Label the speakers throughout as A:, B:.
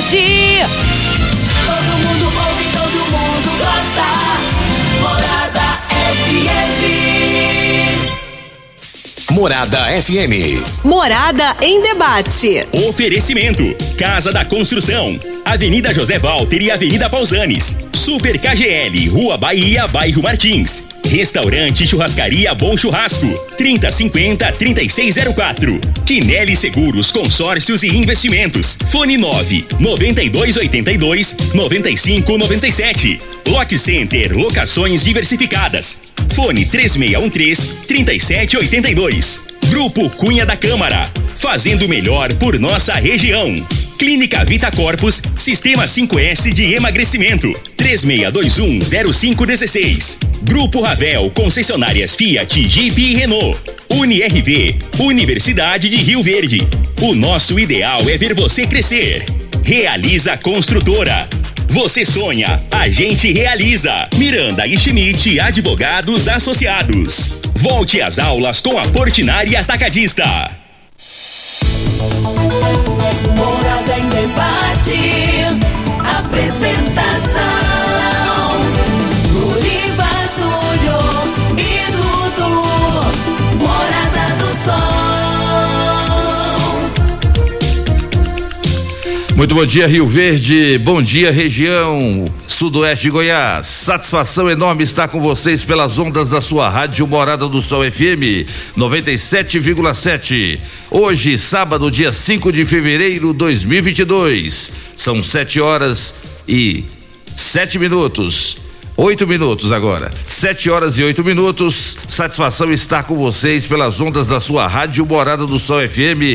A: Debate.
B: Todo mundo ouve, todo mundo gosta. Morada FM.
C: Morada FM.
A: Morada em Debate.
D: Oferecimento: Casa da Construção, Avenida José Walter e Avenida Pausanes. Super KGL, Rua Bahia, Bairro Martins. Restaurante Churrascaria Bom Churrasco, 3050-3604. Quinelli Seguros, Consórcios e Investimentos. Fone 99282-9597. Lock Center, locações diversificadas. Fone 3613-3782. Grupo Cunha da Câmara, fazendo o melhor por nossa região. Clínica Vita Corpus, Sistema 5S de emagrecimento, 36210516. Grupo Ravel, concessionárias Fiat, Jeep e Renault. UniRV, Universidade de Rio Verde. O nosso ideal é ver você crescer. Realiza Construtora. Você sonha, a gente realiza. Miranda e Schmidt, advogados associados. Volte às aulas com a Portinari Atacadista.
B: Morada em Debate. Apresentação: Luriva Júnior e Dudu. Morada do Sol.
E: Muito bom dia, Rio Verde. Bom dia, região sudoeste de Goiás. Satisfação enorme estar com vocês pelas ondas da sua rádio Morada do Sol FM 97,7. Hoje, sábado, dia 5 de fevereiro de 2022. São 7h07. 8 minutos agora, 7h08. Satisfação estar com vocês pelas ondas da sua rádio Morada do Sol FM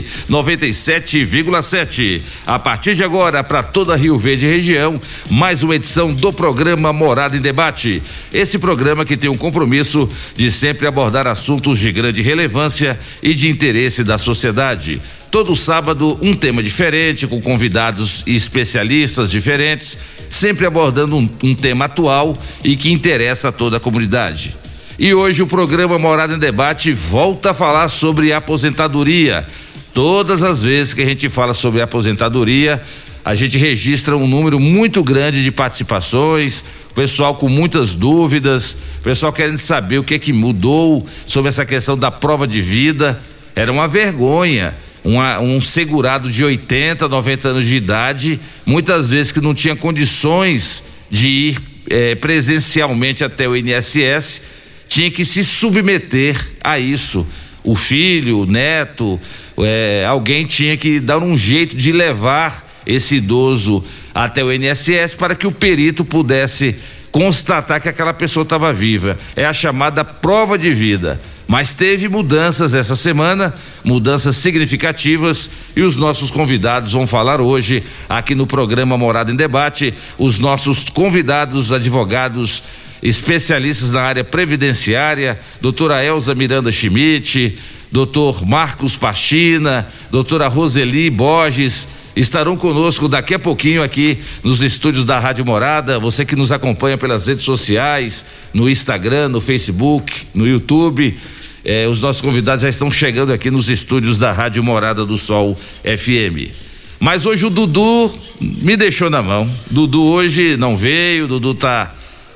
E: 97,7. A partir de agora, para toda Rio Verde região, mais uma edição do programa Morada em Debate. Esse programa que tem um compromisso de sempre abordar assuntos de grande relevância e de interesse da sociedade. Todo sábado, um tema diferente, com convidados e especialistas diferentes, sempre abordando um tema atual e que interessa a toda a comunidade. E hoje o programa Morada em Debate volta a falar sobre aposentadoria. Todas as vezes que a gente fala sobre aposentadoria, a gente registra um número muito grande de participações, pessoal com muitas dúvidas, pessoal querendo saber o que é que mudou sobre essa questão da prova de vida. Era uma vergonha. Um segurado de 80, 90 anos de idade, muitas vezes que não tinha condições de ir presencialmente até o INSS, tinha que se submeter a isso. O filho, o neto, alguém tinha que dar um jeito de levar esse idoso até o INSS para que o perito pudesse constatar que aquela pessoa estava viva. É a chamada prova de vida. Mas teve mudanças essa semana, mudanças significativas, e os nossos convidados vão falar hoje aqui no programa Morada em Debate. Os nossos convidados, advogados especialistas na área previdenciária, doutora Elza Miranda Schmidt, doutor Marcos Pachina, doutora Roseli Borges, estarão conosco daqui a pouquinho aqui nos estúdios da Rádio Morada. Você que nos acompanha pelas redes sociais, no Instagram, no Facebook, no YouTube, os nossos convidados já estão chegando aqui nos estúdios da Rádio Morada do Sol FM. Mas hoje o Dudu me deixou na mão. Dudu hoje não veio, Dudu tá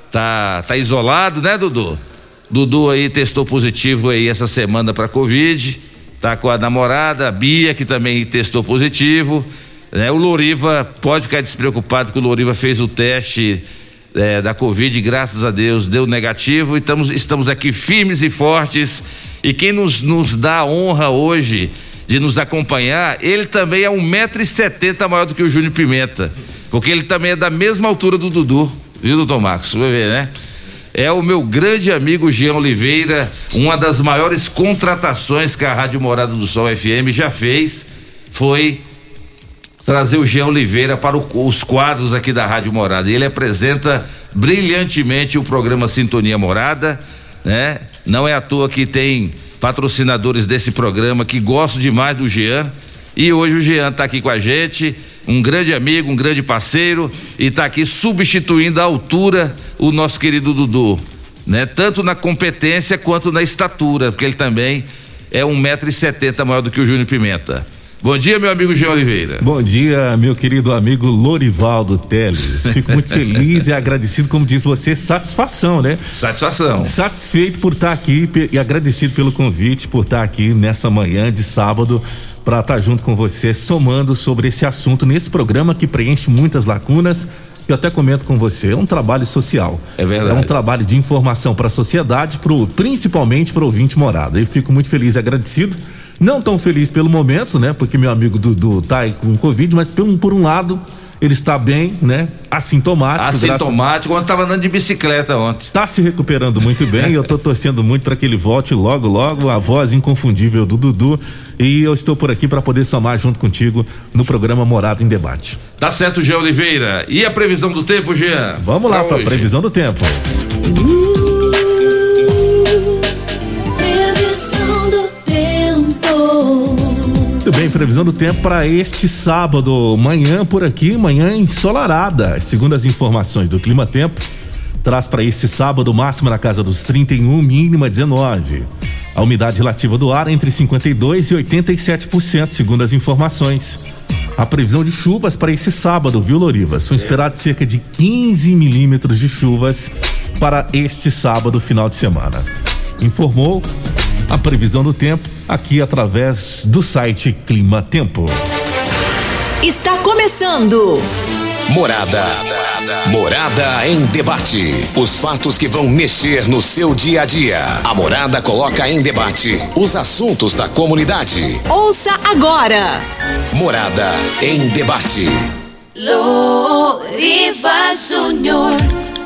E: isolado, né, Dudu? Dudu aí testou positivo aí essa semana para Covid, tá com a namorada, a Bia, que também testou positivo, né? O Loriva pode ficar despreocupado que o Loriva fez o teste da Covid, graças a Deus deu negativo, e estamos aqui firmes e fortes, e quem nos dá a honra hoje de nos acompanhar, ele também é 1,70 m maior do que o Júnior Pimenta, porque ele também é da mesma altura do Dudu, viu, doutor Marcos? Vai ver, né? É o meu grande amigo Jean Oliveira, uma das maiores contratações que a Rádio Morada do Sol FM já fez, foi trazer o Jean Oliveira para os quadros aqui da Rádio Morada. Ele apresenta brilhantemente o programa Sintonia Morada, né? Não é à toa que tem patrocinadores desse programa que gostam demais do Jean, e hoje o Jean está aqui com a gente, um grande amigo, um grande parceiro, e está aqui substituindo à altura o nosso querido Dudu, né? Tanto na competência quanto na estatura, porque ele também é 1,70 m maior do que o Júnior Pimenta. Bom dia, meu amigo Jean Oliveira.
C: Bom dia, meu querido amigo Lorivaldo Teles. Fico muito feliz e agradecido, como diz você, satisfação, né?
E: Satisfação.
C: Satisfeito por estar aqui e agradecido pelo convite, por estar aqui nessa manhã de sábado para estar junto com você, somando sobre esse assunto nesse programa que preenche muitas lacunas. Eu até comento com você, é um trabalho social.
E: É verdade.
C: É um trabalho de informação para a sociedade, principalmente para o ouvinte morada. Eu fico muito feliz e agradecido. Não tão feliz pelo momento, né? Porque meu amigo Dudu tá aí com Covid, mas por um lado, ele está bem, né? Assintomático.
E: Quando tava andando de bicicleta ontem.
C: Tá se recuperando muito bem. Eu tô torcendo muito para que ele volte logo, a voz inconfundível do Dudu. E eu estou por aqui para poder somar junto contigo no programa Morada em Debate.
E: Tá certo, Jean Oliveira. E a previsão do tempo, Jean?
C: Vamos lá para a previsão do tempo.
B: Previsão do tempo.
C: Muito bem, previsão do tempo para este sábado. Manhã por aqui, manhã ensolarada. Segundo as informações do Clima Tempo, traz para esse sábado máxima na casa dos 31, mínima 19. A umidade relativa do ar entre 52% e 87%, segundo as informações. A previsão de chuvas para esse sábado, viu, Lorivas? São esperados cerca de 15 milímetros de chuvas para este sábado, final de semana. Informou a previsão do tempo aqui através do site Clima Tempo.
A: Está começando
F: Morada em Debate. Os fatos que vão mexer no seu dia a dia. A Morada coloca em debate os assuntos da comunidade.
A: Ouça agora.
F: Morada em Debate.
B: Loriva Júnior.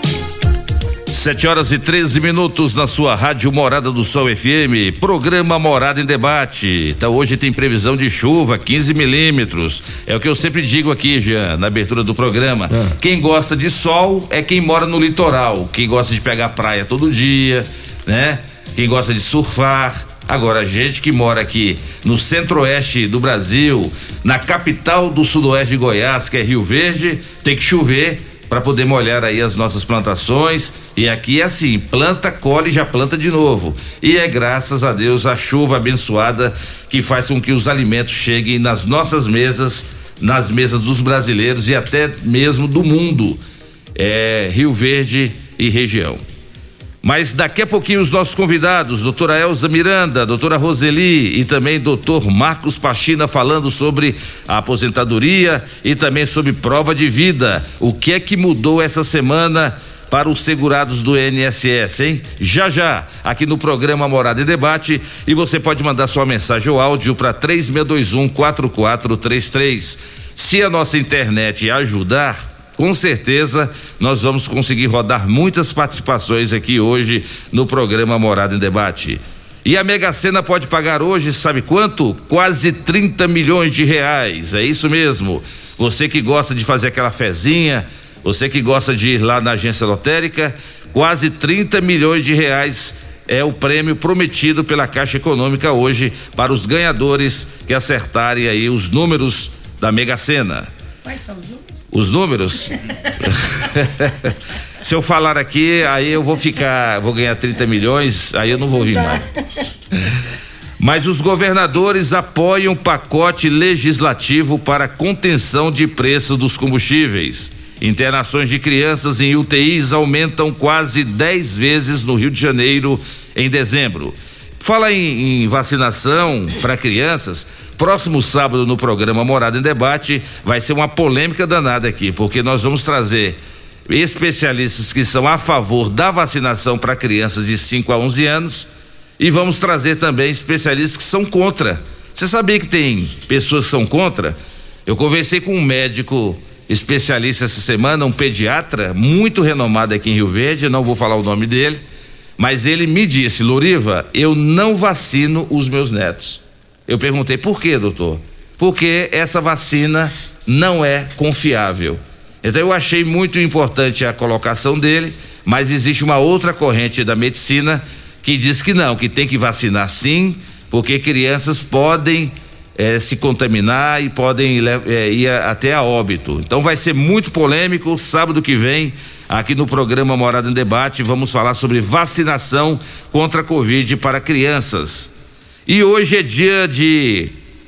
E: 7h13 na sua rádio Morada do Sol FM, programa Morada em Debate. Então hoje tem previsão de chuva, 15 milímetros. É o que eu sempre digo aqui, Jean, na abertura do programa. Quem gosta de sol é quem mora no litoral, quem gosta de pegar praia todo dia, né? Quem gosta de surfar. Agora, a gente que mora aqui no centro-oeste do Brasil, na capital do sudoeste de Goiás, que é Rio Verde, tem que chover para poder molhar aí as nossas plantações. E aqui é assim, planta, colhe e já planta de novo. E é graças a Deus a chuva abençoada que faz com que os alimentos cheguem nas nossas mesas, nas mesas dos brasileiros e até mesmo do mundo. Rio Verde e região. Mas daqui a pouquinho os nossos convidados, doutora Elza Miranda, doutora Roseli e também doutor Marcos Pachina, falando sobre a aposentadoria e também sobre prova de vida. O que é que mudou essa semana para os segurados do INSS, hein? Já, aqui no programa Morada em Debate, e você pode mandar sua mensagem ou áudio para 3621-4433. Se a nossa internet ajudar, com certeza nós vamos conseguir rodar muitas participações aqui hoje no programa Morada em Debate. E a Mega Sena pode pagar hoje, sabe quanto? Quase 30 milhões de reais, é isso mesmo. Você que gosta de fazer aquela fezinha, você que gosta de ir lá na agência lotérica, quase 30 milhões de reais é o prêmio prometido pela Caixa Econômica hoje para os ganhadores que acertarem aí os números da Mega Sena.
B: Quais são os números?
E: Os números? Se eu falar aqui, aí eu vou ganhar 30 milhões, aí eu não vou vir mais. Mas os governadores apoiam pacote legislativo para contenção de preço dos combustíveis. Internações de crianças em UTIs aumentam quase 10 vezes no Rio de Janeiro em dezembro. Fala em vacinação para crianças. Próximo sábado no programa Morada em Debate vai ser uma polêmica danada aqui, porque nós vamos trazer especialistas que são a favor da vacinação para crianças de 5 a 11 anos e vamos trazer também especialistas que são contra. Você sabia que tem pessoas que são contra? Eu conversei com um médico especialista essa semana, um pediatra muito renomado aqui em Rio Verde, não vou falar o nome dele, mas ele me disse: Loriva, eu não vacino os meus netos. Eu perguntei: por quê, doutor? Porque essa vacina não é confiável. Então eu achei muito importante a colocação dele, mas existe uma outra corrente da medicina que diz que não, que tem que vacinar sim, porque crianças podem se contaminar e podem ir até a óbito. Então vai ser muito polêmico. Sábado que vem, aqui no programa Morada em Debate, vamos falar sobre vacinação contra a Covid para crianças. E hoje é dia de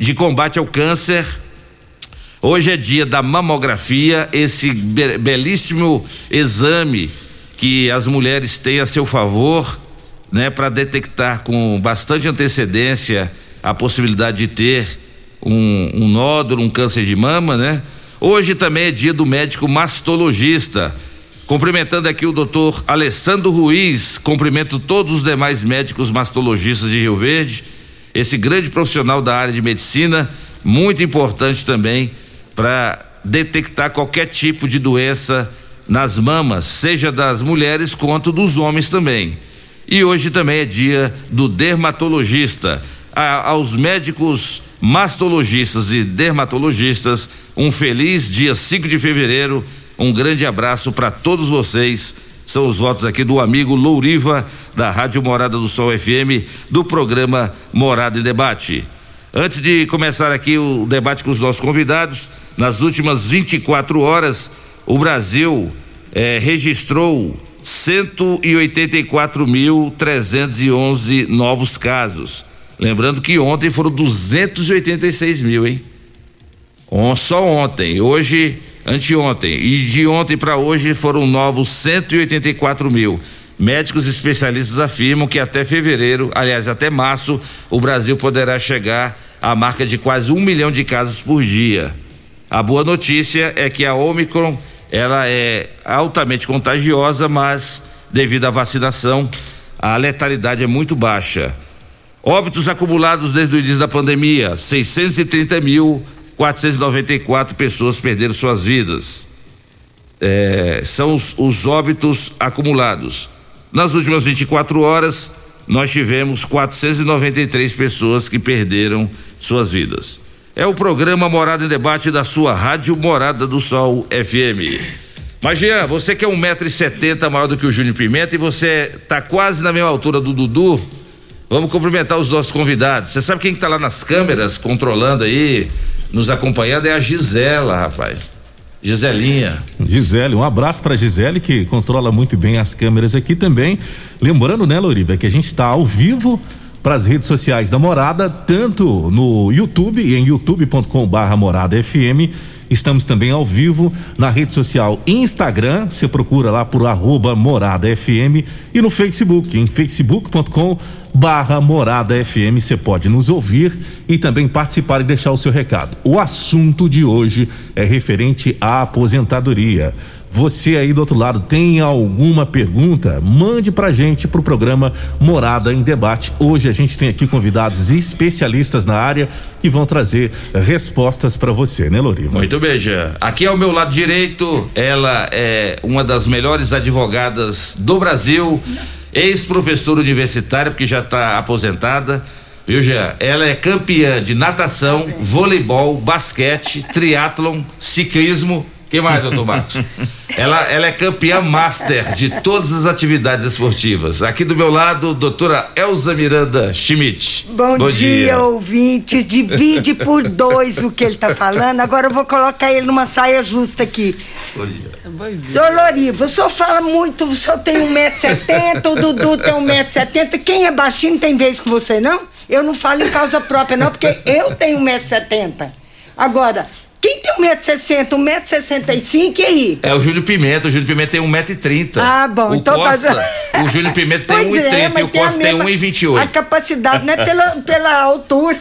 E: de combate ao câncer. Hoje é dia da mamografia, esse belíssimo exame que as mulheres têm a seu favor, né, para detectar com bastante antecedência a possibilidade de ter um nódulo, um câncer de mama, né? Hoje também é dia do médico mastologista. Cumprimentando aqui o doutor Alessandro Ruiz, cumprimento todos os demais médicos mastologistas de Rio Verde, esse grande profissional da área de medicina, muito importante também para detectar qualquer tipo de doença nas mamas, seja das mulheres quanto dos homens também. E hoje também é dia do dermatologista. Aos médicos mastologistas e dermatologistas, um feliz dia 5 de fevereiro, um grande abraço para todos vocês. São os votos aqui do amigo Louriva, da Rádio Morada do Sol FM, do programa Morada em Debate. Antes de começar aqui o debate com os nossos convidados, nas últimas 24 horas, o Brasil registrou 184.311 novos casos. Lembrando que ontem foram 286 mil, hein? Só ontem, hoje, anteontem, e de ontem para hoje foram novos 184 mil. Médicos especialistas afirmam que até fevereiro, aliás, até março, o Brasil poderá chegar à marca de quase 1 milhão de casos por dia. A boa notícia é que a Omicron, ela é altamente contagiosa, mas devido à vacinação, a letalidade é muito baixa. Óbitos acumulados desde o início da pandemia, 630.494 pessoas perderam suas vidas. São os óbitos acumulados. Nas últimas 24 horas, nós tivemos 493 pessoas que perderam suas vidas. É o programa Morada em Debate da sua Rádio Morada do Sol FM. Mas, Jean, você que é 1,70 m maior do que o Júnior Pimenta e você tá quase na mesma altura do Dudu, vamos cumprimentar os nossos convidados. Você sabe quem que tá lá nas câmeras, controlando aí, nos acompanhando? É a Gisela, rapaz. Giselinha.
C: Gisele, um abraço pra Gisele, que controla muito bem as câmeras aqui também. Lembrando, né, Louriva, que a gente está ao vivo para as redes sociais da Morada, tanto no YouTube e em youtube.com/MoradaFM. Estamos também ao vivo na rede social Instagram, você procura lá por @MoradaFM, e no Facebook, em facebook.com/MoradaFM, você pode nos ouvir e também participar e deixar o seu recado. O assunto de hoje é referente à aposentadoria. Você aí do outro lado tem alguma pergunta? Mande pra gente pro programa Morada em Debate. Hoje a gente tem aqui convidados especialistas na área que vão trazer respostas para você, né, Louriva?
E: Muito bem, Jean. Aqui ao meu lado direito, ela é uma das melhores advogadas do Brasil, ex-professora universitária, porque já está aposentada, viu, Jean? Ela é campeã de natação, voleibol, basquete, triatlon, ciclismo. Quem mais, doutor Marcos? Ela é campeã master de todas as atividades esportivas. Aqui do meu lado, doutora Elza Miranda Schmidt.
G: Bom dia, ouvintes. Divide por 2 o que ele tá falando. Agora eu vou colocar ele numa saia justa aqui. Bom dia. Senhor Louriva, o senhor fala muito, o senhor tem 1,70 m, o Dudu tem 1,70 m. Quem é baixinho tem vez com você, não? Eu não falo em causa própria, não, porque eu tenho 1,70 m. Agora, quem tem 1,60 m, 1,65 m, e aí?
E: É o Júnior Pimenta. O Júnior Pimenta tem 1,30 m.
G: Ah, bom, então
E: Costa, o Júnior Pimenta tem 1,30 m e o Costa tem 1,28 m.
G: A capacidade não é pela altura.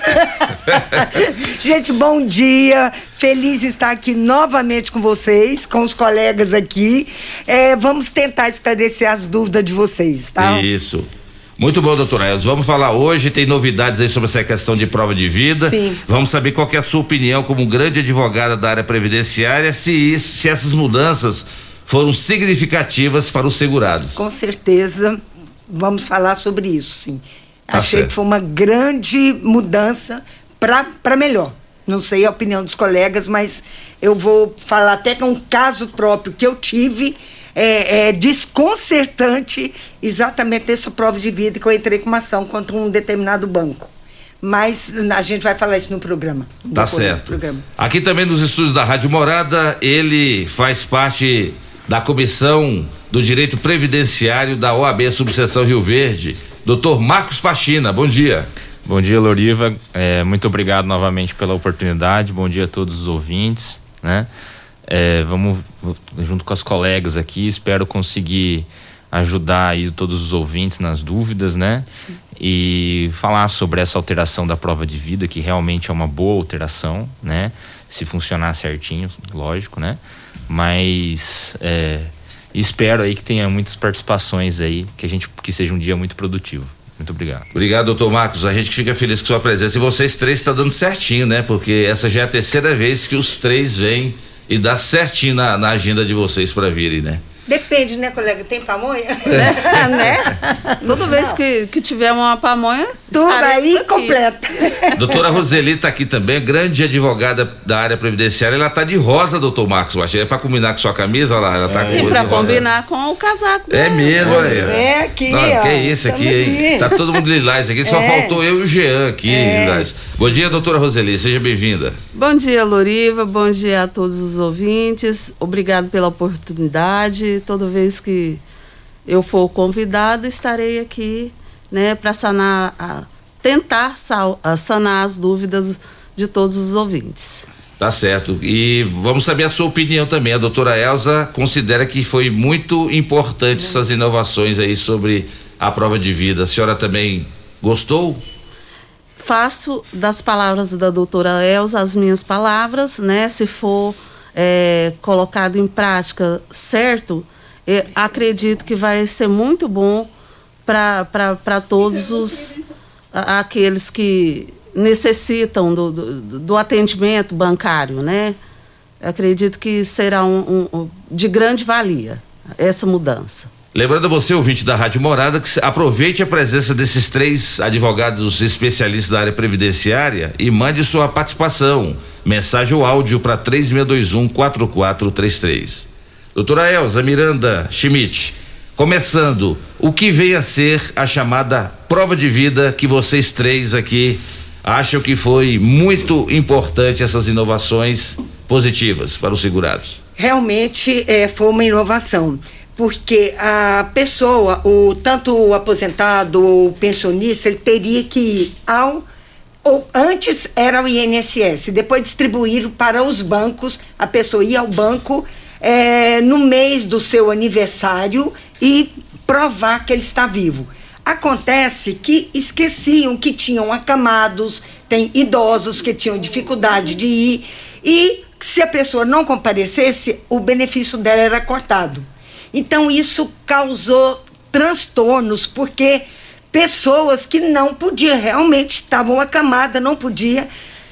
G: Gente, bom dia. Feliz de estar aqui novamente com vocês, com os colegas aqui. Vamos tentar esclarecer as dúvidas de vocês, tá?
E: Isso. Muito bom, doutora Elza. Vamos falar hoje, tem novidades aí sobre essa questão de prova de vida.
G: Sim.
E: Vamos saber qual que é a sua opinião como grande advogada da área previdenciária, se essas mudanças foram significativas para os segurados.
G: Com certeza, vamos falar sobre isso, sim.
E: Tá
G: Achei
E: certo.
G: que foi uma grande mudança para melhor. Não sei a opinião dos colegas, mas eu vou falar até com um caso próprio que eu tive. É desconcertante exatamente essa prova de vida que eu entrei com uma ação contra um determinado banco. Mas a gente vai falar isso no programa.
E: Tá certo. Aqui também nos estúdios da Rádio Morada, ele faz parte da Comissão do Direito Previdenciário da OAB Subseção Rio Verde, doutor Marcos Pachina. Bom dia.
H: Bom dia, Loriva. Muito obrigado novamente pela oportunidade. Bom dia a todos os ouvintes, né? Vamos junto com as colegas aqui, espero conseguir ajudar aí todos os ouvintes nas dúvidas, né? Sim. E falar sobre essa alteração da prova de vida, que realmente é uma boa alteração, né? Se funcionar certinho, lógico, né? Mas espero aí que tenha muitas participações aí, que seja um dia muito produtivo. Muito obrigado.
E: Obrigado, doutor Marcos. A gente fica feliz com sua presença. E vocês três estão dando certinho, né? Porque essa já é a terceira vez que os três vêm e dá certinho na agenda de vocês para virem, né?
G: Depende, né, colega? Tem pamonha?
I: Né? Toda vez que tiver uma pamonha,
G: tudo aí completa.
E: Doutora Roseli está aqui também, grande advogada da área previdenciária. Ela tá de rosa, doutor Marcos. É para combinar com sua camisa, olha lá, ela tá com
I: e para combinar com o casaco.
E: É mesmo,
G: olha. Aqui,
E: não, que isso aqui, hein? Tá todo mundo lilás aqui, só faltou eu e o Jean aqui, lilás. Bom dia, doutora Roseli, seja bem-vinda.
I: Bom dia, Loriva, bom dia a todos os ouvintes. Obrigado pela oportunidade. Toda vez que eu for convidada, estarei aqui, né, para tentar sanar as dúvidas de todos os ouvintes.
E: Tá certo. E vamos saber a sua opinião também. A doutora Elza considera que foi muito importante essas inovações aí sobre a prova de vida. A senhora também gostou?
I: Faço das palavras da doutora Elza as minhas palavras, né? Se for colocado em prática certo, acredito que vai ser muito bom para todos aqueles que necessitam do atendimento bancário, né? Acredito que será de grande valia essa mudança.
E: Lembrando a você, ouvinte da Rádio Morada, que aproveite a presença desses três advogados especialistas da área previdenciária e mande sua participação, mensagem ou áudio para 3621-4433. Doutora Elza Miranda Schmidt, começando, o que vem a ser a chamada prova de vida que vocês três aqui acham que foi muito importante essas inovações positivas para os segurados?
G: Realmente foi uma inovação, porque a pessoa, tanto o aposentado ou o pensionista, ele teria que ir antes era o INSS, depois distribuíram para os bancos, a pessoa ia ao banco no mês do seu aniversário e provar que ele está vivo. Acontece que esqueciam que tinham acamados, tem idosos que tinham dificuldade de ir, e se a pessoa não comparecesse, o benefício dela era cortado. Então isso causou transtornos, porque pessoas que não podiam, realmente estavam acamadas, não podiam,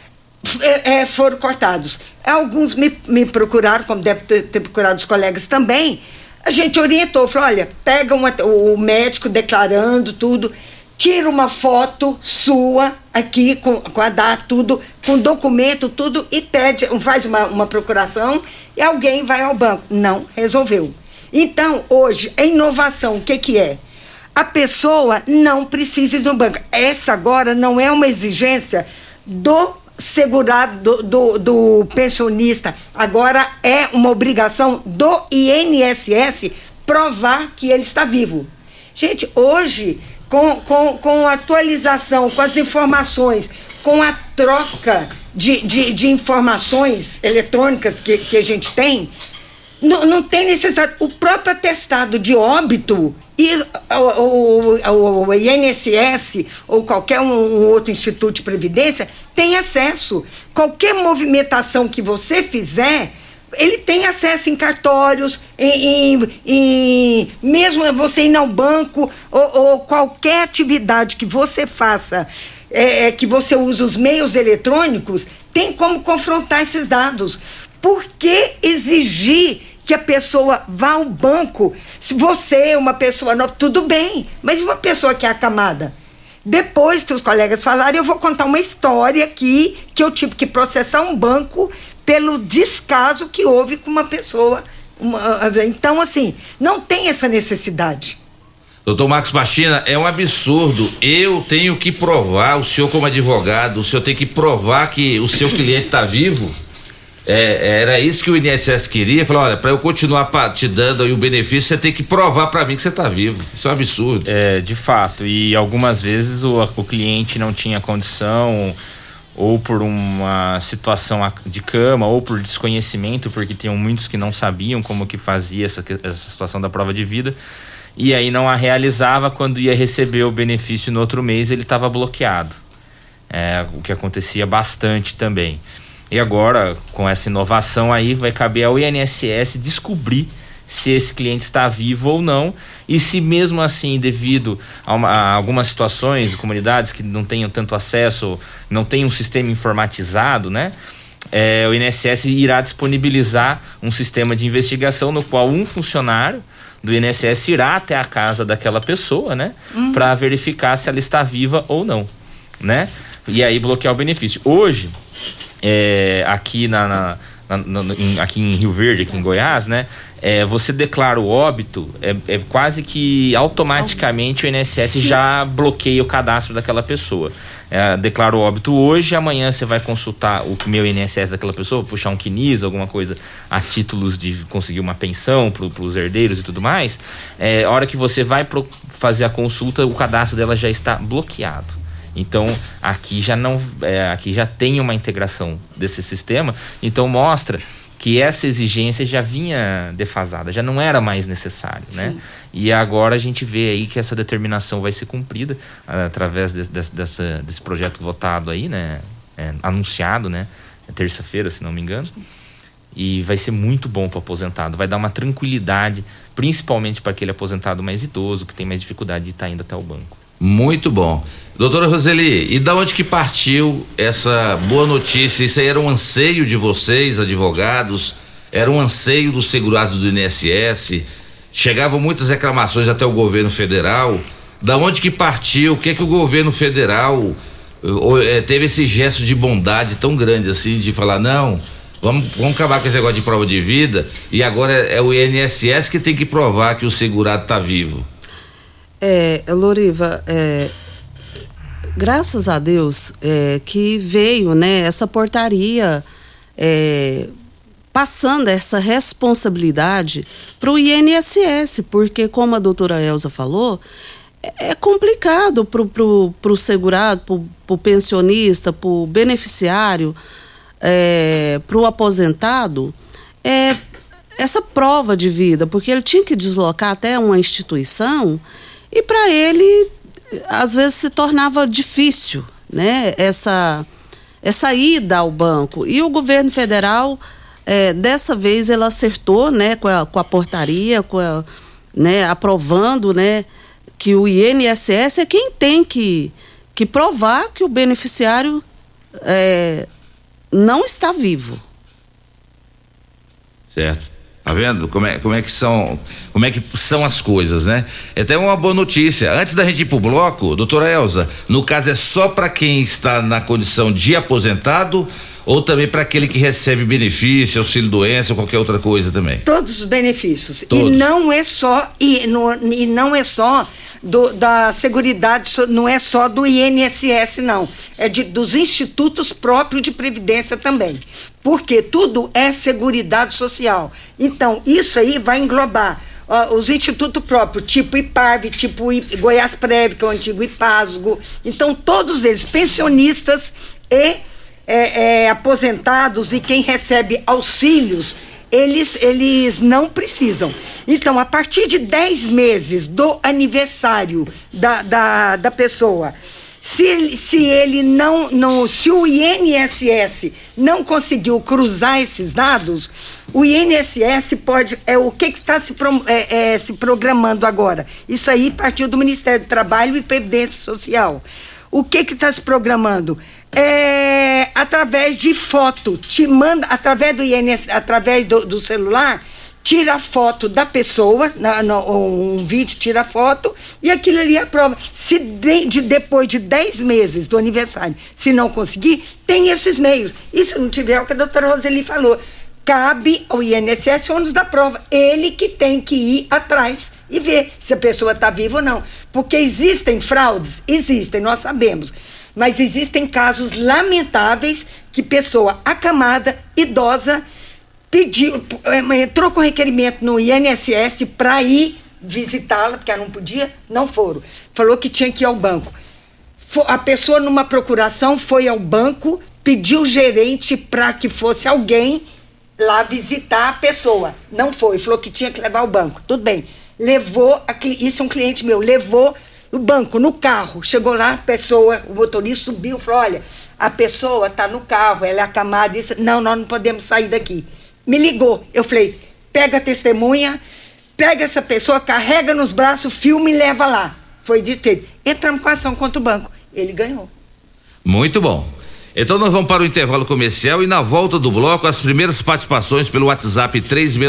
G: foram cortados. Alguns me procuraram, como deve ter procurado os colegas também. A gente orientou, falou, olha, pega o médico declarando tudo, tira uma foto sua aqui com a data, tudo, com documento, tudo, e faz uma procuração e alguém vai ao banco. Não, resolveu. Então, hoje, a inovação, o que é? A pessoa não precisa ir do banco. Essa agora não é uma exigência do segurado, do pensionista. Agora é uma obrigação do INSS provar que ele está vivo. Gente, hoje, com a atualização, com as informações, com a troca de informações eletrônicas que a gente tem, não tem necessidade. O próprio atestado de óbito e o INSS ou qualquer um outro instituto de previdência tem acesso. Qualquer movimentação que você fizer, ele tem acesso em cartórios, mesmo você ir ao banco ou qualquer atividade que você faça, que você use os meios eletrônicos, tem como confrontar esses dados. Por que exigir que a pessoa vá ao banco? Se você é uma pessoa nova, tudo bem, mas uma pessoa que é acamada? Depois que os colegas falarem, eu vou contar uma história aqui, que eu tive que processar um banco pelo descaso que houve com uma pessoa. Então, assim, não tem essa necessidade.
E: Doutor Marcos Machina, é um absurdo. Eu tenho que provar, o senhor como advogado, o senhor tem que provar que o seu cliente está vivo? Era isso que o INSS queria, falou, olha, para eu continuar te dando aí o benefício, você tem que provar para mim que você tá vivo. Isso é um absurdo.
H: De fato, e algumas vezes o cliente não tinha condição, ou por uma situação de cama, ou por desconhecimento, porque tinham muitos que não sabiam como que fazia essa situação da prova de vida, e aí não a realizava. Quando ia receber o benefício no outro mês, ele estava bloqueado. O que acontecia bastante também. E agora, com essa inovação aí, vai caber ao INSS descobrir se esse cliente está vivo ou não, e se mesmo assim, devido a algumas situações, comunidades que não tenham tanto acesso, não tem um sistema informatizado, né? O INSS irá disponibilizar um sistema de investigação no qual um funcionário do INSS irá até a casa daquela pessoa, né? Para verificar se ela está viva ou não, né? E aí bloquear o benefício. Hoje, aqui aqui em Rio Verde, aqui em Goiás, né? Você declara o óbito, quase que automaticamente o INSS já bloqueia o cadastro daquela pessoa. Declara o óbito hoje, amanhã você vai consultar o meu INSS daquela pessoa, puxar um CNIS, alguma coisa a títulos de conseguir uma pensão para os herdeiros e tudo mais. A hora que você vai fazer a consulta, o cadastro dela já está bloqueado. Então aqui já tem uma integração desse sistema, então mostra que essa exigência já vinha defasada, já não era mais necessário, né? E agora a gente vê aí que essa determinação vai ser cumprida através desse projeto votado aí, né? Anunciado, né? Terça-feira, se não me engano. E vai ser muito bom para o aposentado, vai dar uma tranquilidade, principalmente para aquele aposentado mais idoso, que tem mais dificuldade de estar indo até o banco.
E: Muito bom. Doutora Roseli, e da onde que partiu essa boa notícia? Isso aí era um anseio de vocês, advogados? Era um anseio dos segurados do INSS? Chegavam muitas reclamações até o governo federal. Da onde que partiu? O que é que o governo federal teve esse gesto de bondade tão grande assim, de falar, não, vamos acabar com esse negócio de prova de vida, e agora é o INSS que tem que provar que o segurado está vivo?
I: Loriva, graças a Deus que veio, né, essa portaria passando essa responsabilidade para o INSS, porque, como a doutora Elza falou, é complicado para o segurado, para o pensionista, para o beneficiário, para o aposentado, essa prova de vida, porque ele tinha que deslocar até uma instituição, e para ele às vezes se tornava difícil, né, essa ida ao banco. E o governo federal, dessa vez, ele acertou, né, com a portaria, né, aprovando, né, que o INSS é quem tem que provar que o beneficiário não está vivo.
E: Certo. Tá vendo como é que são as coisas, né? É até uma boa notícia. Antes da gente ir pro bloco, doutora Elza, no caso é só para quem está na condição de aposentado ou também para aquele que recebe benefício, auxílio doença ou qualquer outra coisa também? Todos os benefícios.
G: Todos. E não é só da Seguridade, não é só do INSS, não. É dos institutos próprios de previdência também. Porque tudo é Seguridade Social. Então, isso aí vai englobar os institutos próprios, tipo IPARV, tipo Goiás Prev, que é o antigo IPASGO. Então, todos eles, pensionistas e aposentados e quem recebe auxílios, eles não precisam. Então, a partir de 10 meses do aniversário da pessoa, se o INSS não conseguiu cruzar esses dados, o INSS pode, o que está se programando agora? Isso aí partiu do Ministério do Trabalho e Previdência Social. O que está se programando? Através de foto, te manda, através do INSS, através do celular, tira a foto da pessoa, um vídeo, tira a foto, e aquilo ali é a prova. Se depois de 10 meses do aniversário, se não conseguir, tem esses meios. E se não tiver, é o que a doutora Roseli falou, cabe ao INSS o ônus da prova. Ele que tem que ir atrás e ver se a pessoa está viva ou não. Porque existem fraudes? Existem, nós sabemos. Mas existem casos lamentáveis que pessoa acamada, idosa, entrou com requerimento no INSS para ir visitá-la, porque ela não podia, não foram. Falou que tinha que ir ao banco. A pessoa, numa procuração, foi ao banco, pediu o gerente para que fosse alguém lá visitar a pessoa. Não foi, falou que tinha que levar ao banco. Tudo bem. Levou, isso é um cliente meu, levou no banco, no carro. Chegou lá, a pessoa, o motorista subiu e falou, olha, a pessoa está no carro, ela é acamada, não, nós não podemos sair daqui. Me ligou, eu falei, pega a testemunha, pega essa pessoa, carrega nos braços, filma e leva lá. Foi dito ele. Entramos com a ação contra o banco. Ele ganhou.
E: Muito bom. Então nós vamos para o intervalo comercial e na volta do bloco as primeiras participações pelo WhatsApp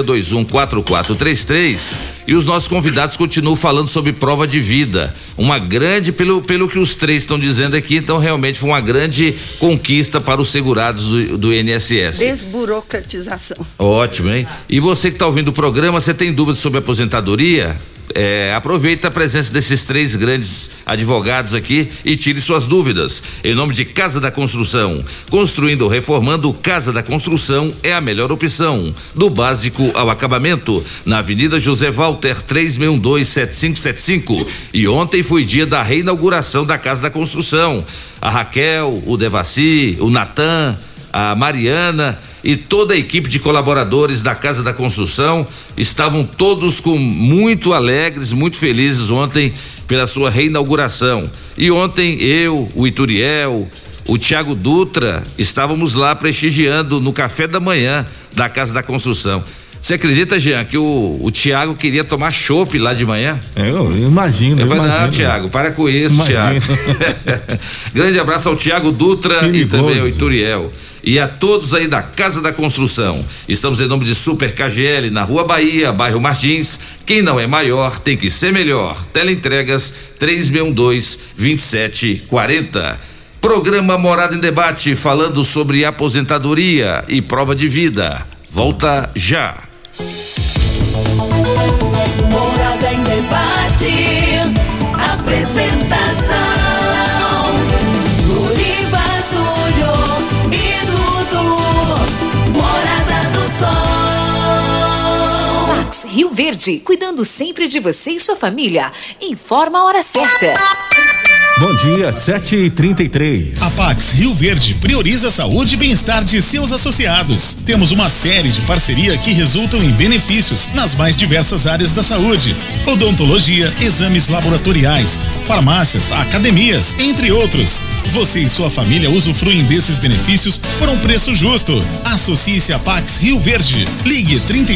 E: 3621-4433 e os nossos convidados continuam falando sobre prova de vida. Uma grande, pelo que os três estão dizendo aqui, então realmente foi uma grande conquista para os segurados do INSS.
G: Desburocratização.
E: Ótimo, hein? E você que está ouvindo o programa, você tem dúvidas sobre aposentadoria? Aproveita a presença desses três grandes advogados aqui e tire suas dúvidas. Em nome de Casa da Construção, construindo ou reformando, Casa da Construção é a melhor opção, do básico ao acabamento, na Avenida José Walter 3612-7575. E ontem foi dia da reinauguração da Casa da Construção. A Raquel, o Devaci, o Natan, a Mariana e toda a equipe de colaboradores da Casa da Construção estavam todos muito alegres, muito felizes ontem pela sua reinauguração. E ontem eu, o Ituriel, o Tiago Dutra, estávamos lá prestigiando no café da manhã da Casa da Construção. Você acredita, Jean, que o Tiago queria tomar chopp lá de manhã?
C: Eu imagino.
E: Não, Tiago, para com isso, Tiago. Grande abraço ao Tiago Dutra e também ao Ituriel. E a todos aí da Casa da Construção. Estamos em nome de Super KGL, na Rua Bahia, bairro Martins. Quem não é maior tem que ser melhor. Teleentregas 3612-2740. Programa Morada em Debate, falando sobre aposentadoria e prova de vida. Volta já.
B: Morada em Debate. Apresentação: Luriva Júnior e Dudu. Morada do Sol.
A: Pax Rio Verde, cuidando sempre de você e sua família. Informa a hora certa.
C: Bom dia, 7h33.
J: A Pax Rio Verde prioriza a saúde e bem-estar de seus associados. Temos uma série de parceria que resultam em benefícios nas mais diversas áreas da saúde: odontologia, exames laboratoriais, farmácias, academias, entre outros. Você e sua família usufruem desses benefícios por um preço justo. Associe-se a Pax Rio Verde. Ligue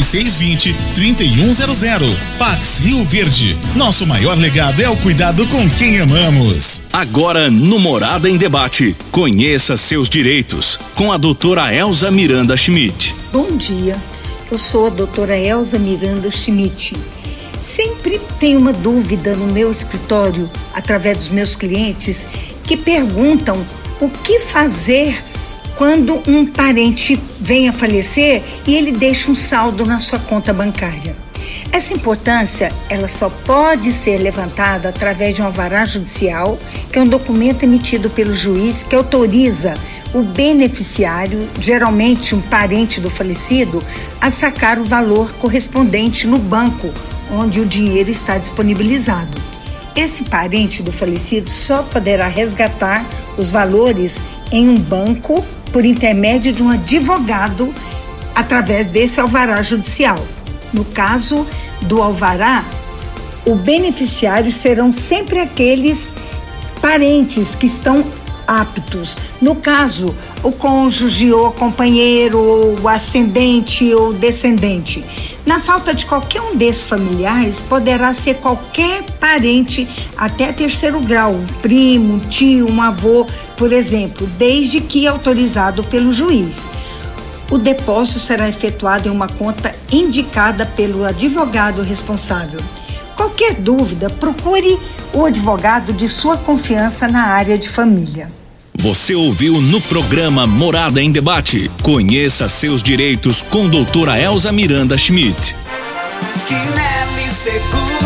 J: 3620-3100. Pax Rio Verde. Nosso maior legado é o cuidado com quem amamos.
K: Agora no Morada em Debate, conheça seus direitos, com a doutora Elza Miranda Schmidt.
L: Bom dia, eu sou a doutora Elza Miranda Schmidt. Sempre tenho uma dúvida no meu escritório, através dos meus clientes, que perguntam o que fazer quando um parente vem a falecer e ele deixa um saldo na sua conta bancária. Essa importância, ela só pode ser levantada através de um alvará judicial, que é um documento emitido pelo juiz que autoriza o beneficiário, geralmente um parente do falecido, a sacar o valor correspondente no banco onde o dinheiro está disponibilizado. Esse parente do falecido só poderá resgatar os valores em um banco por intermédio de um advogado através desse alvará judicial. No caso do alvará, o beneficiário serão sempre aqueles parentes que estão aptos. No caso, o cônjuge ou companheiro, ou o ascendente ou descendente. Na falta de qualquer um desses familiares, poderá ser qualquer parente até terceiro grau, um primo, um tio, um avô, por exemplo, desde que autorizado pelo juiz. O depósito será efetuado em uma conta indicada pelo advogado responsável. Qualquer dúvida, procure o advogado de sua confiança na área de família.
K: Você ouviu no programa Morada em Debate. Conheça seus direitos com doutora Elza Miranda Schmidt.
B: Quinelli Seguros.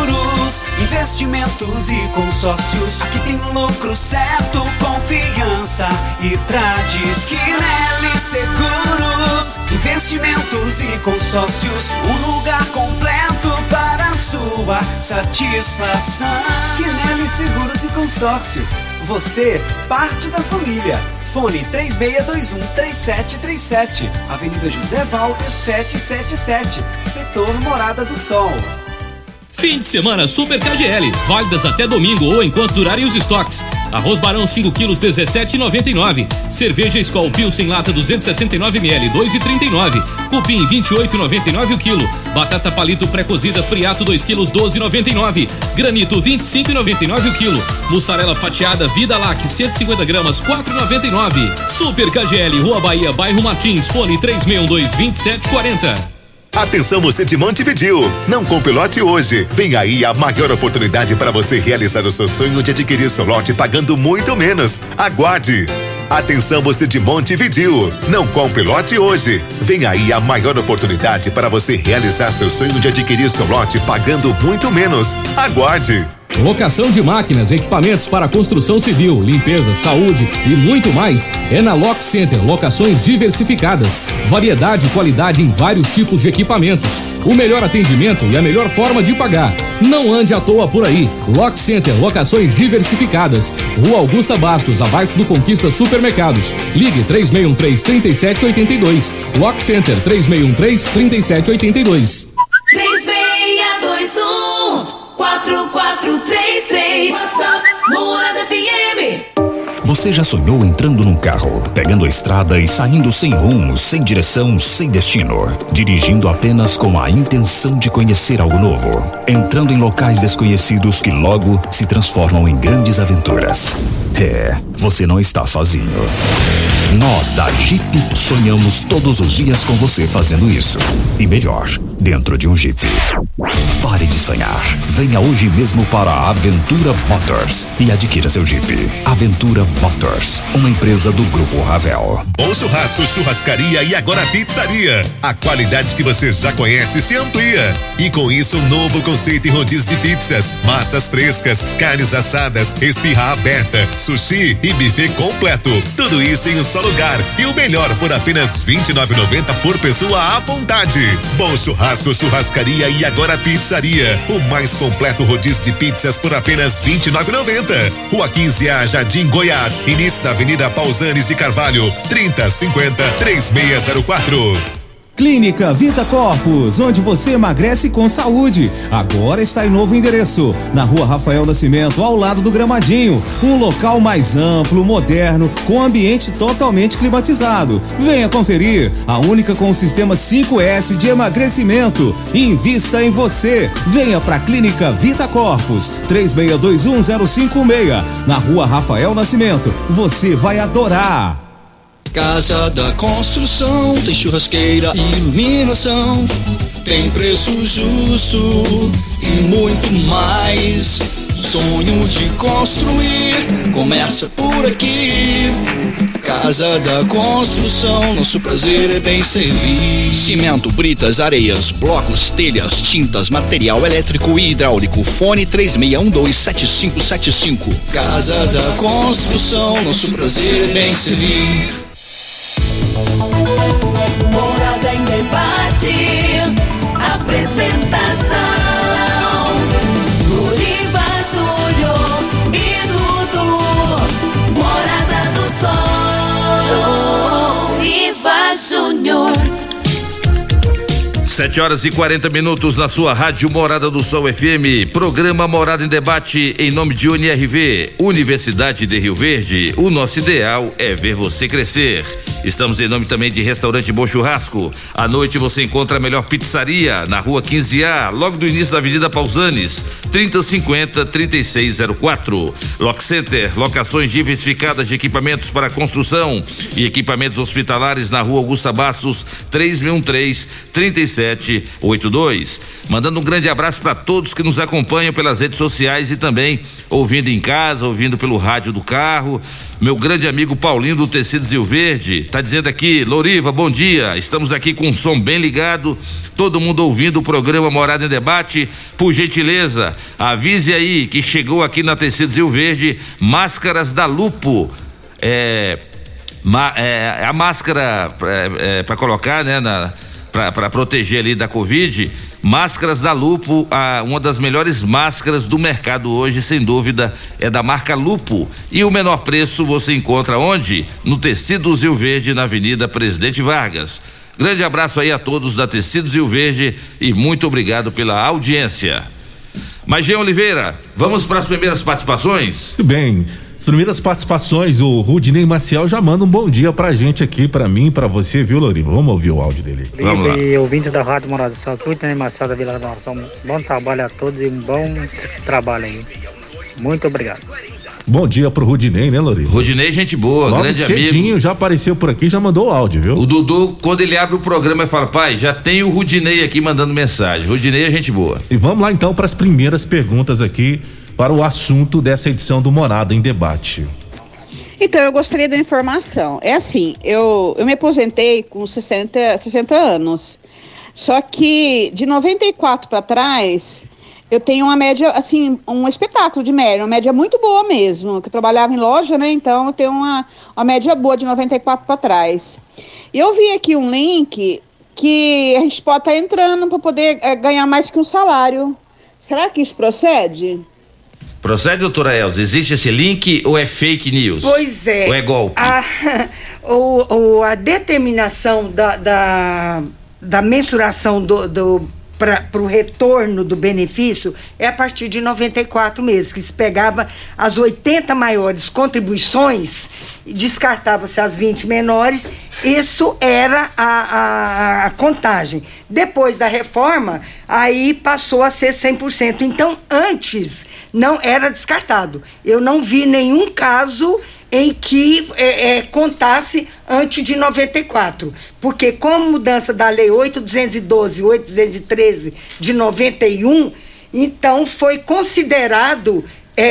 M: seguros, investimentos e consórcios. Aqui tem lucro certo, confiança e tradição. Quinelli Seguros, investimentos e consórcios. Um lugar completo para a sua satisfação. Quinelli Seguros e Consórcios. Você, parte da família. Fone 3621-3737. Avenida José Walter 777. Setor Morada do Sol.
N: Fim de semana Super KGL, válidas até domingo ou enquanto durarem os estoques. Arroz Barão 5 quilos 17,99. Cerveja Skol Pilsen lata 269 ml 2,39. Cupim 28,99 o quilo. Batata palito pré-cozida Friato 2 quilos 12,99. Granito 25,99 o quilo. Mussarela fatiada Vida Lac 150 gramas 4,99. Super KGL, Rua Bahia, bairro Martins. Fone 3612-2740.
O: Atenção você de Montevidéu, não compre lote hoje. Vem aí a maior oportunidade para você realizar o seu sonho de adquirir seu lote pagando muito menos. Aguarde! Atenção você de Montevidéu, não compre lote hoje. Vem aí a maior oportunidade para você realizar seu sonho de adquirir seu lote pagando muito menos. Aguarde!
N: Locação de máquinas, equipamentos para construção civil, limpeza, saúde e muito mais é na Lock Center. Locações diversificadas, variedade e qualidade em vários tipos de equipamentos, o melhor atendimento e a melhor forma de pagar. Não ande à toa por aí. Lock Center, locações diversificadas. Rua Augusta Bastos, abaixo do Conquista Supermercados. Ligue 3613-3782. Lock Center 3613-3782.
B: 4433 WhatsApp Morada FM.
P: Você já sonhou entrando num carro, pegando a estrada e saindo sem rumo, sem direção, sem destino, dirigindo apenas com a intenção de conhecer algo novo, entrando em locais desconhecidos que logo se transformam em grandes aventuras? Você não está sozinho. Nós da Jeep sonhamos todos os dias com você fazendo isso. E melhor, dentro de um Jeep. Pare de sonhar. Venha hoje mesmo para a Aventura Motors e adquira seu Jeep. Aventura Motors, uma empresa do Grupo Ravel.
O: Bom Churrasco, Churrascaria e agora Pizzaria. A qualidade que você já conhece se amplia. E com isso, um novo conceito em rodízio de pizzas, massas frescas, carnes assadas, esfirra aberta, sushi e buffet completo. Tudo isso em um só lugar. E o melhor por apenas R$ 29,90 por pessoa à vontade. Bom Churrasco, Churrascaria e agora Pizzaria. O mais completo rodízio de pizzas por apenas R$ 29,90. Rua 15A, Jardim Goiás. Início da Avenida Pausanes e Carvalho. 3050-3604.
Q: Clínica Vita Corpus, onde você emagrece com saúde. Agora está em novo endereço, na Rua Rafael Nascimento, ao lado do Gramadinho. Um local mais amplo, moderno, com ambiente totalmente climatizado. Venha conferir, a única com o sistema 5S de emagrecimento. Invista em você. Venha para a Clínica Vita Corpus, 3621-056, na Rua Rafael Nascimento. Você vai adorar.
R: Casa da Construção, tem churrasqueira e iluminação, tem preço justo e muito mais. Sonho de construir começa por aqui. Casa da Construção, nosso prazer é bem servir.
S: Cimento, britas, areias, blocos, telhas, tintas, material elétrico e hidráulico. Fone 3612-7575.
R: Casa da Construção, nosso prazer é bem servir.
B: Morada em debate. Apresentação: Luriva Júnior e Dudu. Morada do Sol. Luriva Júnior.
E: 7h40 na sua rádio Morada do Sol FM. Programa Morada em Debate em nome de UniRV, Universidade de Rio Verde. O nosso ideal é ver você crescer. Estamos em nome também de Restaurante Bom Churrasco. À noite você encontra a melhor pizzaria na Rua 15A, logo do início da Avenida Pausanes, 3050-3604. Lock Center, locações diversificadas de equipamentos para construção e equipamentos hospitalares na Rua Augusta Bastos, 3613-3782. 3782. Mandando um grande abraço para todos que nos acompanham pelas redes sociais e também ouvindo em casa, ouvindo pelo rádio do carro. Meu grande amigo Paulinho do Tecidos Rio Verde tá dizendo aqui: Loriva, bom dia, estamos aqui com um som bem ligado, todo mundo ouvindo o programa Morada em Debate. Por gentileza, avise aí que chegou aqui na Tecidos Rio Verde máscaras da Lupo. A máscara para colocar, né, para proteger ali da Covid. Máscaras da Lupo, uma das melhores máscaras do mercado hoje, sem dúvida, é da marca Lupo. E o menor preço você encontra onde? No Tecidos Rio Verde, na Avenida Presidente Vargas. Grande abraço aí a todos da Tecidos Rio Verde e muito obrigado pela audiência. Mas, Jean Oliveira, vamos para as primeiras participações?
C: Muito bem. As primeiras participações, o Rudinei Maciel já manda um bom dia pra gente aqui, pra mim, pra você, viu, Loriva? Vamos ouvir o áudio dele.
T: Vamos lá. E ouvintes da Rádio Morada do Sol, Rudinei Maciel da Vila da Nação, um bom trabalho a todos e um bom trabalho aí. Muito obrigado.
C: Bom dia pro Rudinei, né, Loriva?
E: Rudinei, gente boa,
C: logo
E: grande
C: cedinho,
E: amigo.
C: Já apareceu por aqui, já mandou o áudio, viu?
E: O Dudu, quando ele abre o programa, ele fala: pai, já tem o Rudinei aqui mandando mensagem. Rudinei é gente boa.
C: E vamos lá então para as primeiras perguntas aqui para o assunto dessa edição do Morada em Debate.
U: Então, eu gostaria da informação. É assim, eu me aposentei com 60 anos. Só que de 94 para trás, eu tenho uma média, assim, um espetáculo de média, uma média muito boa mesmo. Que eu trabalhava em loja, né? Então, eu tenho uma média boa de 94 para trás. E eu vi aqui um link que a gente pode estar entrando para poder ganhar mais que um salário. Será que isso procede?
E: Procede, doutora Elza? Existe esse link ou é fake news?
G: Pois é.
E: Ou é golpe?
G: A determinação da mensuração para o retorno do benefício é a partir de 94 meses, que se pegava as 80 maiores contribuições e descartava-se as 20 menores. Isso era a contagem. Depois da reforma, aí passou a ser 100%. Então, antes não era descartado. Eu não vi nenhum caso em que contasse antes de 94, porque com a mudança da lei 8.212 e 8.213 de 91, então foi considerado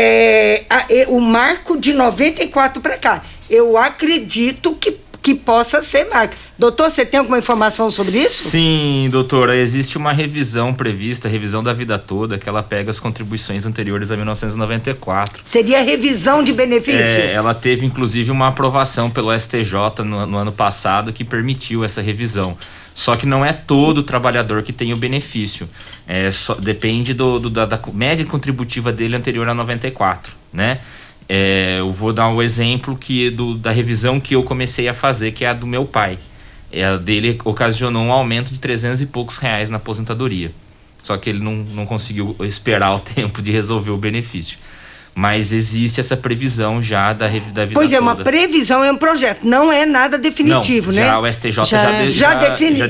G: o marco de 94 para cá. Eu acredito que possa ser marco. Doutor, você tem alguma informação sobre isso?
H: Sim, doutora, existe uma revisão prevista, revisão da vida toda, que ela pega as contribuições anteriores a 1994.
G: Seria revisão de benefício?
H: Ela teve inclusive uma aprovação pelo STJ no ano passado que permitiu essa revisão. Só que não é todo trabalhador que tem o benefício. Depende da média contributiva dele anterior a 94, né? Eu vou dar um exemplo da revisão que eu comecei a fazer, que é a do meu pai. A dele ocasionou um aumento de 300 e poucos reais na aposentadoria. Só que ele não conseguiu esperar o tempo de resolver o benefício. Mas existe essa previsão já da vida
G: Pois
H: toda.
G: Uma previsão, é um projeto, não é nada definitivo, né?
H: Já o STJ
G: já definiu.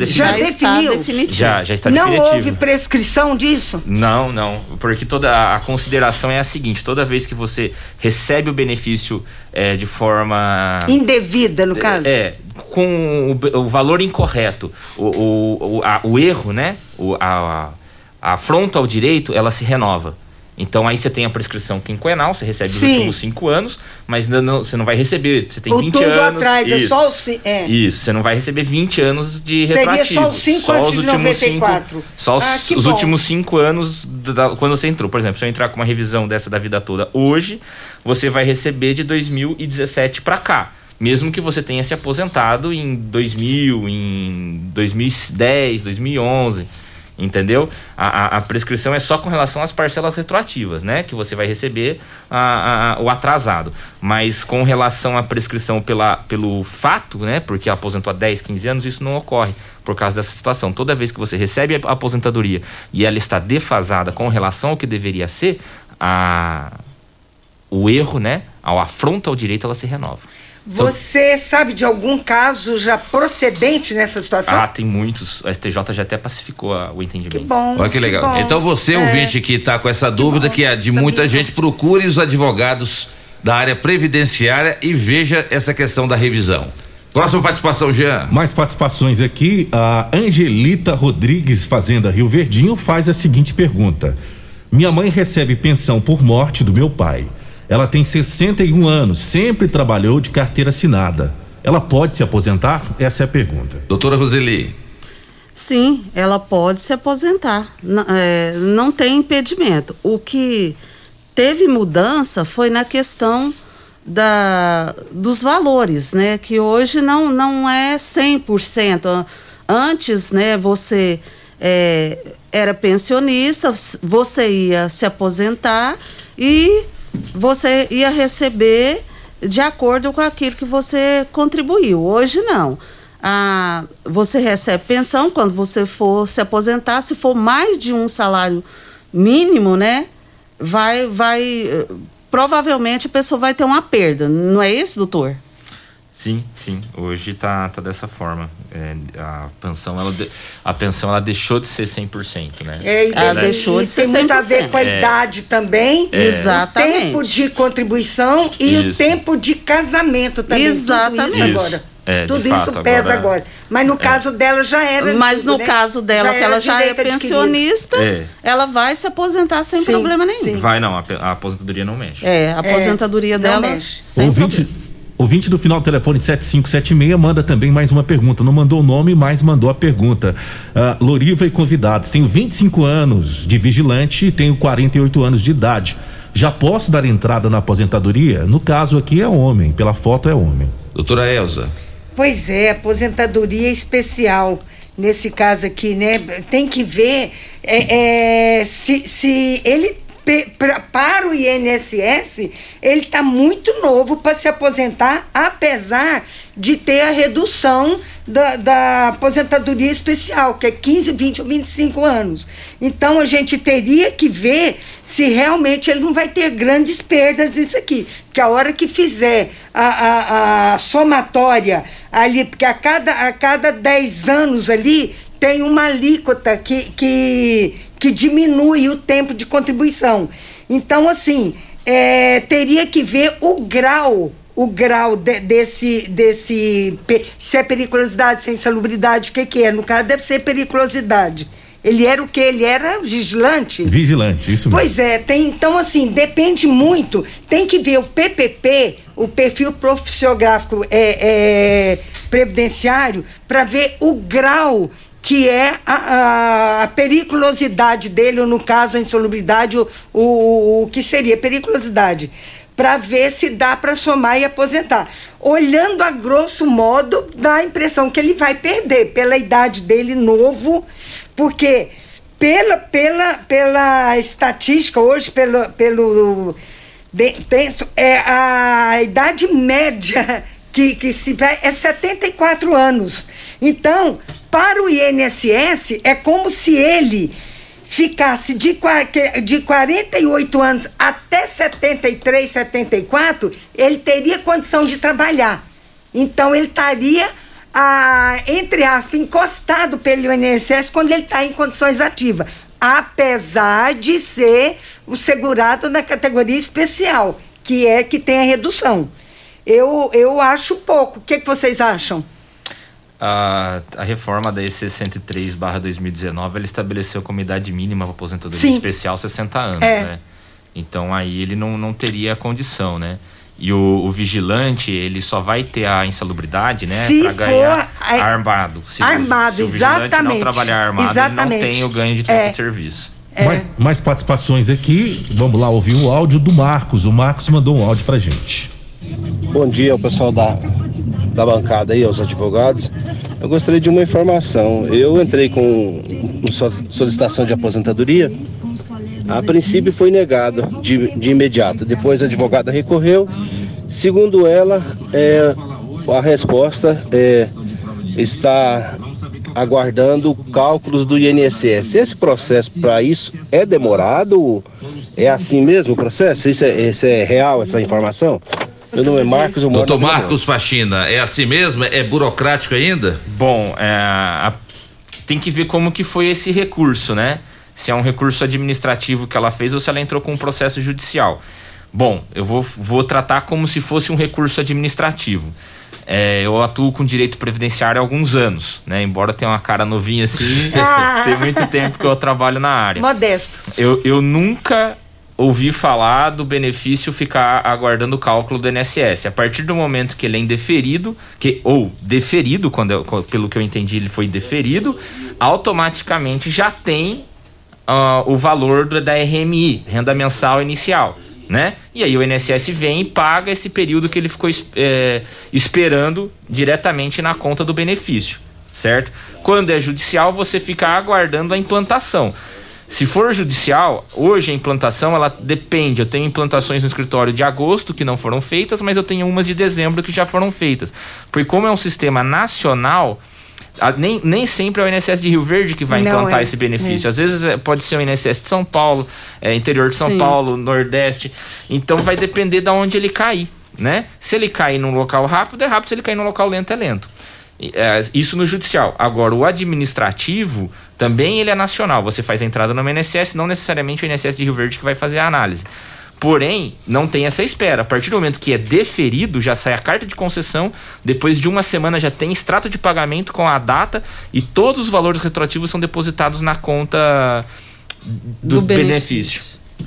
H: Já está
G: não
H: definitivo.
G: Houve prescrição disso?
H: Não, porque toda a consideração é a seguinte: toda vez que você recebe o benefício de forma
G: indevida, no caso?
H: Com o valor incorreto, o erro, né? A afronta ao direito, ela se renova. Então aí você tem a prescrição quinquenal, você recebe os últimos 5 anos, mas você não vai receber, você tem 20 anos.
G: Atrás,
H: isso,
G: só
H: isso, você não vai receber 20 anos de retroativo.
G: Seria só os 5 antes de 94.
H: Só os últimos 5 anos quando você entrou. Por exemplo, se eu entrar com uma revisão dessa da vida toda hoje, você vai receber de 2017 para cá. Mesmo que você tenha se aposentado em 2000, em 2010, 2011... Entendeu? A prescrição é só com relação às parcelas retroativas, né? Que você vai receber o atrasado. Mas com relação à prescrição pelo fato, né? Porque aposentou há 10, 15 anos, isso não ocorre por causa dessa situação. Toda vez que você recebe a aposentadoria e ela está defasada com relação ao que deveria ser, o erro, né? Ao afronta ao direito, ela se renova.
G: Você sabe de algum caso já procedente nessa situação?
H: Tem muitos. O STJ já até pacificou o entendimento.
G: Que bom.
E: Olha que legal.
G: Bom.
E: Então você, ouvinte, que está com essa dúvida, que é de muita gente, procure os advogados da área previdenciária e veja essa questão da revisão. Próxima participação, Jean.
C: Mais participações aqui. A Angelita Rodrigues, Fazenda Rio Verdinho, faz a seguinte pergunta: minha mãe recebe pensão por morte do meu pai. Ela tem 61 anos, sempre trabalhou de carteira assinada. Ela pode se aposentar? Essa é a pergunta.
E: Doutora Roseli.
I: Sim, ela pode se aposentar. Não tem impedimento. O que teve mudança foi na questão dos valores, né? Que hoje não é 100%. Antes, né, você era pensionista, você ia se aposentar e você ia receber de acordo com aquilo que você contribuiu. Hoje não. Você recebe pensão quando você for se aposentar. Se for mais de um salário mínimo, né, provavelmente a pessoa vai ter uma perda. Não é isso, doutor?
H: Sim. Hoje tá dessa forma. A pensão ela deixou de ser 100%, né?
G: Ela deixou de ser 100%. Tem muito a ver com a idade também.
I: Exatamente.
G: O tempo de contribuição e o tempo de casamento também.
I: Exatamente.
G: Tudo isso agora. Tudo isso pesa agora. Mas no caso dela já era.
I: Mas
G: antigo,
I: no
G: né?
I: caso dela, que ela já é pensionista, ela vai se aposentar sem problema nenhum.
H: Sim. Vai não, a aposentadoria não mexe.
I: A aposentadoria dela mexe.
C: Ouvinte do final do telefone 7576 manda também mais uma pergunta. Não mandou o nome, mas mandou a pergunta. Loriva e convidados. Tenho 25 anos de vigilante e tenho 48 anos de idade. Já posso dar entrada na aposentadoria? No caso aqui é homem, pela foto é homem.
E: Doutora Elza.
G: Pois é, aposentadoria especial. Nesse caso aqui, né? Tem que ver se ele. Para o INSS, ele está muito novo para se aposentar, apesar de ter a redução da aposentadoria especial, que é 15, 20 ou 25 anos. Então, a gente teria que ver se realmente ele não vai ter grandes perdas disso aqui. Porque a hora que fizer a somatória ali, porque a cada 10 anos ali, tem uma alíquota que diminui o tempo de contribuição. Então, assim, teria que ver o grau desse se é periculosidade, se é insalubridade, o que é. No caso, deve ser periculosidade. Ele era o quê? Ele era vigilante?
C: Vigilante, isso mesmo.
G: Pois é, então assim, depende muito, tem que ver o PPP, o perfil profissiográfico previdenciário, para ver o grau que é a periculosidade dele, ou no caso a insalubridade, o que seria periculosidade, para ver se dá para somar e aposentar. Olhando a grosso modo, dá a impressão que ele vai perder pela idade dele novo, porque pela estatística hoje, a idade média que se vai é 74 anos. Então, para o INSS, é como se ele ficasse de 48 anos até 73, 74, ele teria condição de trabalhar. Então, ele estaria, entre aspas, encostado pelo INSS quando ele está em condições ativas, apesar de ser o segurado na categoria especial, que tem a redução. Eu acho pouco. O que vocês acham?
H: A reforma da EC 103/2019, ela estabeleceu como idade mínima para aposentadoria especial 60 anos, né? Então aí ele não teria condição, né? E o vigilante, ele só vai ter a insalubridade, né? Para ganhar armado. Se o vigilante não trabalhar armado, ele não tem o ganho de tempo de serviço.
C: Mais participações aqui. Vamos lá ouvir o áudio do Marcos. O Marcos mandou um áudio pra gente.
D: Bom dia ao pessoal da bancada aí, aos advogados. Eu gostaria de uma informação. Eu entrei com solicitação de aposentadoria. A princípio foi negado de imediato. Depois a advogada recorreu. Segundo ela, a resposta está aguardando cálculos do INSS. Esse processo para isso é demorado? É assim mesmo o processo? Isso é real, essa informação? Meu nome é Marcos.
E: Doutor Marcos Pachina, é assim mesmo? É burocrático ainda?
H: Bom, tem que ver como que foi esse recurso, né? Se é um recurso administrativo que ela fez ou se ela entrou com um processo judicial. Bom, eu vou tratar como se fosse um recurso administrativo. Eu atuo com direito previdenciário há alguns anos, né? Embora tenha uma cara novinha assim, tem muito tempo que eu trabalho na área.
G: Modesto.
H: Eu nunca ouvi falar do benefício ficar aguardando o cálculo do INSS. A partir do momento que ele é indeferido, ou deferido, pelo que eu entendi ele foi deferido, automaticamente já tem o valor da RMI, renda mensal inicial, né? E aí o INSS vem e paga esse período que ele ficou esperando diretamente na conta do benefício, certo? Quando é judicial, você fica aguardando a implantação. Se for judicial, hoje a implantação, ela depende. Eu tenho implantações no escritório de agosto que não foram feitas, mas eu tenho umas de dezembro que já foram feitas. Porque como é um sistema nacional, nem sempre é o INSS de Rio Verde que vai implantar esse benefício. Às vezes pode ser o INSS de São Paulo, interior de São Paulo, Nordeste. Então vai depender de onde ele cair, né? Se ele cair num local rápido, é rápido. Se ele cair num local lento, é lento. Isso no judicial. Agora, o administrativo também ele é nacional. Você faz a entrada no INSS, não necessariamente o INSS de Rio Verde que vai fazer a análise. Porém, não tem essa espera. A partir do momento que é deferido, já sai a carta de concessão, depois de uma semana já tem extrato de pagamento com a data e todos os valores retroativos são depositados na conta do benefício.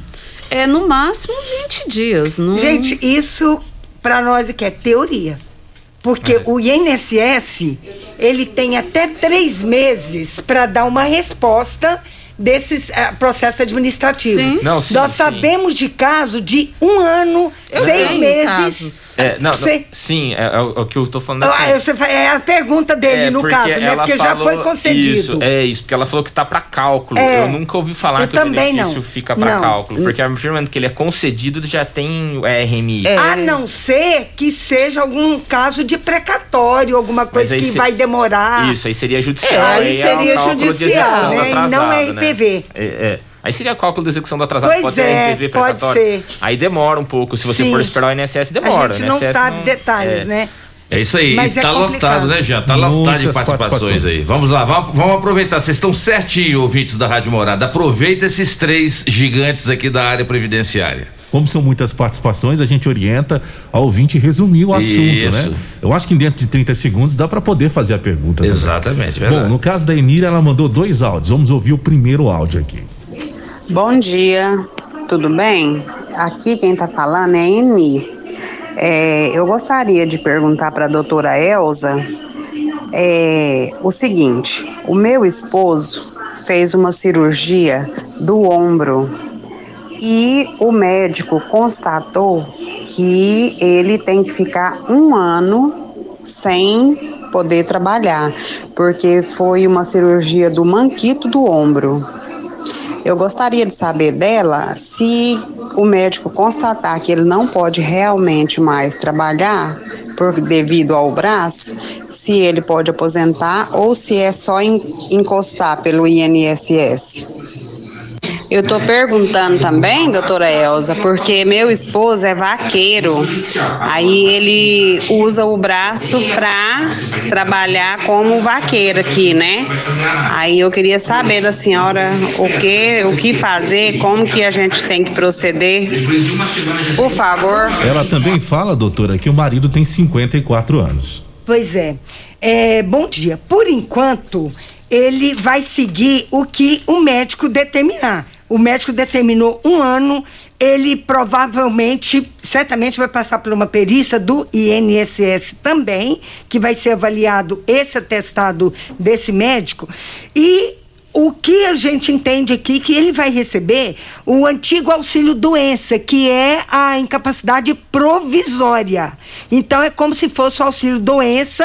I: No máximo 20 dias. Não...
G: Gente, isso para nós aqui é teoria. Porque o INSS, ele tem até 3 meses para dar uma resposta desses processos administrativos.
H: Sim. Não, sim,
G: Nós sabemos de caso de 1 ano, 6 meses.
H: Sim, é o que eu tô falando.
G: É a pergunta dele, no caso, né? Porque já foi concedido.
H: Isso, porque ela falou que tá para cálculo. Eu nunca ouvi falar que o benefício fica para cálculo. Porque a partir do momento que ele é concedido, já tem o RMI.
G: A não ser que seja algum caso de precatório, alguma coisa que vai demorar.
H: Isso, aí seria judicial.
G: Aí seria judicial, né? E não é RPV.
H: Aí seria cálculo de execução do atrasado,
G: pode
H: ser RPV, precatório.
G: Ser.
H: Aí demora um pouco. Se você for esperar o INSS, demora.
G: A gente não sabe detalhes, né?
E: É isso aí,
G: mas
E: tá lotado, né, já? Tá lotado de participações aí. Vamos lá, vamos aproveitar. Vocês estão certinho, ouvintes da Rádio Morada. Aproveita esses 3 gigantes aqui da área previdenciária.
C: Como são muitas participações, a gente orienta ao ouvinte resumir o assunto, né? Eu acho que dentro de 30 segundos dá para poder fazer a pergunta.
E: Exatamente,
C: verdade. Bom, no caso da Enira, ela mandou 2 áudios. Vamos ouvir o primeiro áudio aqui.
F: Bom dia, tudo bem? Aqui quem tá falando é Eni. Eu gostaria de perguntar para a doutora Elza o seguinte: o meu esposo fez uma cirurgia do ombro e o médico constatou que ele tem que ficar 1 ano sem poder trabalhar, porque foi uma cirurgia do manquito do ombro. Eu gostaria de saber dela se o médico constatar que ele não pode realmente mais trabalhar devido ao braço, se ele pode aposentar ou se é só encostar pelo INSS. Eu estou perguntando também, doutora Elza, porque meu esposo é vaqueiro, aí ele usa o braço para trabalhar como vaqueiro aqui, né? Aí eu queria saber da senhora o que fazer, como que a gente tem que proceder, por favor.
C: Ela também fala, doutora, que o marido tem 54 anos.
G: Pois é. Bom dia. Por enquanto, ele vai seguir o que o médico determinar. O médico determinou 1 ano, ele provavelmente, certamente vai passar por uma perícia do INSS também, que vai ser avaliado esse atestado desse médico. E o que a gente entende aqui que ele vai receber o antigo auxílio-doença, que é a incapacidade provisória. Então é como se fosse o auxílio-doença,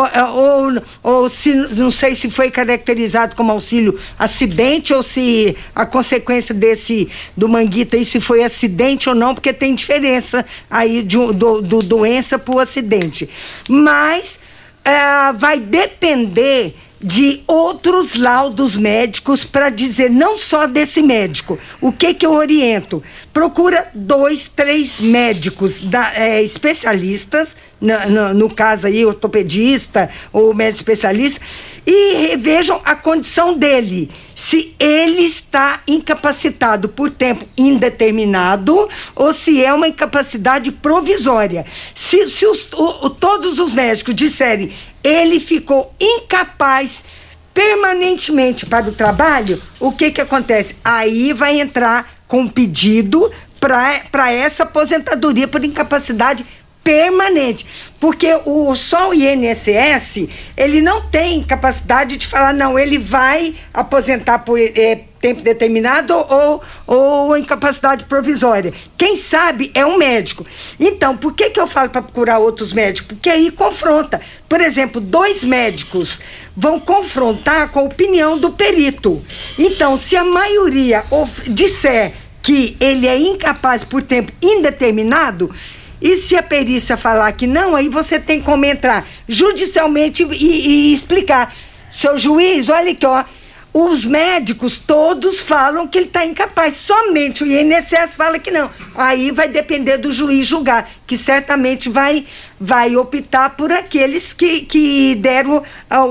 G: ou se, não sei se foi caracterizado como auxílio-acidente, ou se a consequência do manguito aí, se foi acidente ou não, porque tem diferença aí do doença para o acidente. Mas vai depender de outros laudos médicos para dizer, não só desse médico. O que eu oriento? Procura 2, 3 médicos especialistas, no caso aí, ortopedista ou médico especialista, e revejam a condição dele. se ele está incapacitado por tempo indeterminado ou se é uma incapacidade provisória. Se todos os médicos disserem ele ficou incapaz permanentemente para o trabalho, o que acontece? Aí vai entrar com pedido para essa aposentadoria por incapacidade permanente, porque só o INSS, ele não tem capacidade de falar, não, ele vai aposentar por tempo determinado ou incapacidade provisória. Quem sabe é um médico. Então, por que eu falo para procurar outros médicos? Porque aí confronta. Por exemplo, 2 médicos vão confrontar com a opinião do perito. Então, se a maioria disser que ele é incapaz por tempo indeterminado, e se a perícia falar que não, aí você tem como entrar judicialmente e explicar. Seu juiz, olha aqui, ó, os médicos todos falam que ele está incapaz, somente o INSS fala que não. Aí vai depender do juiz julgar, que certamente vai optar por aqueles que deram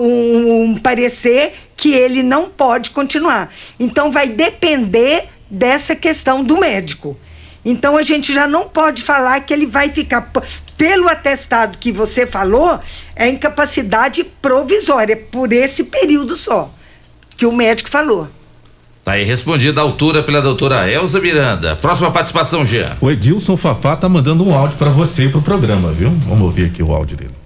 G: um parecer que ele não pode continuar. Então vai depender dessa questão do médico. Então a gente já não pode falar que ele vai ficar, pelo atestado que você falou, é incapacidade provisória, por esse período só, que o médico falou.
E: Tá aí respondida à altura pela doutora Elza Miranda. Próxima participação, Jean.
C: O Edilson Fafá tá mandando um áudio para você e pro programa, viu? Vamos ouvir aqui o áudio dele.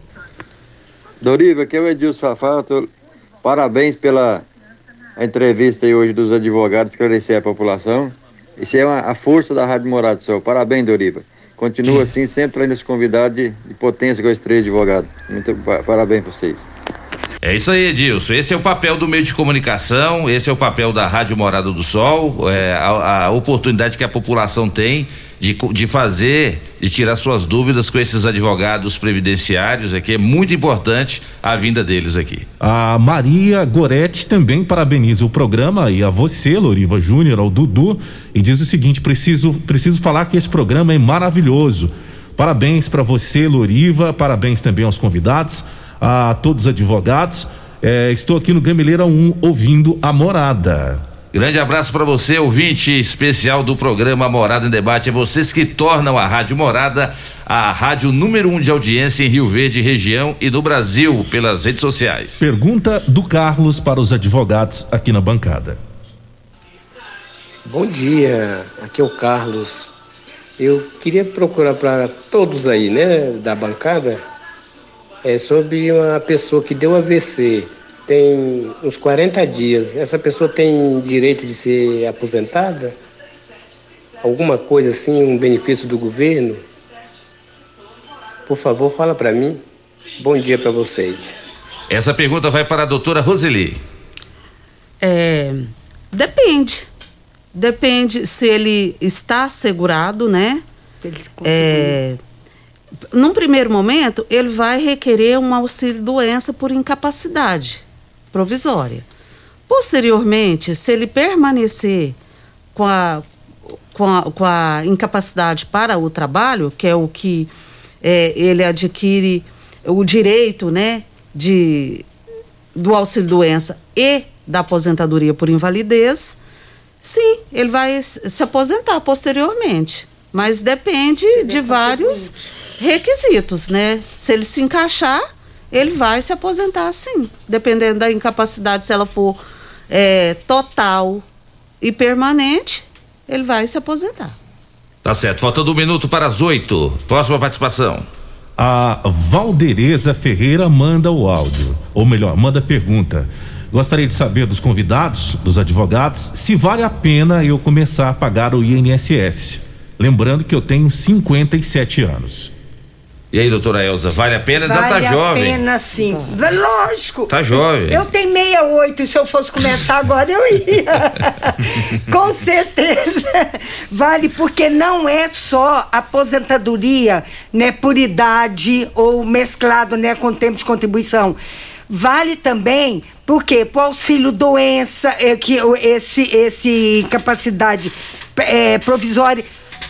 A: Doriva, aqui é o Edilson Fafá, parabéns pela entrevista aí hoje dos advogados, esclarecer a população. Isso é a força da Rádio Morada do Sol. Parabéns, Doriva. Continua assim, sempre trazendo esse convidado de potência com esse três advogado. Muito parabéns pra vocês.
E: É isso aí, Edilson. Esse é o papel do meio de comunicação, esse é o papel da Rádio Morada do Sol, a oportunidade que a população tem de fazer, de tirar suas dúvidas com esses advogados previdenciários aqui. É muito importante a vinda deles aqui.
C: A Maria Goretti também parabeniza o programa e a você, Loriva Júnior, ao Dudu, e diz o seguinte: preciso falar que esse programa é maravilhoso. Parabéns para você, Loriva, parabéns também aos convidados, a todos os advogados. Estou aqui no Gameleira 1 ouvindo a Morada.
E: Grande abraço para você, ouvinte especial do programa Morada em Debate. É vocês que tornam a Rádio Morada a rádio número 1 de audiência em Rio Verde, região e no Brasil, pelas redes sociais.
C: Pergunta do Carlos para os advogados aqui na bancada.
V: Bom dia, aqui é o Carlos. Eu queria procurar para todos aí, né, da bancada, sobre uma pessoa que deu AVC, tem uns 40 dias. Essa pessoa tem direito de ser aposentada? Alguma coisa assim, um benefício do governo? Por favor, fala para mim. Bom dia para vocês.
E: Essa pergunta vai para a doutora Roseli.
I: Depende se ele está segurado, né? Num primeiro momento, ele vai requerer um auxílio-doença por incapacidade provisória. Posteriormente, se ele permanecer com a incapacidade para o trabalho, que é o que ele adquire o direito, né, do auxílio-doença e da aposentadoria por invalidez, sim, ele vai se aposentar posteriormente. Mas depende de vários requisitos, né? Se ele se encaixar, ele vai se aposentar sim, dependendo da incapacidade. Se ela for total e permanente, ele vai se aposentar.
E: Tá certo, faltando 1 minuto para as 8. Próxima participação.
C: A Valdereza Ferreira manda o áudio, ou melhor, manda a pergunta. Gostaria de saber dos convidados, dos advogados, se vale a pena eu começar a pagar o INSS. Lembrando que eu tenho 57 anos.
E: E aí, doutora Elza, vale a pena? Ainda
G: Vale
E: tá jovem.
G: Vale a pena, sim. Lógico.
E: Tá jovem.
G: Eu tenho 68 e se eu fosse começar agora eu ia. Com certeza. Vale, porque não é só aposentadoria, né, por idade ou mesclado, né, com tempo de contribuição. Vale também, porque pro auxílio doença, esse incapacidade provisória,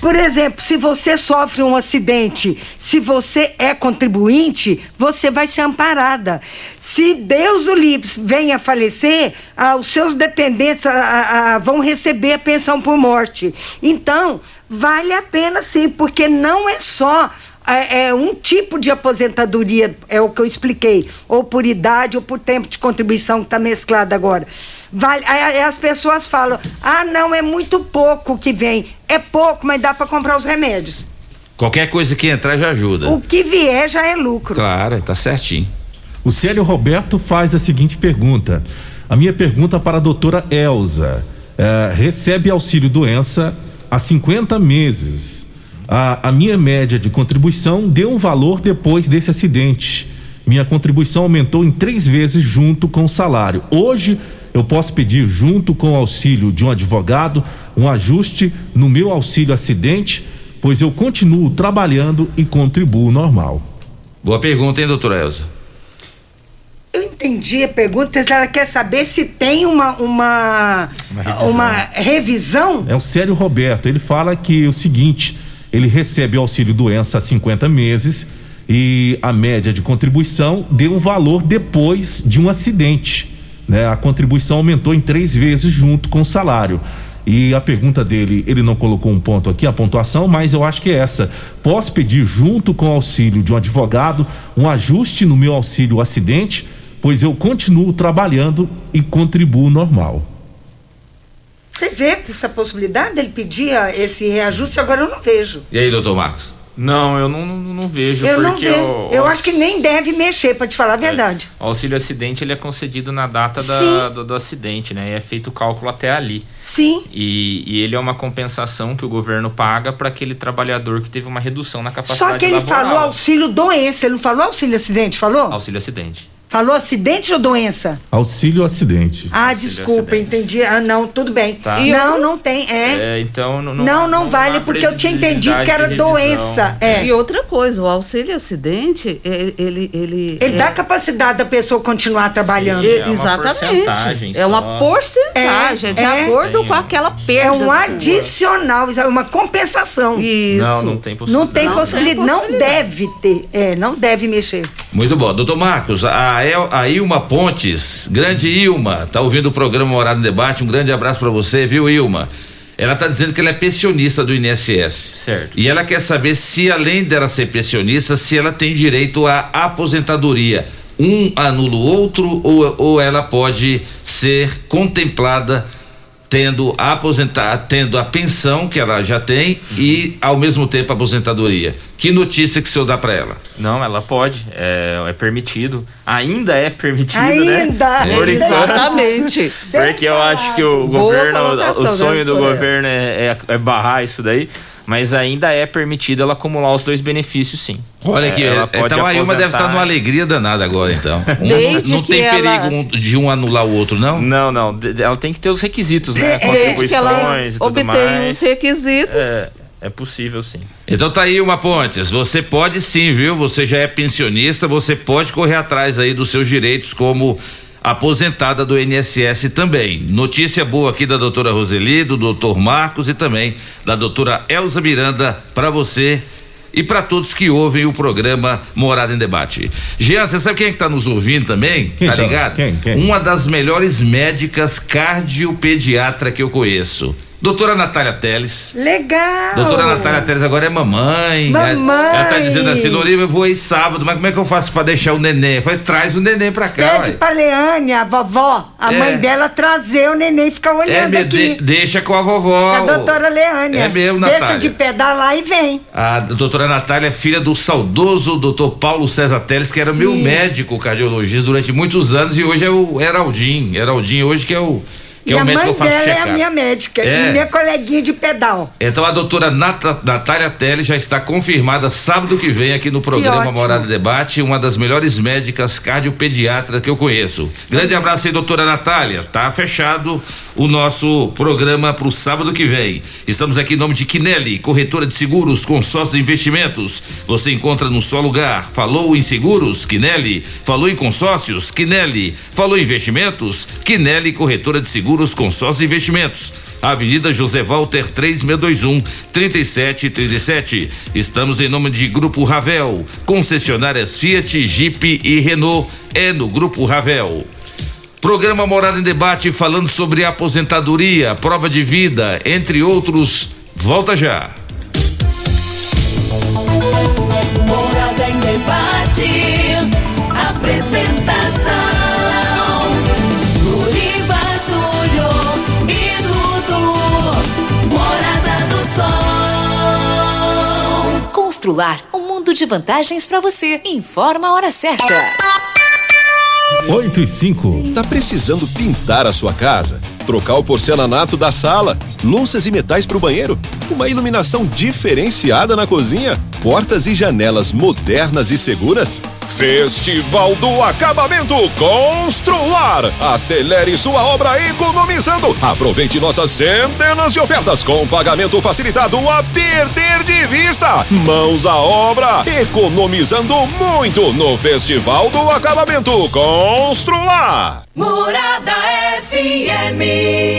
G: Por exemplo, se você sofre um acidente, se você é contribuinte, você vai ser amparada. Se Deus o livre venha a falecer, os seus dependentes vão receber a pensão por morte. Então, vale a pena sim, porque não é só um tipo de aposentadoria, é o que eu expliquei, ou por idade ou por tempo de contribuição que está mesclado agora. As pessoas falam, não, é muito pouco que vem. É pouco, mas dá para comprar os remédios.
E: Qualquer coisa que entrar já ajuda.
G: O que vier já é lucro.
E: Claro, tá certinho.
C: O Célio Roberto faz a seguinte pergunta. A minha pergunta para a doutora Elza. Recebe auxílio doença há 50 meses. A minha média de contribuição deu um valor depois desse acidente. Minha contribuição aumentou em 3 vezes junto com o salário. Hoje eu posso pedir, junto com o auxílio de um advogado, um ajuste no meu auxílio acidente, pois eu continuo trabalhando e contribuo normal.
E: Boa pergunta, hein, doutora Elza?
G: Eu entendi a pergunta, ela quer saber se tem uma revisão.
C: É o Célio Roberto, ele fala que é o seguinte, ele recebe o auxílio doença há 50 meses e a média de contribuição deu um valor depois de um acidente. Né? A contribuição aumentou em 3 vezes junto com o salário. E a pergunta dele, ele não colocou um ponto aqui, a pontuação, mas eu acho que é essa. Posso pedir, junto com o auxílio de um advogado, um ajuste no meu auxílio acidente, pois eu continuo trabalhando e contribuo normal.
G: Você vê essa possibilidade dele pedir esse reajuste? Agora eu não vejo.
E: E aí, doutor Marcos?
H: Não, eu não vejo.
G: Eu
H: porque
G: não vejo. Eu acho que nem deve mexer, para te falar a verdade.
H: O auxílio acidente, ele é concedido na data do acidente, né? E é feito o cálculo até ali.
G: Sim.
H: E ele é uma compensação que o governo paga para aquele trabalhador que teve uma redução na capacidade
G: laboral. Só que ele
H: laboral.
G: falou auxílio doença, ele não falou auxílio acidente, falou?
H: Auxílio acidente.
G: Falou acidente ou doença?
C: Auxílio acidente.
G: Desculpa, entendi. Não, tudo bem.
H: Tá.
G: Não tem,
H: então
G: não vale, porque eu tinha entendido que era doença.
I: E outra coisa, o auxílio acidente, ele
G: dá capacidade da pessoa continuar trabalhando.
H: Sim,
I: exatamente. É uma porcentagem, de acordo com aquela perda.
G: É um adicional, é uma compensação.
I: Isso.
H: Não tem possibilidade.
G: Não tem possibilidade, não deve ter, não deve mexer.
E: Muito bom. Doutor Marcos, a Ilma Pontes, grande Ilma, tá ouvindo o programa Morada em Debate, um grande abraço para você, viu, Ilma? Ela tá dizendo que ela é pensionista do INSS.
H: Certo.
E: E ela quer saber se, além dela ser pensionista, se ela tem direito à aposentadoria. Um anula o outro ou ela pode ser contemplada tendo a pensão que ela já tem e ao mesmo tempo a aposentadoria. Que notícia que o senhor dá para ela?
H: Não, ela pode, é permitido, ainda é permitido,
G: ainda,
H: né?
I: Exatamente.
H: Porque eu acho que o governo, o sonho do governo é barrar isso daí, mas ainda é permitido ela acumular os 2 benefícios, sim.
E: Olha aqui, então a Ilma deve estar numa alegria danada agora, então. Não tem perigo de um anular o outro, não?
H: Não, ela tem que ter os requisitos, né?
I: Desde que ela obtenha os requisitos.
H: É possível, sim.
E: Então tá aí, Ilma Pontes, você pode sim, viu? Você já é pensionista, você pode correr atrás aí dos seus direitos como aposentada do INSS também. Notícia boa aqui da doutora Roseli, do doutor Marcos e também da doutora Elza Miranda para você e para todos que ouvem o programa Morada em Debate. Jean, você sabe quem é que tá nos ouvindo também?
C: Quem
E: tá ligado?
C: Quem?
E: Uma das melhores médicas cardiopediatra que eu conheço. Doutora Natália Teles.
G: Legal!
E: Doutora Natália Teles agora é mamãe. Ela tá dizendo assim, Loriva, eu vou aí sábado, mas como é que eu faço pra deixar o neném? Foi, traz o neném pra cá.
G: Pede pra Leane, a vovó, a mãe dela, trazer o neném e ficar olhando aqui.
E: Deixa com a vovó.
G: A doutora Leane.
E: É mesmo, Natália.
G: Deixa de pedalar e vem.
E: A doutora Natália é filha do saudoso doutor Paulo César Teles, que era meu médico cardiologista durante muitos anos e hoje é o Heraldinho. Heraldinho hoje que é o...
G: E a mãe dela é a minha médica e minha coleguinha de pedal.
E: Então a doutora Natália Teles já está confirmada sábado que vem aqui no programa Morada em Debate, uma das melhores médicas cardiopediatras que eu conheço. Grande abraço aí, doutora Natália. Tá fechado o nosso programa para o sábado que vem. Estamos aqui em nome de Quinelli, corretora de seguros, consórcios e investimentos. Você encontra num só lugar. Falou em seguros? Quinelli. Falou em consórcios? Quinelli. Falou em investimentos? Quinelli, corretora de seguros, consórcios e investimentos. Avenida José Walter 3621-3737. Estamos em nome de Grupo Ravel, concessionárias Fiat, Jeep e Renault. É no Grupo Ravel. Programa Morada em Debate, falando sobre aposentadoria, prova de vida, entre outros. Volta já.
B: Morada em Debate. Apresentação: Luriva Júnior e Dudu. Morada do Sol.
J: Constrular um mundo de vantagens para você. Informa a hora certa.
C: 8:05.
L: Tá precisando pintar a sua casa? Trocar o porcelanato da sala? Louças e metais para o banheiro? Uma iluminação diferenciada na cozinha? Portas e janelas modernas e seguras? Festival do Acabamento Constrular! Acelere sua obra economizando! Aproveite nossas centenas de ofertas com pagamento facilitado a perder de vista! Mãos à obra, economizando muito no Festival do Acabamento Constrular!
B: Morada FM.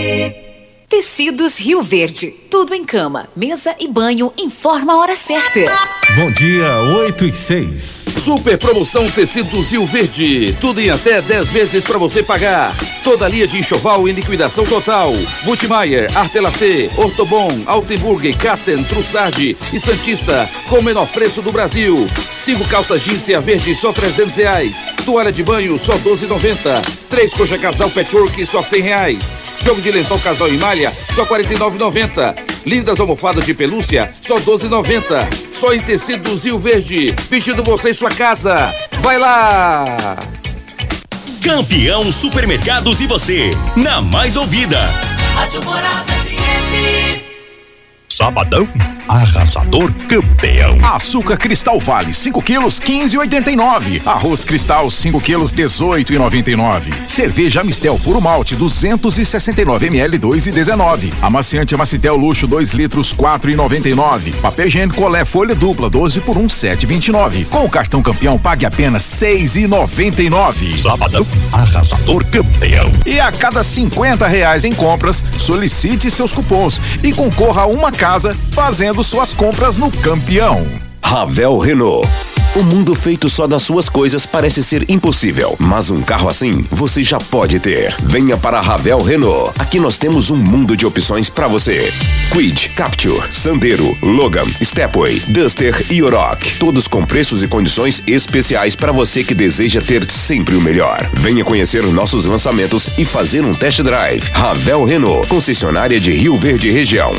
J: Tecidos Rio Verde. Tudo em cama, mesa e banho. Informa a hora certa.
C: Bom dia, 8:06.
E: Super promoção Tecidos Rio Verde. Tudo em até 10 vezes para você pagar. Toda a linha de enxoval em liquidação total. Multimayer, Artelacê, Ortobon, Altenburg, Casten, Trussardi e Santista com o menor preço do Brasil. 5 calças jeans e a verde só R$300. Toalha de banho só R$12,90. 3 coxa casal patchwork só R$100. Jogo de lençol casal em malha só R$49,90. Lindas almofadas de pelúcia só R$12,90. Só em Tecidos Rio Verde. Vestindo você em sua casa. Vai lá!
K: Campeão Supermercados e você, na mais ouvida.
B: Rádio Morada FM.
W: Sabadão arrasador campeão. Açúcar Cristal Vale 5 quilos 15,89. Arroz Cristal 5 quilos 18,99. Cerveja Amistel Puro Malte 269 ml 2,19. Amaciante Amacitel Luxo 2 litros 4,99. Papel higiênico Colé Folha Dupla 12 por 1 7,29. Com o cartão campeão pague apenas 6,99. Sabadão arrasador campeão. E a cada R$50 em compras, solicite seus cupons e concorra a uma casa fazendo suas compras no Campeão.
X: Ravel Renault. O mundo feito só das suas coisas parece ser impossível, mas um carro assim você já pode ter. Venha para a Ravel Renault. Aqui nós temos um mundo de opções para você. Kwid, Captur, Sandero, Logan, Stepway, Duster e Oroch. Todos com preços e condições especiais para você que deseja ter sempre o melhor. Venha conhecer nossos lançamentos e fazer um test drive. Ravel Renault, concessionária de Rio Verde Região.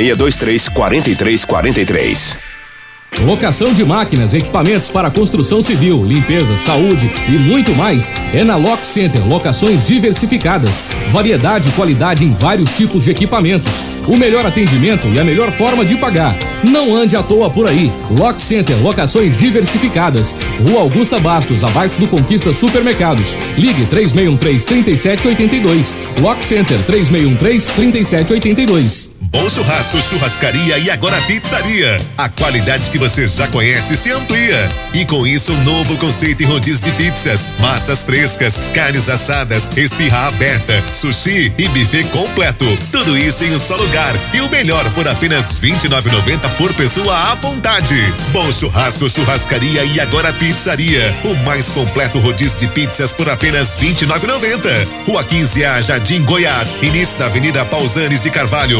X: 3623-4343.
N: Locação de máquinas, equipamentos para construção civil, limpeza, saúde e muito mais é na Lock Center. Locações diversificadas, variedade e qualidade em vários tipos de equipamentos, o melhor atendimento e a melhor forma de pagar. Não ande à toa por aí. Lock Center, locações diversificadas. Rua Augusta Bastos, abaixo do Conquista Supermercados. Ligue 3613-3782. Lock Center 3613-3782.
O: Bom Churrasco, Churrascaria e agora Pizzaria. A qualidade que você já conhece se amplia. E com isso, um novo conceito em rodízio de pizzas, massas frescas, carnes assadas, esfirra aberta, sushi e buffet completo. Tudo isso em um só lugar. E o melhor por apenas R$29,90 por pessoa à vontade. Bom Churrasco, Churrascaria e agora Pizzaria. O mais completo rodízio de pizzas por apenas R$29,90. Rua 15A, Jardim Goiás. Início da Avenida Pausanes e Carvalho.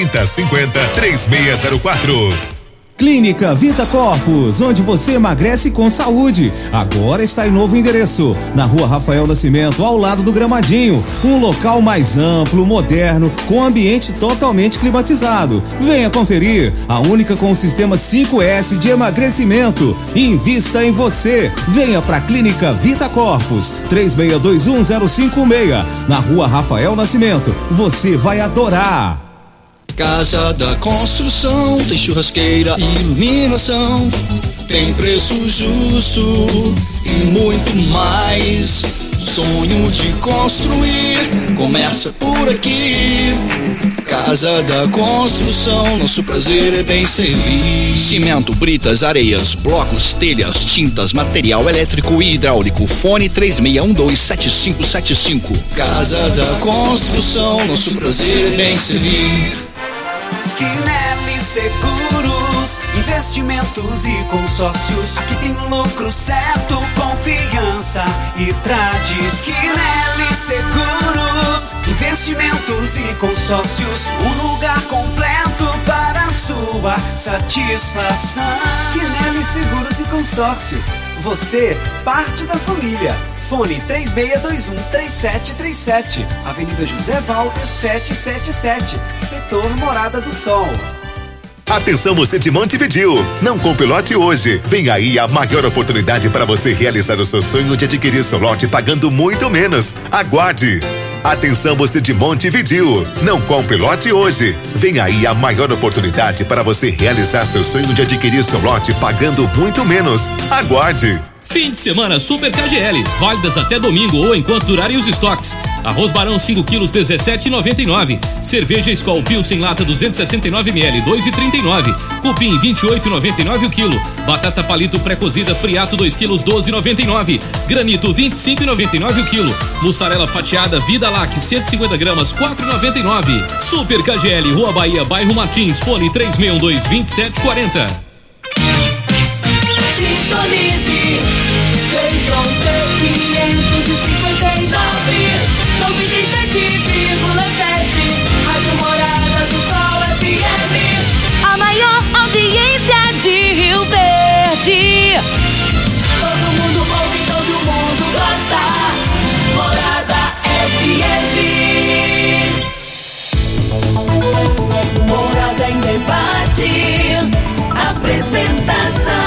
O: 3050-3604.
Q: Clínica Vita Corpus, onde você emagrece com saúde. Agora está em novo endereço, na Rua Rafael Nascimento, ao lado do Gramadinho. Um local mais amplo, moderno, com ambiente totalmente climatizado. Venha conferir, a única com o sistema 5S de emagrecimento. Invista em você. Venha para a Clínica Vita Corpus, 3621-056, na Rua Rafael Nascimento. Você vai adorar.
R: Casa da Construção, tem churrasqueira e iluminação, tem preço justo e muito mais. sonho de construir começa por aqui. Casa da Construção, nosso prazer é bem servir. Cimento, britas, areias, blocos, telhas, tintas, material elétrico e hidráulico. Fone 3612-7575. Casa da Construção, nosso prazer é bem servir.
B: Quinelli Seguros, investimentos e consórcios. Aqui tem lucro certo, confiança e tradição. Quinelli Seguros, investimentos e consórcios. Um lugar completo para a sua satisfação. Quinelli Seguros e Consórcios. Você, parte da família. Fone 3621-3737. Avenida José Walter 777. Setor Morada do Sol.
O: Atenção, você de Montevidéu, não compre lote hoje. Vem aí a maior oportunidade para você realizar o seu sonho de adquirir seu lote pagando muito menos. Aguarde! Atenção, você de Montevidéu, não compre lote hoje. Vem aí a maior oportunidade para você realizar seu sonho de adquirir seu lote pagando muito menos. Aguarde!
N: Fim de semana Super KGL, válidas até domingo ou enquanto durarem os estoques. Arroz Barão 5 quilos 17,99. Cerveja Skol Pilsen lata 269 ml 2,39. Cupim 28,99 o quilo. Batata palito pré-cozida Friato 2 quilos 12,99. Granito 25,99 o quilo. Mussarela fatiada Vida Lac 150 gramas 4,99. Super KGL, Rua Bahia, Bairro Martins. Fone 3612-2740.
B: Sintonize, Feitron C559, 97,7, Rádio Morada do Sol FM.
M: A maior audiência de Rio Verde.
B: Todo mundo ouve, todo mundo gosta. Morada FM. Morada em debate. Apresentação: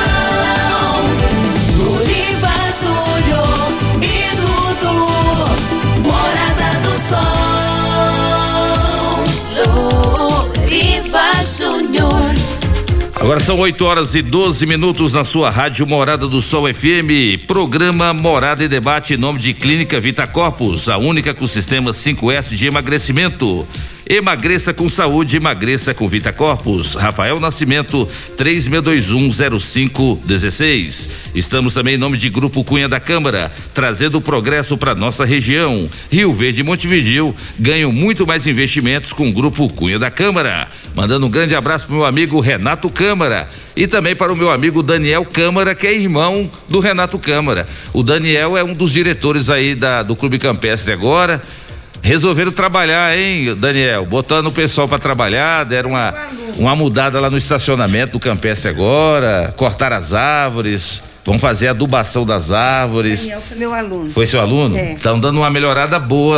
B: Luriva Júnior e Dudu. Morada do Sol.
M: Luriva Júnior.
E: Agora são 8h12 na sua rádio Morada do Sol FM. Programa Morada em Debate em nome de Clínica Vita Corpus, a única com sistema 5S de emagrecimento. Emagreça com saúde, emagreça com Vita Corpus. Rafael Nascimento, 36210516. Estamos também em nome de Grupo Cunha da Câmara, trazendo o progresso para nossa região. Rio Verde e Montevidéu ganham muito mais investimentos com o Grupo Cunha da Câmara. Mandando um grande abraço para o meu amigo Renato Câmara e também para o meu amigo Daniel Câmara, que é irmão do Renato Câmara. O Daniel é um dos diretores aí do Clube Campestre agora. Resolveram trabalhar, hein, Daniel? Botando o pessoal para trabalhar, deram uma mudada lá no estacionamento do Campestre agora, cortaram as árvores, vão fazer a adubação das árvores.
G: Daniel foi meu aluno.
E: Foi seu aluno?
G: É.
E: Estão dando uma melhorada boa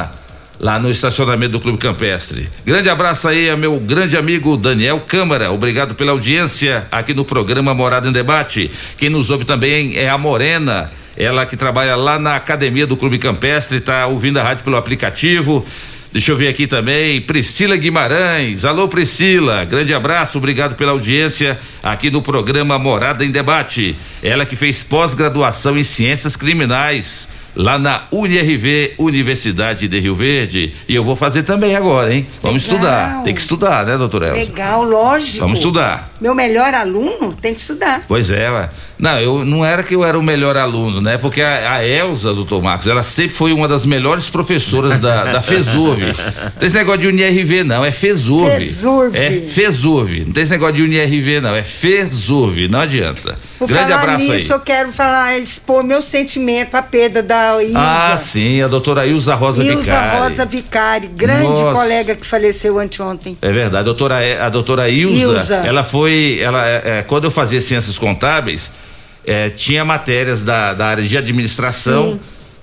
E: lá no estacionamento do Clube Campestre. Grande abraço aí a meu grande amigo Daniel Câmara. Obrigado pela audiência aqui no programa Morada em Debate. Quem nos ouve também é a Morena. Ela que trabalha lá na academia do Clube Campestre, está ouvindo a rádio pelo aplicativo. Deixa eu ver aqui também, Priscila Guimarães. Alô, Priscila, grande abraço, obrigado pela audiência aqui no programa Morada em Debate. Ela que fez pós-graduação em Ciências Criminais lá na UniRV, Universidade de Rio Verde. E eu vou fazer também agora, hein? Vamos estudar. Tem que estudar, né, doutora Elza?
G: Legal, lógico.
E: Vamos estudar.
G: Meu melhor aluno tem que estudar.
E: Pois é, ué. Não era que eu era o melhor aluno, né? Porque a Elza, doutor Marcos, ela sempre foi uma das melhores professoras da FESURV. Não tem esse negócio de UniRV, não, é FESURV.
G: FESURV.
E: É FESURV. Não tem esse negócio de UniRV, não, é FESURV. Não adianta. Grande abraço aí.
G: Eu quero expor meu sentimento, a perda da Ilza.
E: Ah, sim, a doutora Ilza Rosa Vicari.
G: Ilza Rosa Vicari, grande colega que faleceu anteontem.
E: É verdade, a doutora Ilza. Ela foi, quando eu fazia ciências contábeis, tinha matérias da área de administração. Sim.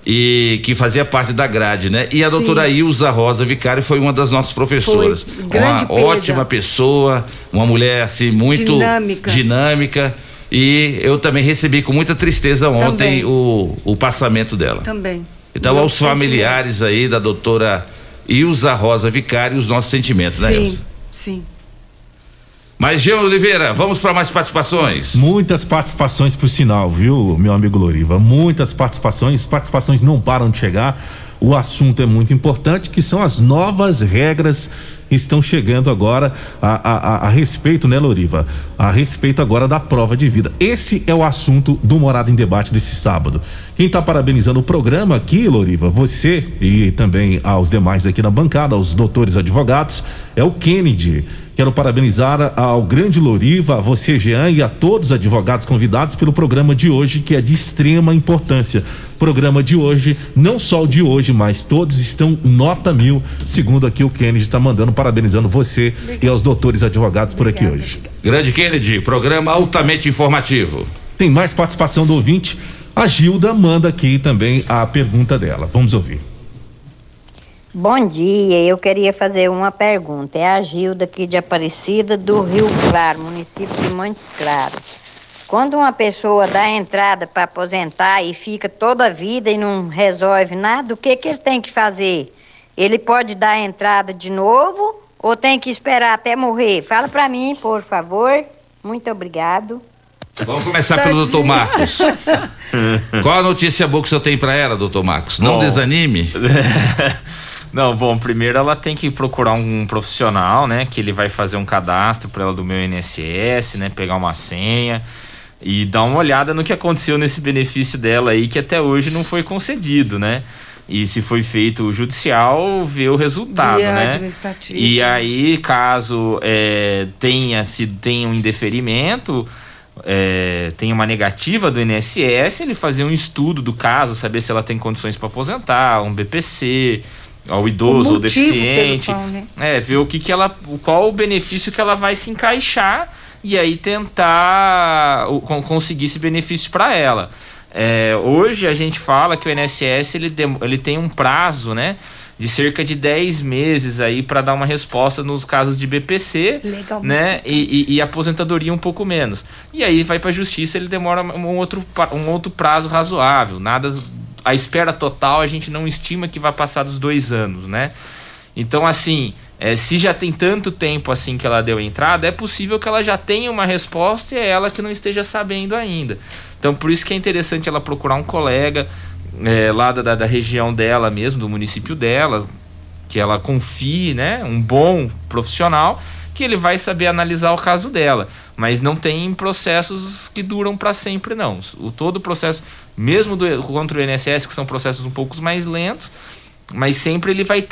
E: E que fazia parte da grade, né? E a doutora Ilza Rosa Vicari foi uma das nossas professoras. Uma ótima pessoa, uma mulher assim muito dinâmica. E eu também recebi com muita tristeza ontem o passamento dela.
G: Também.
E: Então, aos familiares aí da doutora Ilza Rosa Vicari, os nossos sentimentos, né, Ilza?
G: Sim.
E: Mas, Jean Oliveira, vamos para mais participações.
C: Muitas participações, por sinal, viu, meu amigo Loriva? Muitas participações não param de chegar. O assunto é muito importante, que são as novas regras que estão chegando agora a respeito, né, Loriva? A respeito agora da prova de vida. Esse é o assunto do Morada em Debate desse sábado. Quem está parabenizando o programa aqui, Loriva, você e também aos demais aqui na bancada, aos doutores advogados, é o Kennedy. Quero parabenizar ao grande Loriva, a você, Jean, e a todos os advogados convidados pelo programa de hoje, que é de extrema importância. Programa de hoje, não só o de hoje, mas todos estão nota 1000, segundo aqui o Kennedy está mandando, parabenizando você e aos doutores advogados por aqui hoje.
E: Grande Kennedy, programa altamente informativo.
C: Tem mais participação do ouvinte. A Gilda manda aqui também a pergunta dela. Vamos ouvir.
P: Bom dia, eu queria fazer uma pergunta. É a Gilda aqui de Aparecida do Rio Claro, município de Montes Claros. Quando uma pessoa dá entrada para aposentar e fica toda a vida e não resolve nada, o que ele tem que fazer? Ele pode dar entrada de novo ou tem que esperar até morrer? Fala para mim, por favor. Muito obrigado.
E: Vamos começar pelo doutor Marcos. Qual a notícia boa que o senhor tem para ela, doutor Marcos? Não desanime.
H: Não, bom, primeiro ela tem que procurar um profissional, né, que ele vai fazer um cadastro para ela do meu INSS, né, pegar uma senha e dar uma olhada no que aconteceu nesse benefício dela aí, que até hoje não foi concedido, né? E se foi feito o judicial, ver o resultado, né? E aí, caso tenha um indeferimento, tem uma negativa do INSS, ele fazer um estudo do caso, saber se ela tem condições para aposentar, um BPC, ao idoso ou deficiente, qual, né? Ver qual o benefício que ela vai se encaixar e aí tentar conseguir esse benefício para ela. Hoje a gente fala que o INSS ele tem um prazo, né, de cerca de 10 meses aí para dar uma resposta nos casos de BPC, né, e aposentadoria um pouco menos. E aí vai para a justiça, ele demora um outro prazo razoável, nada. A espera total a gente não estima que vai passar dos 2 anos, né? Então, assim, se já tem tanto tempo assim que ela deu entrada, é possível que ela já tenha uma resposta e é ela que não esteja sabendo ainda. Então, por isso que é interessante ela procurar um colega lá da região dela mesmo, do município dela, que ela confie, né? Um bom profissional, que ele vai saber analisar o caso dela. Mas não tem processos que duram para sempre, não. Todo o processo, mesmo contra o INSS, que são processos um pouco mais lentos, mas sempre ele vai ter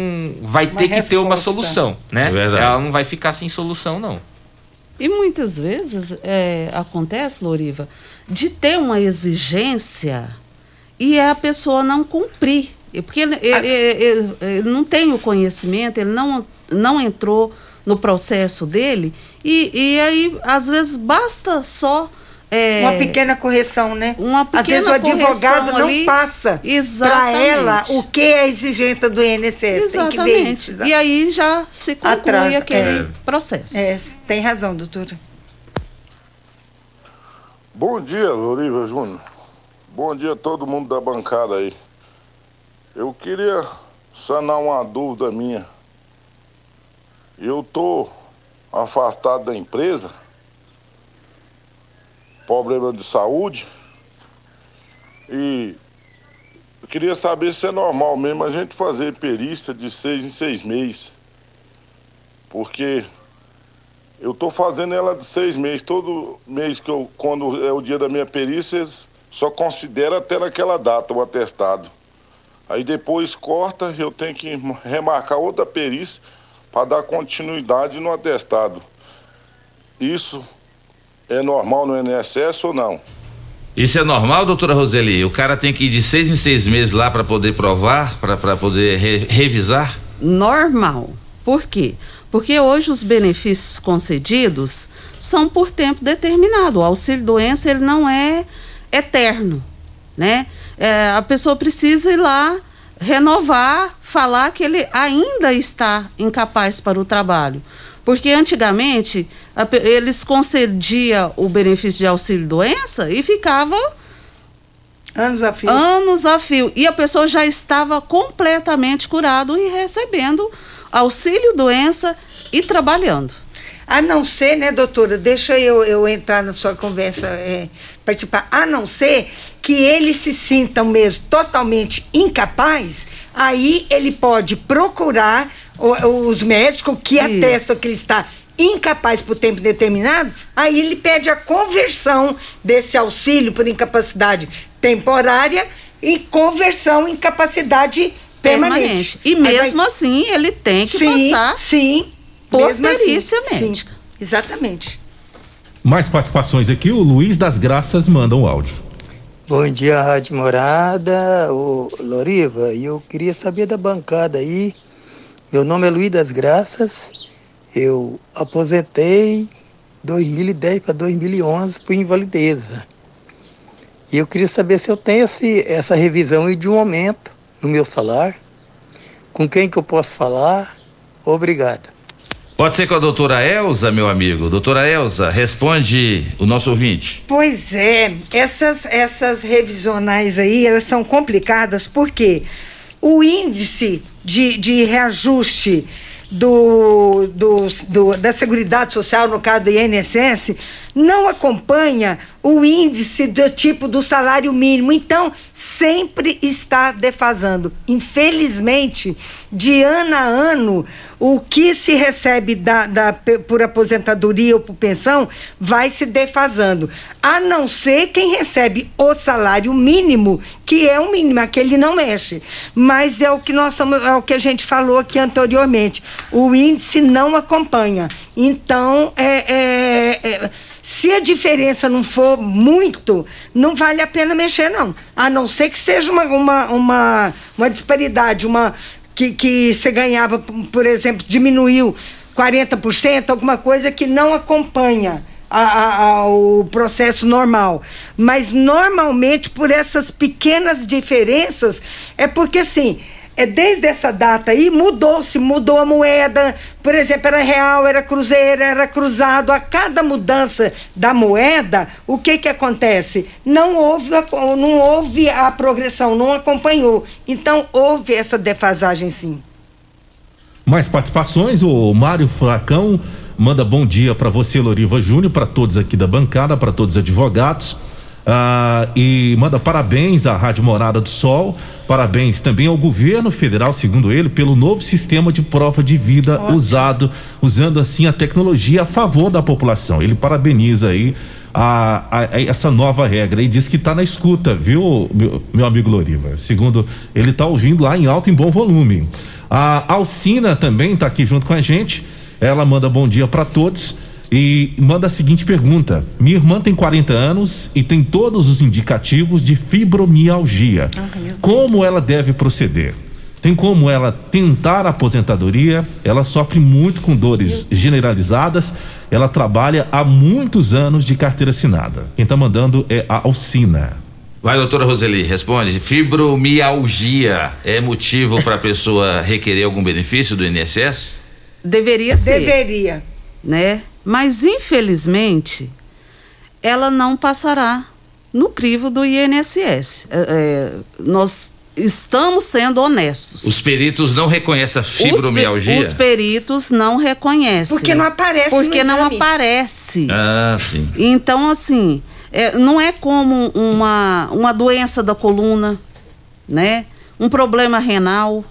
H: que ter uma solução, né? É verdade. Ela não vai ficar sem solução, não.
I: E muitas vezes acontece, Loriva, de ter uma exigência e a pessoa não cumprir. Porque ele não tem o conhecimento, ele não entrou no processo dele e aí às vezes basta só
G: uma pequena correção, né?
I: Às vezes o advogado
G: não passa para ela o que é exigente do INSS.
I: Exatamente. Tem que ver, e aí já se conclui aquele processo.
G: Tem razão, doutora.
S: Bom dia, Loriva Júnior. Bom dia a todo mundo da bancada aí. Eu queria sanar uma dúvida minha. Eu tô afastado da empresa, problema de saúde, e eu queria saber se é normal mesmo a gente fazer perícia de 6 em 6 meses, porque eu tô fazendo ela de 6 meses, todo mês quando é o dia da minha perícia, só considera até naquela data o atestado. Aí depois corta, eu tenho que remarcar outra perícia para dar continuidade no atestado. Isso é normal no INSS ou não?
E: Isso é normal, doutora Roseli? O cara tem que ir de 6 em 6 meses lá para poder provar, para poder revisar?
I: Normal. Por quê? Porque hoje os benefícios concedidos são por tempo determinado. O auxílio-doença ele não é eterno, né? A pessoa precisa ir lá renovar, falar que ele ainda está incapaz para o trabalho. Porque antigamente eles concediam o benefício de auxílio-doença e ficava anos a fio. E a pessoa já estava completamente curado e recebendo auxílio-doença e trabalhando.
G: A não ser, né, doutora, deixa eu entrar na sua conversa, participar, a não ser que ele se sinta mesmo totalmente incapaz, aí ele pode procurar os médicos que atestam que ele está incapaz por tempo determinado, aí ele pede a conversão desse auxílio por incapacidade temporária e conversão em capacidade permanente.
I: E mesmo assim ele tem que passar por perícia médica.
G: Sim, exatamente.
C: Mais participações aqui, o Luiz das Graças manda um áudio.
D: Bom dia, Rádio Morada, o Loriva, e eu queria saber da bancada aí. Meu nome é Luiz das Graças, eu aposentei 2010 para 2011 por invalideza. E eu queria saber se eu tenho essa revisão aí de um aumento no meu salário, com quem que eu posso falar. Obrigado.
E: Pode ser com a doutora Elza, meu amigo. Doutora Elza, responde o nosso ouvinte.
G: Pois é, essas revisionais aí, elas são complicadas porque o índice de reajuste da Seguridade Social, no caso do INSS, não acompanha o índice do tipo do salário mínimo, então sempre está defasando. Infelizmente, de ano a ano, o que se recebe por aposentadoria ou por pensão vai se defasando, a não ser quem recebe o salário mínimo, que é o mínimo, aquele não mexe, mas é o que é o que a gente falou aqui anteriormente, o índice não acompanha, então se a diferença não for muito, não vale a pena mexer, não. A não ser que seja uma disparidade, que você ganhava, por exemplo, diminuiu 40%, alguma coisa que não acompanha o processo normal. Mas, normalmente, por essas pequenas diferenças, é porque, assim, desde essa data aí, mudou a moeda, por exemplo, era real, era cruzeiro, era cruzado. A cada mudança da moeda, o que acontece? Não houve a progressão, não acompanhou. Então, houve essa defasagem, sim.
C: Mais participações, o Mário Fracão manda bom dia para você, Loriva Júnior, para todos aqui da bancada, para todos os advogados. E manda parabéns à Rádio Morada do Sol, parabéns também ao governo federal, segundo ele, pelo novo sistema de prova de vida usando assim a tecnologia a favor da população. Ele parabeniza aí essa nova regra e diz que está na escuta, viu, meu amigo Loriva? Segundo ele, está ouvindo lá em alto, em bom volume. A Alcina também está aqui junto com a gente, ela manda bom dia para todos e manda a seguinte pergunta: minha irmã tem 40 anos e tem todos os indicativos de fibromialgia. Como ela deve proceder? Tem como ela tentar a aposentadoria? Ela sofre muito com dores generalizadas, ela trabalha há muitos anos de carteira assinada. Quem está mandando é a Alcina.
E: Vai, doutora Roseli, responde. Fibromialgia é motivo para a pessoa requerer algum benefício do INSS?
I: Deveria ser.
G: Deveria.
I: Né? Mas, infelizmente, ela não passará no crivo do INSS. Nós estamos sendo honestos.
E: Os peritos não reconhecem a fibromialgia?
I: Os peritos não reconhecem.
G: Porque não aparece.
I: Porque não aparece.
E: Ah, sim.
I: Então, assim, não é como uma doença da coluna, né? Um problema renal.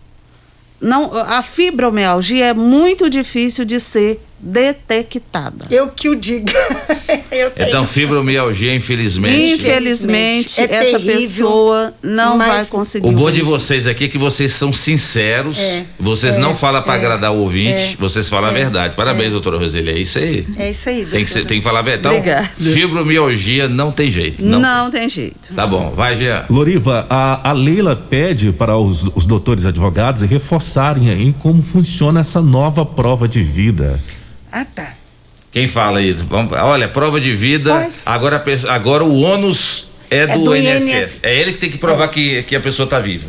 I: Não, a fibromialgia é muito difícil de ser detectada.
G: Eu que o diga.
E: Então, fibromialgia, infelizmente
I: essa pessoa não vai conseguir.
E: O bom de vocês aqui é que vocês são sinceros, vocês não falam para agradar o ouvinte, vocês falam a verdade. Parabéns, doutora Roseli, é isso aí.
G: É isso aí, doutora.
E: Tem que falar a verdade. Então, fibromialgia não tem jeito.
I: Não tem jeito.
E: Tá bom, vai, Jean.
C: Loriva, a Leila pede para os doutores advogados reforçarem aí como funciona essa nova prova de vida.
G: Ah, tá.
E: Quem fala aí? Olha, prova de vida, agora o ônus é do INSS. É ele que tem que provar que a pessoa está viva.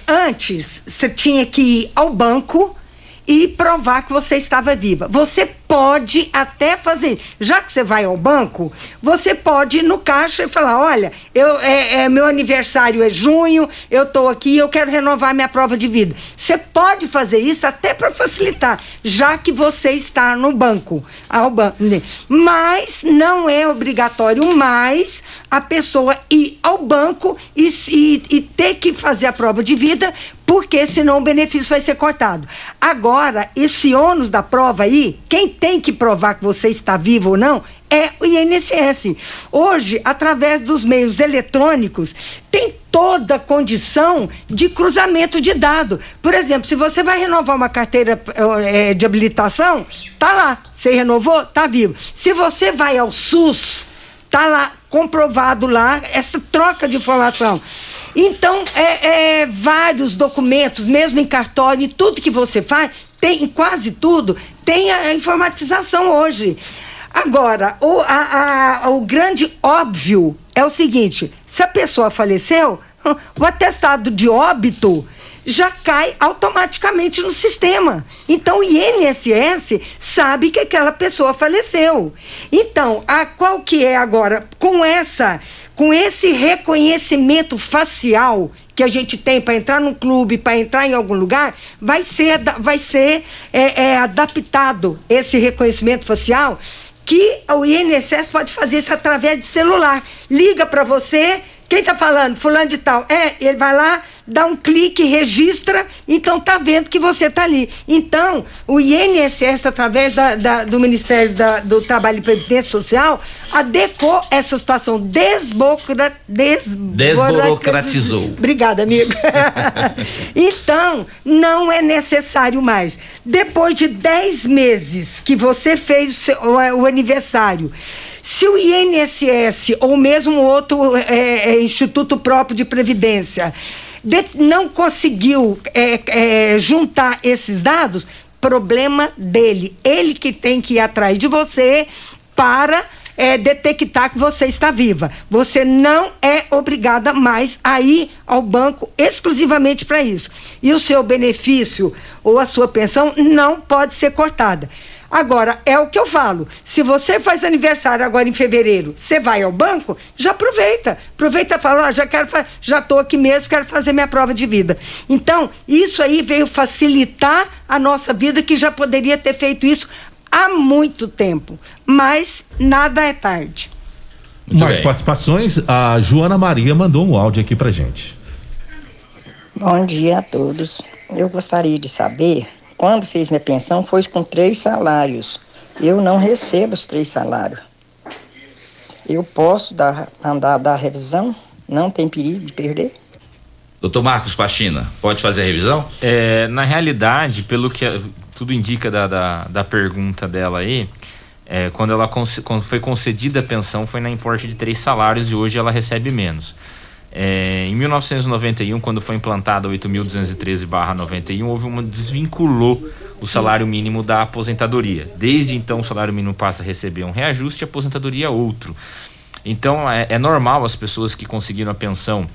E: Antes,
G: você tinha que ir ao banco e provar que você estava viva. Você pode até fazer. Já que você vai ao banco, você pode ir no caixa e falar, olha, meu aniversário é junho, eu estou aqui, eu quero renovar minha prova de vida. Você pode fazer isso até para facilitar, já que você está no banco, mas não é obrigatório mais a pessoa ir ao banco e ter que fazer a prova de vida, porque senão o benefício vai ser cortado. Agora, esse ônus da prova aí, quem tem que provar que você está vivo ou não, é o INSS. Hoje, através dos meios eletrônicos, tem toda a condição de cruzamento de dados. Por exemplo, se você vai renovar uma carteira de habilitação, tá lá. Você renovou? Tá vivo. Se você vai ao SUS, tá lá, comprovado lá, essa troca de informação. Então, vários documentos, mesmo em cartório, tudo que você faz, tem, quase tudo, tem a informatização hoje. Agora, o grande óbvio é o seguinte, se a pessoa faleceu, o atestado de óbito já cai automaticamente no sistema. Então, o INSS sabe que aquela pessoa faleceu. Então, qual que é agora, com esse reconhecimento facial que a gente tem para entrar num clube, para entrar em algum lugar, vai ser adaptado esse reconhecimento facial, que o INSS pode fazer isso através de celular. Liga para você, quem está falando? Fulano de tal. Ele vai lá, dá um clique, registra, então tá vendo que você tá ali. Então, o INSS, através do Ministério do Trabalho e Previdência Social, adequou essa situação,
E: desburocratizou.
G: Obrigada, amigo. Então, não é necessário mais. Depois de 10 meses que você fez o aniversário, se o INSS ou mesmo outro instituto próprio de previdência não conseguiu juntar esses dados, problema dele. Ele que tem que ir atrás de você para detectar que você está viva. Você não é obrigada mais a ir ao banco exclusivamente para isso. E o seu benefício ou a sua pensão não pode ser cortada. Agora, é o que eu falo, se você faz aniversário agora em fevereiro, você vai ao banco, já aproveita e fala, já estou aqui mesmo, quero fazer minha prova de vida. Então, isso aí veio facilitar a nossa vida, que já poderia ter feito isso há muito tempo, mas nada é tarde.
C: Mais participações, a Joana Maria mandou um áudio aqui pra gente.
A: Bom dia a todos, eu gostaria de saber, quando fiz minha pensão, foi com 3 salários. Eu não recebo os 3 salários. Eu posso mandar dar revisão? Não tem perigo de perder?
E: Doutor Marcos Pachina, pode fazer a revisão?
H: Na realidade, pelo que tudo indica da pergunta dela aí, quando foi concedida a pensão, foi na importe de 3 salários e hoje ela recebe menos. Em 1991, quando foi implantada a 8.213/91, houve desvinculou o salário mínimo da aposentadoria. Desde então, o salário mínimo passa a receber um reajuste e a aposentadoria outro. Então, é normal as pessoas que conseguiram a pensão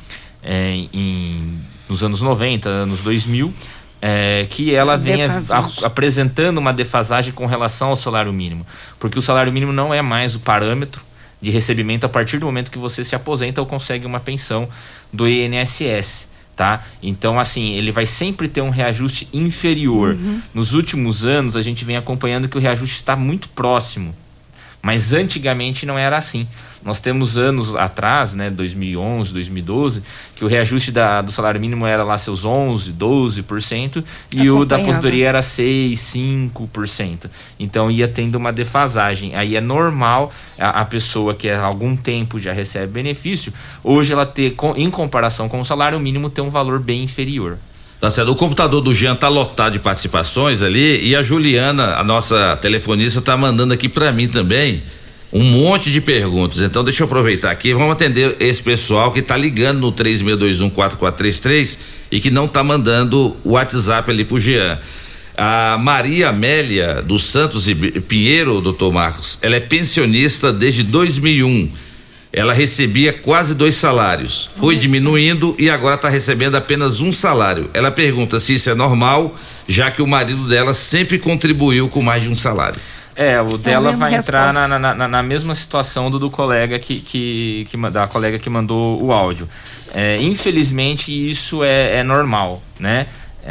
H: nos anos 90, anos 2000, que ela venha apresentando uma defasagem com relação ao salário mínimo. Porque o salário mínimo não é mais o parâmetro de recebimento a partir do momento que você se aposenta ou consegue uma pensão do INSS, tá? Então, assim, ele vai sempre ter um reajuste inferior. Nos últimos anos, a gente vem acompanhando que o reajuste está muito próximo, mas antigamente não era assim. Nós temos anos atrás, né, 2011, 2012, que o reajuste do salário mínimo era lá seus 11%, 12%, e o da aposentadoria era 6%, 5%. Então ia tendo uma defasagem. Aí é normal a pessoa que há algum tempo já recebe benefício, hoje ela ter, em comparação com o salário mínimo, ter um valor bem inferior.
E: Tá certo. O computador do Jean tá lotado de participações ali, e a Juliana, a nossa telefonista, tá mandando aqui para mim também um monte de perguntas. Então deixa eu aproveitar aqui, vamos atender esse pessoal que tá ligando no 36214433 e que não tá mandando o WhatsApp ali pro Jean. A Maria Amélia dos Santos e Pinheiro, doutor Marcos, ela é pensionista desde 2001. Ela recebia quase 2 salários, foi diminuindo e agora está recebendo apenas 1 salário. Ela pergunta se isso é normal, já que o marido dela sempre contribuiu com mais de 1 salário.
H: O dela vai entrar na mesma situação do colega da colega que mandou o áudio. Infelizmente isso é normal, né?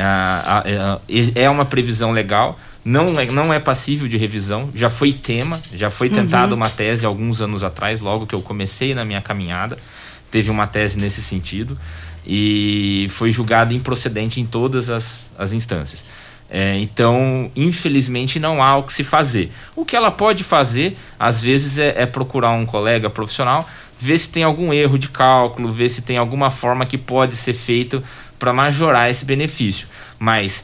H: É uma previsão legal, não é passível de revisão, já foi tema, já foi tentada uma tese alguns anos atrás, logo que eu comecei na minha caminhada, teve uma tese nesse sentido e foi julgado improcedente em todas as instâncias. Então, infelizmente, não há o que se fazer. O que ela pode fazer, às vezes, é procurar um colega profissional, ver se tem algum erro de cálculo, ver se tem alguma forma que pode ser feito para majorar esse benefício. Mas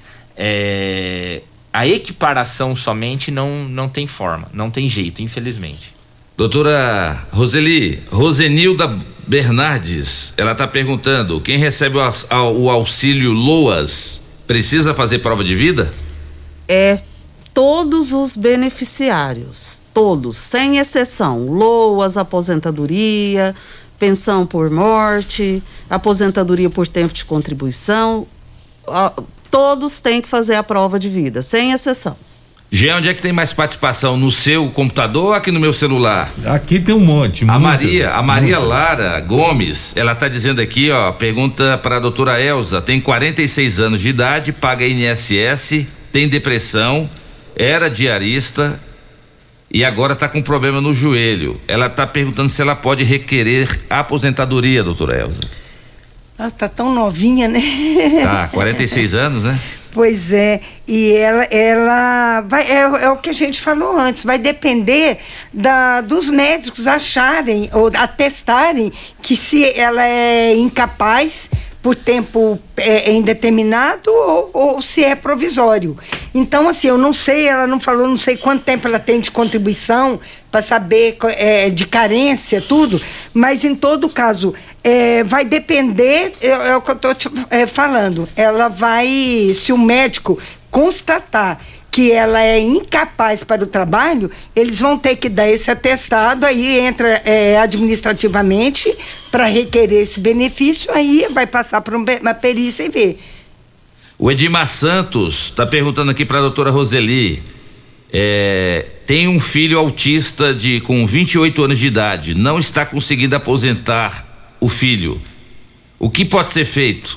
H: a equiparação somente não tem forma, não tem jeito, infelizmente.
E: Doutora Rosenilda Bernardes, ela está perguntando: quem recebe o auxílio LOAS precisa fazer prova de vida?
I: Todos os beneficiários, todos, sem exceção, LOAS, aposentadoria, pensão por morte, aposentadoria por tempo de contribuição, todos têm que fazer a prova de vida, sem exceção.
E: Jean, onde é que tem mais participação? No seu computador ou aqui no meu celular?
C: Aqui tem um monte.
E: A Maria Lara Gomes, ela tá dizendo aqui, pergunta para a doutora Elza: tem 46 anos de idade, paga INSS, tem depressão, era diarista e agora tá com problema no joelho. Ela tá perguntando se ela pode requerer aposentadoria, doutora Elza.
G: Nossa, tá tão novinha, né?
E: Tá, 46 anos, né?
G: Pois é, e ela vai, é o que a gente falou antes, vai depender dos médicos acharem ou atestarem que se ela é incapaz por tempo indeterminado ou se é provisório. Então, assim, eu não sei, ela não falou, não sei quanto tempo ela tem de contribuição para saber de carência, tudo, mas em todo caso, vai depender, é o que eu estou falando, ela vai, se o médico constatar que ela é incapaz para o trabalho, eles vão ter que dar esse atestado, aí entra administrativamente para requerer esse benefício, aí vai passar por uma perícia e ver.
E: O Edmar Santos está perguntando aqui para a doutora Roseli, tem um filho autista com 28 anos de idade, não está conseguindo aposentar o filho. O que pode ser feito?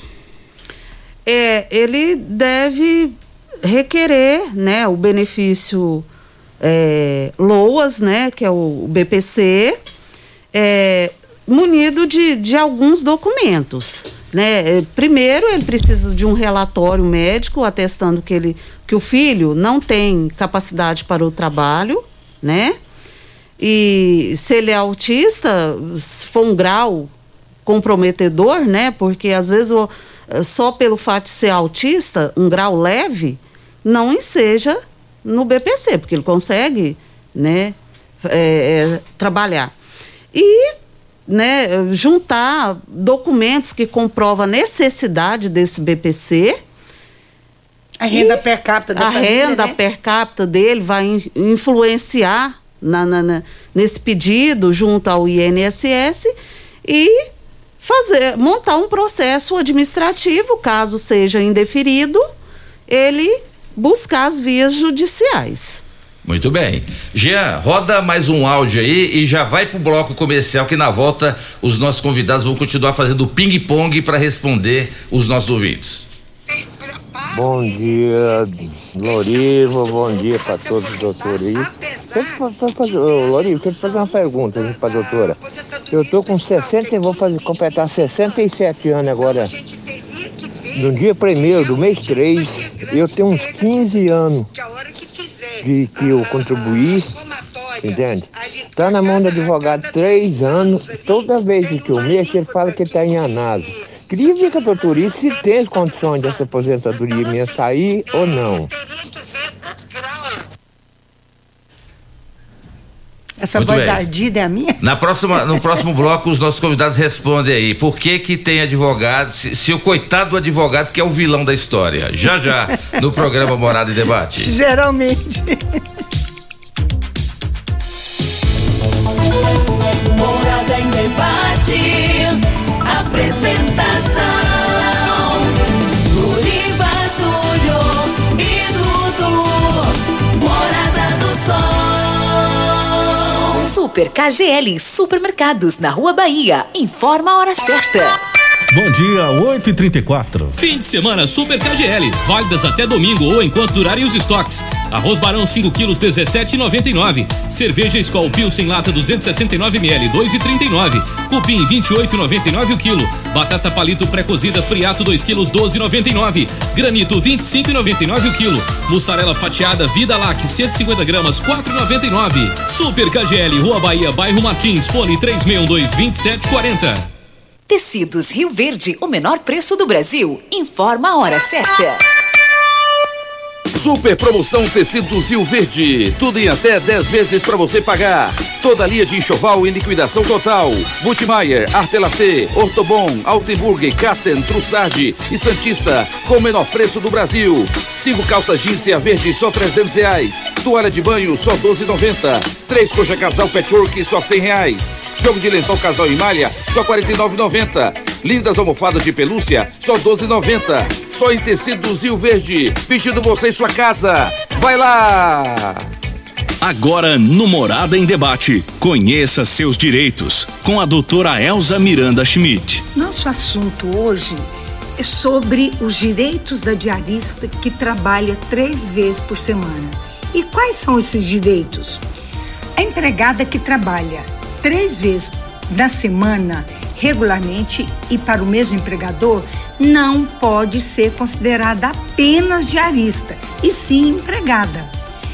I: Ele deve requerer, né, o benefício LOAS, né, que é o BPC, munido de alguns documentos, né? Primeiro, ele precisa de um relatório médico atestando que o filho não tem capacidade para o trabalho, né? E se ele é autista, se for um grau comprometedor, né? Porque às vezes só pelo fato de ser autista, um grau leve, não enseja no BPC, porque ele consegue, né, trabalhar. E, né, juntar documentos que comprovam a necessidade desse BPC.
G: A renda per capita da família,
I: A renda, né, per capita dele vai influenciar nesse pedido junto ao INSS e montar um processo administrativo, caso seja indeferido, ele buscar as vias judiciais.
E: Muito bem. Jean, roda mais um áudio aí e já vai pro bloco comercial, que na volta os nossos convidados vão continuar fazendo ping-pong para responder os nossos ouvintes.
F: Bom dia, Loriva, bom dia para todos os doutores aí. Loriva, quero fazer uma pergunta para a doutora. Eu tô com 60 e vou completar 67 anos agora. No dia 1º do mês 3, eu tenho uns 15 anos de que eu contribuí, entende? Tá na mão do advogado 3 anos, toda vez que eu mexo, ele fala que tá enganado. Queria ver com a doutora se tem as condições dessa aposentadoria minha sair ou não.
G: Essa voz ardida é a minha?
E: No próximo bloco, os nossos convidados respondem aí. Por que tem advogado, se o coitado do advogado que é o vilão da história? Já, no programa Morada em Debate.
G: Geralmente.
M: Morada em Debate. Apresentação: Loriva Júnior e Dudu. Morada do Sol.
J: Super KGL Supermercados na Rua Bahia. Informa a hora certa.
C: Bom dia, 8h34.
N: Fim de semana Super KGL, válidas até domingo ou enquanto durarem os estoques. Arroz Barão 5 quilos 17,99. Cerveja Skol Pilsen lata 269ml 2,39. Cupim 28,99 o quilo. Batata palito pré-cozida Friato 2 quilos 12,99. Granito 25,99 o quilo. Mussarela fatiada Vida Lac 150 gramas 4,99. Super KGL, Rua Bahia, Bairro Martins, fone 3612-2740.
J: Tecidos Rio Verde, o menor preço do Brasil. Informa a hora certa.
E: Super promoção Tecidos Rio Verde. Tudo em até 10 vezes para você pagar. Toda linha de enxoval em liquidação total. Multimayer, Artelacê, Ortobon, Altenburg, Casten, Trussardi e Santista com o menor preço do Brasil. 5 calças jeans verde só R$300. Toalha de banho só R$12,90. 3 coxa casal patchwork só R$100. Jogo de lençol casal em malha só R$49,90. Lindas almofadas de pelúcia só R$12,90. Só em Tecidos Rio Verde. Vestindo você em sua casa. Vai lá!
K: Agora no Morada em Debate, conheça seus direitos com a doutora Elza Miranda Schmidt.
L: Nosso assunto hoje é sobre os direitos da diarista que trabalha 3 vezes por semana. E quais são esses direitos? A empregada que trabalha 3 vezes na semana regularmente e para o mesmo empregador não pode ser considerada apenas diarista, e sim empregada.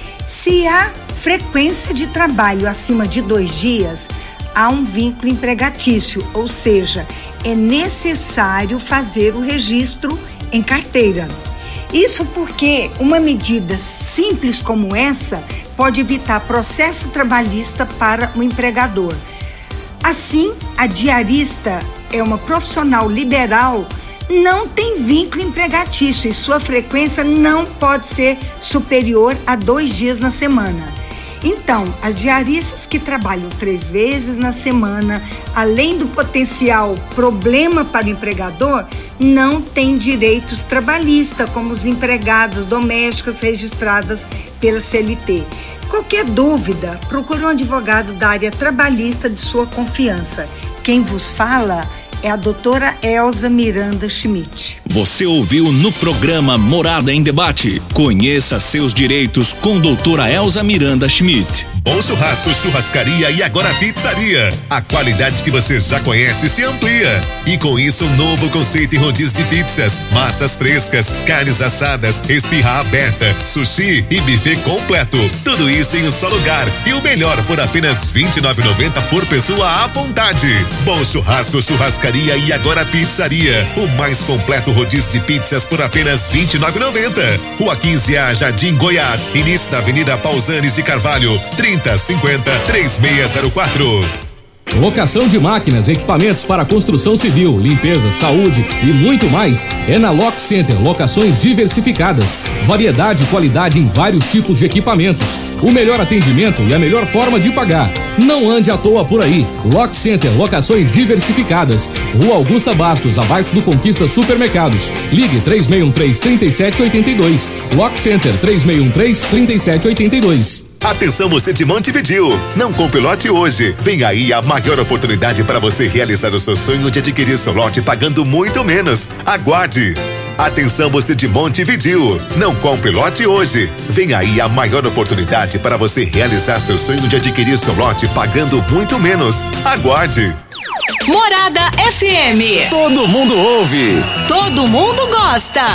L: Se há frequência de trabalho acima de 2 dias, há um vínculo empregatício, ou seja, é necessário fazer o registro em carteira. Isso porque uma medida simples como essa pode evitar processo trabalhista para o empregador. Assim, a diarista é uma profissional liberal, não tem vínculo empregatício e sua frequência não pode ser superior a 2 dias na semana. Então, as diaristas que trabalham 3 vezes na semana, além do potencial problema para o empregador, não têm direitos trabalhistas, como os empregadas domésticas registradas pela CLT. Qualquer dúvida, procure um advogado da área trabalhista de sua confiança. Quem vos fala é a doutora Elza Miranda Schmidt.
K: Você ouviu no programa Morada em Debate. Conheça seus direitos com doutora Elza Miranda Schmidt.
O: Bom Churrasco, Churrascaria e agora Pizzaria. A qualidade que você já conhece se amplia. E com isso, um novo conceito em rodízio de pizzas, massas frescas, carnes assadas, esfirra aberta, sushi e buffet completo. Tudo isso em um só lugar. E o melhor por apenas R$29,90 por pessoa à vontade. Bom Churrasco, Churrascaria e agora Pizzaria. O mais completo rodízio de pizzas por apenas R$29,90. Rua 15A, Jardim Goiás. Início da Avenida Pausanes e Carvalho. 3050-3604.
N: Locação de máquinas, equipamentos para construção civil, limpeza, saúde e muito mais é na Lock Center. Locações diversificadas, variedade e qualidade em vários tipos de equipamentos, o melhor atendimento e a melhor forma de pagar. Não ande à toa por aí. Lock Center, locações diversificadas. Rua Augusta Bastos, abaixo do Conquista Supermercados. Ligue 3613-3782. Lock Center 3613-3782.
O: Atenção você de Montevidéu, não compre lote hoje. Vem aí a maior oportunidade para você realizar o seu sonho de adquirir seu lote pagando muito menos. Aguarde. Atenção você de Montevidéu, não compre lote hoje. Vem aí a maior oportunidade para você realizar seu sonho de adquirir seu lote pagando muito menos. Aguarde.
J: Morada FM.
K: Todo mundo ouve.
J: Todo mundo gosta.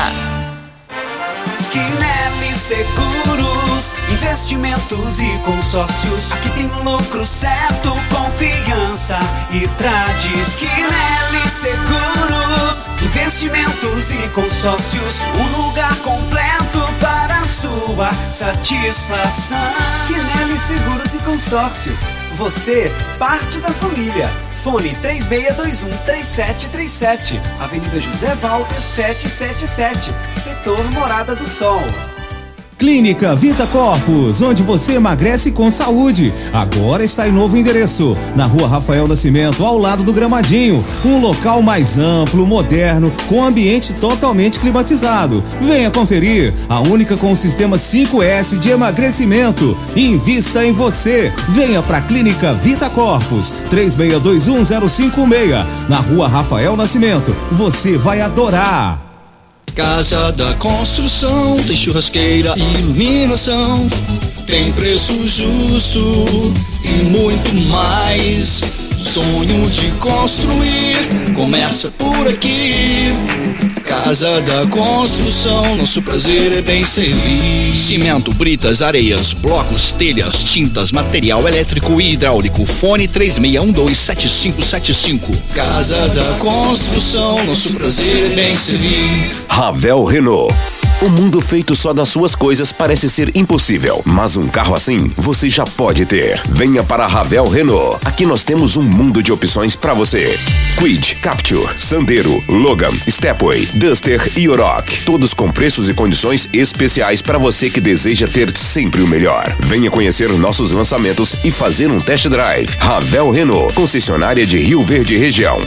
B: Quinelli Seguros, investimentos e consórcios. Aqui tem lucro certo, confiança e tradição. Quinelli Seguros, investimentos e consórcios. Um lugar completo para a sua satisfação. Quinelli Seguros e Consórcios. Você, parte da família. Fone 3621-3737. Avenida José Walter 777. Setor Morada do Sol.
Q: Clínica Vita Corpus, onde você emagrece com saúde. Agora está em novo endereço, na Rua Rafael Nascimento, ao lado do Gramadinho. Um local mais amplo, moderno, com ambiente totalmente climatizado. Venha conferir, a única com o sistema 5S de emagrecimento. Invista em você. Venha para a Clínica Vita Corpus, 36210516, na Rua Rafael Nascimento. Você vai adorar.
R: Casa da Construção, tem churrasqueira e iluminação, tem preço justo e muito mais. Sonho de construir começa por aqui. Casa da Construção, nosso prazer é bem servir. Cimento, britas, areias, blocos, telhas, tintas, material elétrico e hidráulico. Fone 36127575. Casa da Construção, nosso prazer é bem servir.
X: Ravel Renault. O mundo feito só das suas coisas parece ser impossível, mas um carro assim você já pode ter. Venha para a Ravel Renault. Aqui nós temos um mundo de opções para você. Kwid, Captur, Sandero, Logan, Stepway, Duster e Oroch. Todos com preços e condições especiais para você que deseja ter sempre o melhor. Venha conhecer nossos lançamentos e fazer um test drive. Ravel Renault, concessionária de Rio Verde Região,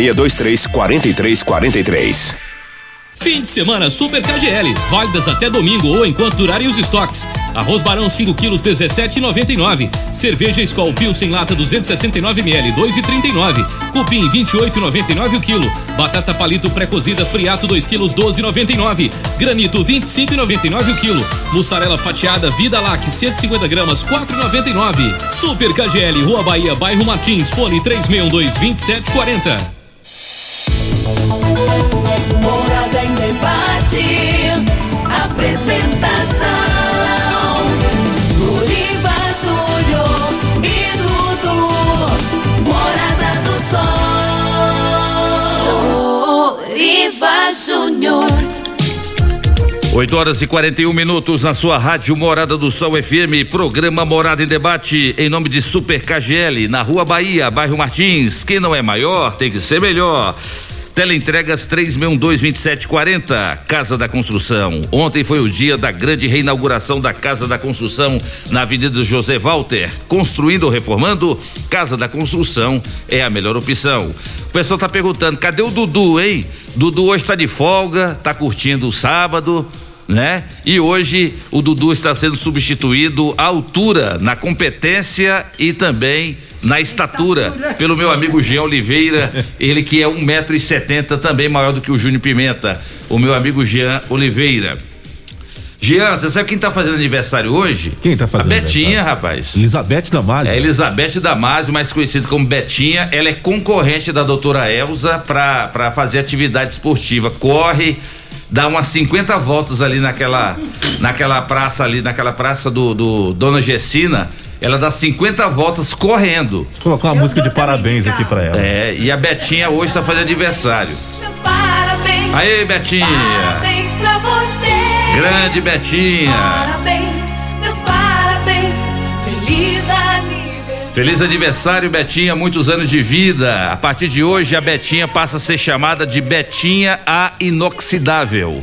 X: 3623-4343.
N: Fim de semana Super KGL, válidas até domingo ou enquanto durarem os estoques. Arroz Barão 5 quilos 17,99. Cerveja Skol Pilsen lata 269ml 2,39. Cupim 28,99 o quilo. Batata palito pré-cozida Friato 2 quilos 12,99. Granito 25,99 o quilo. Mussarela fatiada Vida Lac 150 gramas 4,99. Super KGL, Rua Bahia, bairro Martins, fone 3612-2740.
M: Morada em debate, apresentação, Loriva Júnior e Dudu, Morada do Sol. Loriva Júnior.
E: 8h41 na sua rádio Morada do Sol FM, programa Morada em Debate, em nome de Super KGL, na Rua Bahia, bairro Martins. Quem não é maior tem que ser melhor. Teleentregas 3612-2740, Casa da Construção. Ontem foi o dia da grande reinauguração da Casa da Construção na Avenida José Walter. Construindo ou reformando, Casa da Construção é a melhor opção. O pessoal tá perguntando, cadê o Dudu, hein? Dudu hoje tá de folga, tá curtindo o sábado, né? E hoje o Dudu está sendo substituído à altura, na competência e também na estatura, pelo meu amigo Jean Oliveira, ele que é 1,70 m, também maior do que o Júnior Pimenta, o meu amigo Jean Oliveira. Jean, você sabe quem tá fazendo aniversário hoje?
C: Quem tá fazendo aniversário?
E: A Betinha, rapaz.
C: Elizabeth Damasio.
E: É Elizabeth Damasio, mais conhecida como Betinha. Ela é concorrente da doutora Elza pra fazer atividade esportiva. Corre, dá umas 50 voltas ali naquela praça ali, naquela praça do Dona Gessina. Ela dá 50 voltas correndo.
C: Vou colocar uma música de parabéns aqui pra ela.
E: É, e a Betinha hoje tá fazendo aniversário.
M: Meus parabéns.
E: Aê, Betinha.
M: Parabéns pra você.
E: Grande Betinha.
M: Parabéns, meus parabéns. Feliz aniversário.
E: Feliz aniversário, Betinha, muitos anos de vida. A partir de hoje, a Betinha passa a ser chamada de Betinha a Inoxidável.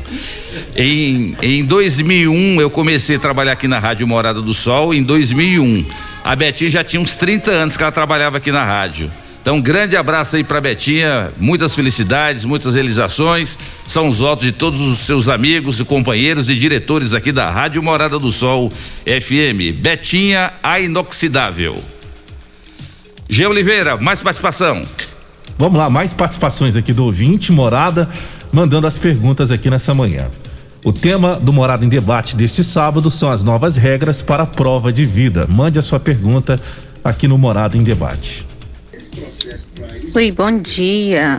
E: Em 2001, eu comecei a trabalhar aqui na Rádio Morada do Sol, em 2001. A Betinha já tinha uns 30 anos que ela trabalhava aqui na rádio. Então, um grande abraço aí pra Betinha, muitas felicidades, muitas realizações. São os votos de todos os seus amigos e companheiros e diretores aqui da Rádio Morada do Sol FM. Betinha a Inoxidável. G. Oliveira, mais participação.
C: Vamos lá, mais participações aqui do ouvinte Morada, mandando as perguntas aqui nessa manhã. O tema do Morada em Debate deste sábado são as novas regras para a prova de vida. Mande a sua pergunta aqui no Morada em Debate.
T: Oi, bom dia.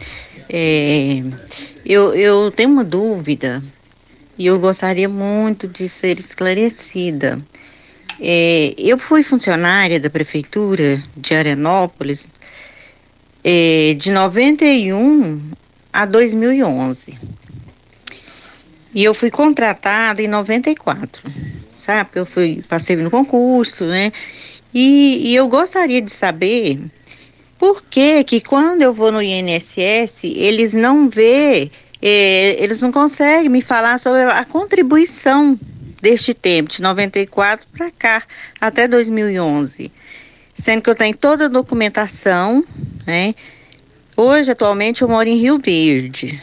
T: Eu tenho uma dúvida e eu gostaria muito de ser esclarecida. Eu fui funcionária da Prefeitura de Arenópolis de 91 a 2011. E eu fui contratada em 94, sabe? Passei no concurso, né? E eu gostaria de saber por que quando eu vou no INSS, eles não conseguem me falar sobre a contribuição deste tempo, de 94 para cá, até 2011. Sendo que eu tenho toda a documentação, né? Hoje, atualmente, eu moro em Rio Verde.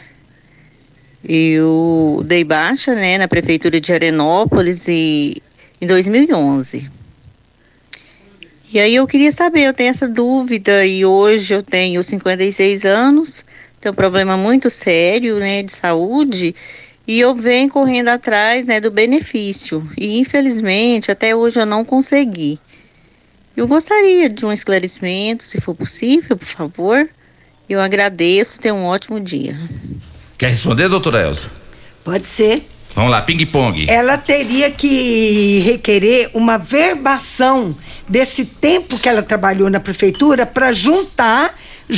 T: Eu dei baixa, né, na Prefeitura de Arenópolis em 2011. E aí eu queria saber, eu tenho essa dúvida e hoje eu tenho 56 anos, tenho um problema muito sério, né, de saúde, e eu venho correndo atrás, né, do benefício. E infelizmente até hoje eu não consegui. Eu gostaria de um esclarecimento, se for possível, por favor. Eu agradeço, tenha um ótimo dia.
E: Quer responder, doutora Elza?
G: Pode ser.
E: Vamos lá, ping-pong.
G: Ela teria que requerer uma verbação desse tempo que ela trabalhou na prefeitura para juntar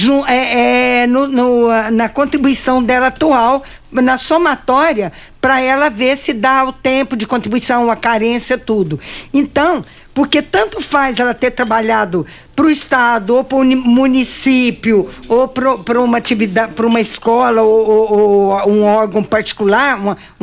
G: na contribuição dela atual, na somatória, para ela ver se dá o tempo de contribuição, a carência, tudo. Então, porque tanto faz ela ter trabalhado para o estado, ou para o município, ou para uma atividade, para uma escola, ou um órgão particular,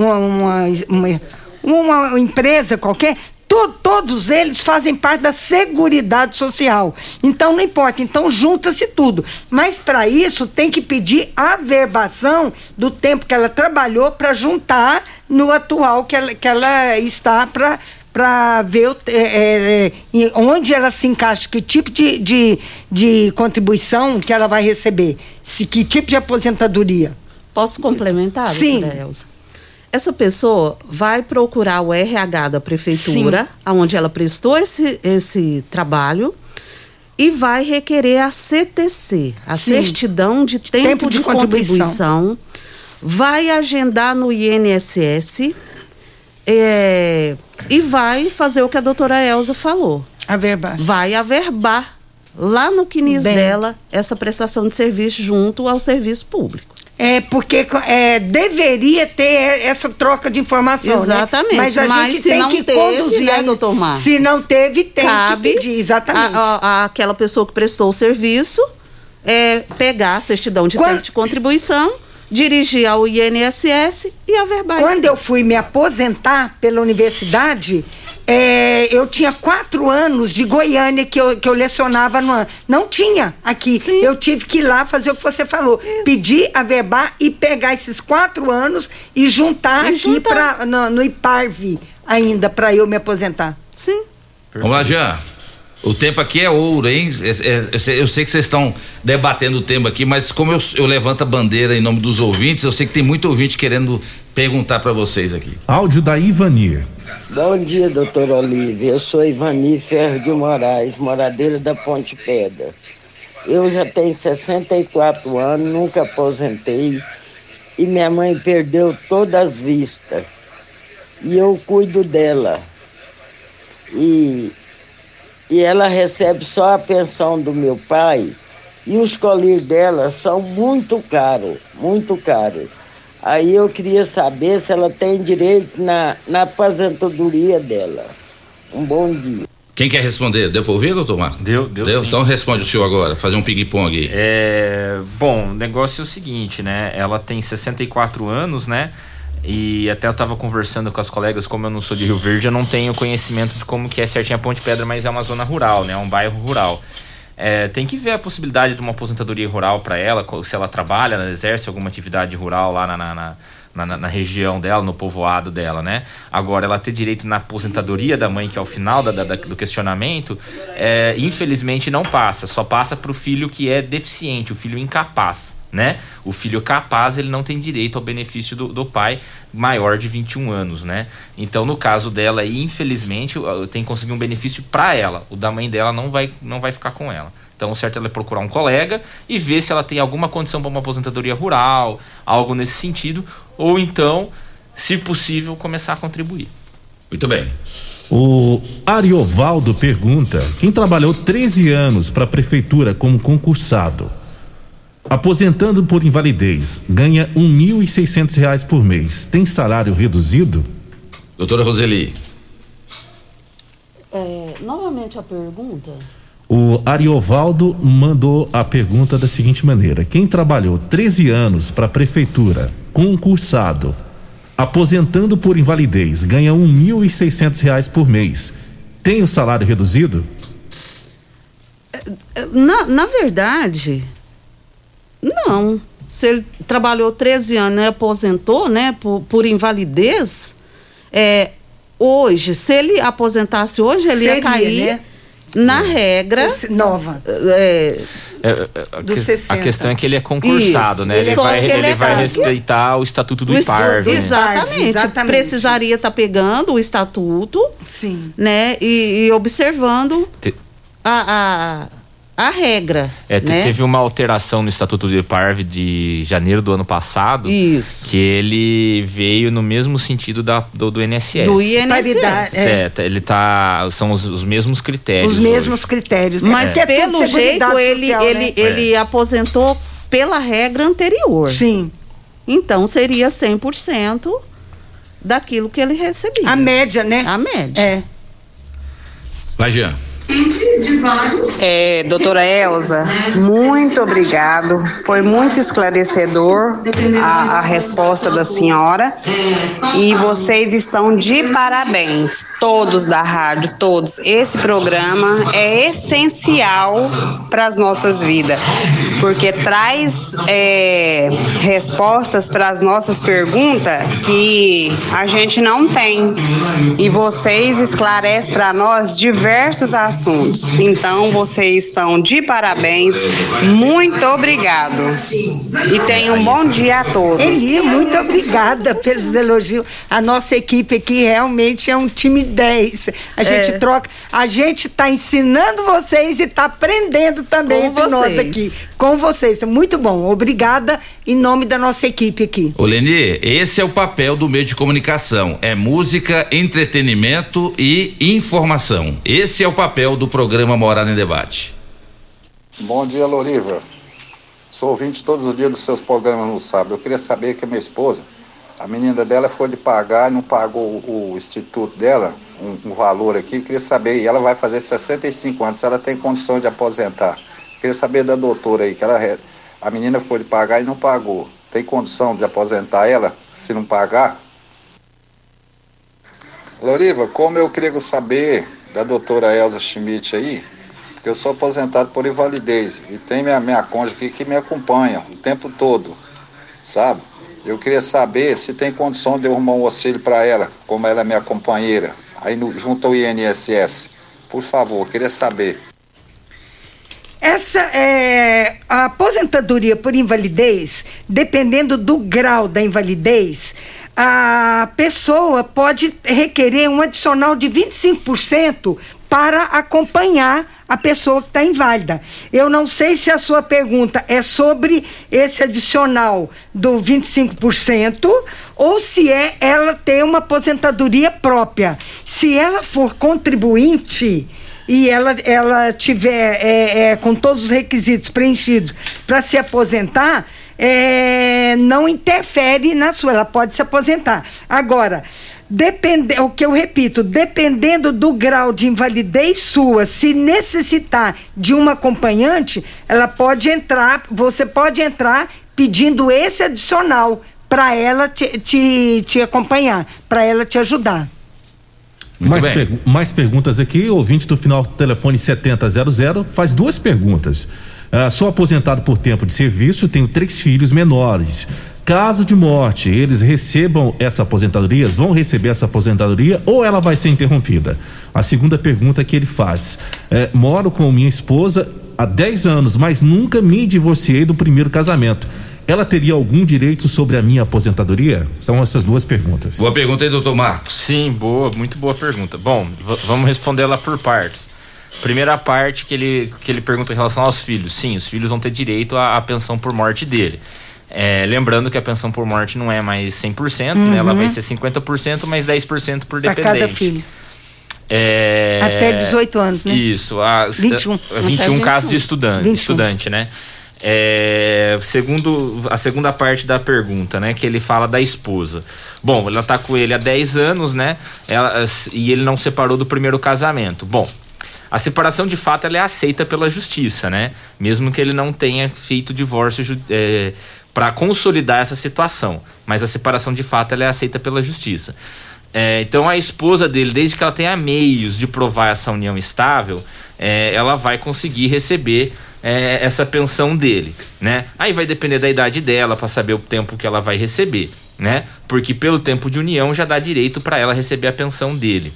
G: uma empresa qualquer, todos eles fazem parte da Seguridade Social. Então não importa, então junta-se tudo. Mas para isso tem que pedir a verbação do tempo que ela trabalhou para juntar no atual que ela está para ver onde ela se encaixa, que tipo de contribuição que ela vai receber, que tipo de aposentadoria.
I: Posso complementar,
G: Sim.
I: doutora Elza? Essa pessoa vai procurar o RH da prefeitura, onde ela prestou esse trabalho, e vai requerer a CTC, a certidão de tempo de contribuição, vai agendar no INSS e vai fazer o que a doutora Elza falou.
G: Averbar.
I: Vai averbar lá no CNIS dela essa prestação de serviço junto ao serviço público.
G: Porque deveria ter essa troca de informação,
I: exatamente,
G: né? Mas a gente tem que conduzir,
I: né, doutor Marcos?
G: Se não teve, tem
I: Cabe
G: que pedir, exatamente.
I: Aquela pessoa que prestou o serviço, pegar a certidão de tempo de contribuição, dirigir ao INSS e averbar.
G: Quando eu fui me aposentar pela universidade, eu tinha 4 anos de Goiânia que eu lecionava no ano. Não tinha aqui. Sim. Eu tive que ir lá fazer o que você falou. Isso. Pedir, averbar e pegar esses 4 anos e juntar aqui no IPARV ainda para eu me aposentar.
I: Sim.
E: Vamos lá, Jean. O tempo aqui é ouro, hein? Eu sei que vocês estão debatendo o tema aqui, mas como eu levanto a bandeira em nome dos ouvintes, eu sei que tem muito ouvinte querendo perguntar para vocês aqui.
C: Áudio da Ivani.
P: Bom dia, doutor Olívia. Eu sou Ivani Ferro de Moraes, moradeira da Ponte Pedra. Eu já tenho 64 anos, nunca aposentei e minha mãe perdeu todas as vistas. E eu cuido dela. E ela recebe só a pensão do meu pai e os colírios dela são muito caros, muito caros. Aí eu queria saber se ela tem direito na aposentadoria dela. Um bom dia.
E: Quem quer responder? Deu para ouvir, doutor Marcos?
H: Deu sim.
E: Então responde o senhor agora, fazer um ping-pong aí.
H: Bom, o negócio é o seguinte, né? Ela tem 64 anos, né? E até eu tava conversando com as colegas, como eu não sou de Rio Verde, eu não tenho conhecimento de como que é certinho a Ponte Pedra, mas é uma zona rural, né? É um bairro rural. Tem que ver a possibilidade de uma aposentadoria rural para ela, se ela trabalha, ela exerce alguma atividade rural lá na região dela, no povoado dela, né? Agora, ela ter direito na aposentadoria da mãe, que é o final do questionamento, infelizmente não passa, só passa para o filho que é deficiente, o filho incapaz, né? O filho capaz, ele não tem direito ao benefício do pai maior de 21 anos, né? Então, no caso dela, infelizmente, tem que conseguir um benefício para ela. O da mãe dela não vai ficar com ela. Então, o certo é ela procurar um colega e ver se ela tem alguma condição para uma aposentadoria rural, algo nesse sentido, ou então, se possível, começar a contribuir.
E: Muito bem.
C: O Ariovaldo pergunta: quem trabalhou 13 anos para a prefeitura como concursado, aposentando por invalidez, ganha R$1.600 por mês, tem salário reduzido?
E: Doutora Roseli.
I: Novamente a pergunta.
C: O Ariovaldo mandou a pergunta da seguinte maneira: quem trabalhou 13 anos para a prefeitura, concursado, aposentando por invalidez, ganha R$ 1.600 por mês. Tem o salário reduzido?
I: Na verdade, não. Se ele trabalhou 13 anos e aposentou, né, por invalidez, hoje, se ele aposentasse hoje, ele ia cair, né, na regra
L: nova.
H: A questão é que ele é concursado, né? Ele vai respeitar o Estatuto do IPARV.
I: Exatamente. Precisaria estar pegando o Estatuto,
L: sim,
I: né? E observando a regra. Né?
H: Teve uma alteração no Estatuto do IPARV de janeiro do ano passado.
I: Isso.
H: Que ele veio no mesmo sentido do INSS.
I: Do INSS.
H: Ele são os mesmos critérios.
L: Os mesmos critérios.
I: Mas pelo jeito ele aposentou pela regra anterior.
L: Sim.
I: Então seria 100% daquilo que ele recebia.
L: A média, né?
I: A média.
E: Vai, Jean.
S: Doutora Elza, muito obrigado. Foi muito esclarecedor a resposta da senhora. E vocês estão de parabéns, todos da rádio, todos. Esse programa é essencial para as nossas vidas, porque traz respostas para as nossas perguntas que a gente não tem. E vocês esclarecem para nós diversos assuntos. Então, vocês estão de parabéns. Muito obrigado. E tenham um bom dia a todos.
L: Eli, muito obrigada pelos elogios. A nossa equipe aqui realmente é um time 10. A gente troca, a gente está ensinando vocês e está aprendendo também entre nós aqui. Com vocês. Muito bom. Obrigada em nome da nossa equipe aqui.
E: Ô Leni, esse é o papel do meio de comunicação. É música, entretenimento e informação. Esse é o papel do programa Morada em Debate.
U: Bom dia, Loriva. Sou ouvinte todos os dias dos seus programas no sábado. Eu queria saber que a minha esposa, a menina dela ficou de pagar, não pagou o instituto dela, um valor aqui. Eu queria saber, e ela vai fazer 65 anos, se ela tem condição de aposentar. Eu queria saber da doutora aí, que a menina ficou de pagar e não pagou. Tem condição de aposentar ela, se não pagar? Loriva, como eu queria saber da doutora Elza Schmidt aí, porque eu sou aposentado por invalidez e tem minha cônjuge aqui que me acompanha o tempo todo, sabe? Eu queria saber se tem condição de eu arrumar um auxílio para ela, como ela é minha companheira, aí junto ao INSS. Por favor, eu queria saber.
L: A aposentadoria por invalidez, dependendo do grau da invalidez, a pessoa pode requerer um adicional de 25% para acompanhar a pessoa que está inválida. Eu não sei se a sua pergunta é sobre esse adicional do 25% ou se ela tem uma aposentadoria própria. Se ela for contribuinte e ela tiver com todos os requisitos preenchidos para se aposentar, não interfere na sua, ela pode se aposentar. Agora, o que eu repito, dependendo do grau de invalidez sua, se necessitar de uma acompanhante, você pode entrar pedindo esse adicional para ela te acompanhar, para ela te ajudar.
C: Mais perguntas aqui, ouvinte do final do telefone 7000 faz duas perguntas. Sou aposentado por tempo de serviço, tenho 3 filhos menores. Caso de morte, eles recebam essa aposentadoria, vão receber essa aposentadoria ou ela vai ser interrompida? A segunda pergunta que ele faz: moro com minha esposa há 10 anos, mas nunca me divorciei do primeiro casamento. Ela teria algum direito sobre a minha aposentadoria? São essas duas perguntas.
E: Boa pergunta aí, doutor Marcos.
H: Sim, muito boa pergunta. Bom, vamos responder ela por partes. Primeira parte que ele pergunta em relação aos filhos. Sim, os filhos vão ter direito à pensão por morte dele. Lembrando que a pensão por morte não é mais 100%, né? Ela vai ser 50%, mais 10% por dependente.
L: Para cada filho. Até 18 anos, né?
H: Isso. 21 casos de estudante, né? A segunda parte da pergunta, né, que ele fala da esposa. Bom, ela tá com ele há 10 anos, né, e ele não separou do primeiro casamento. Bom, a separação de fato ela é aceita pela justiça, né, mesmo que ele não tenha feito divórcio para consolidar essa situação. Mas a separação de fato ela é aceita pela justiça. Então a esposa dele, desde que ela tenha meios de provar essa união estável, ela vai conseguir receber essa pensão dele, né? Aí vai depender da idade dela para saber o tempo que ela vai receber, né? Porque pelo tempo de união já dá direito para ela receber a pensão dele.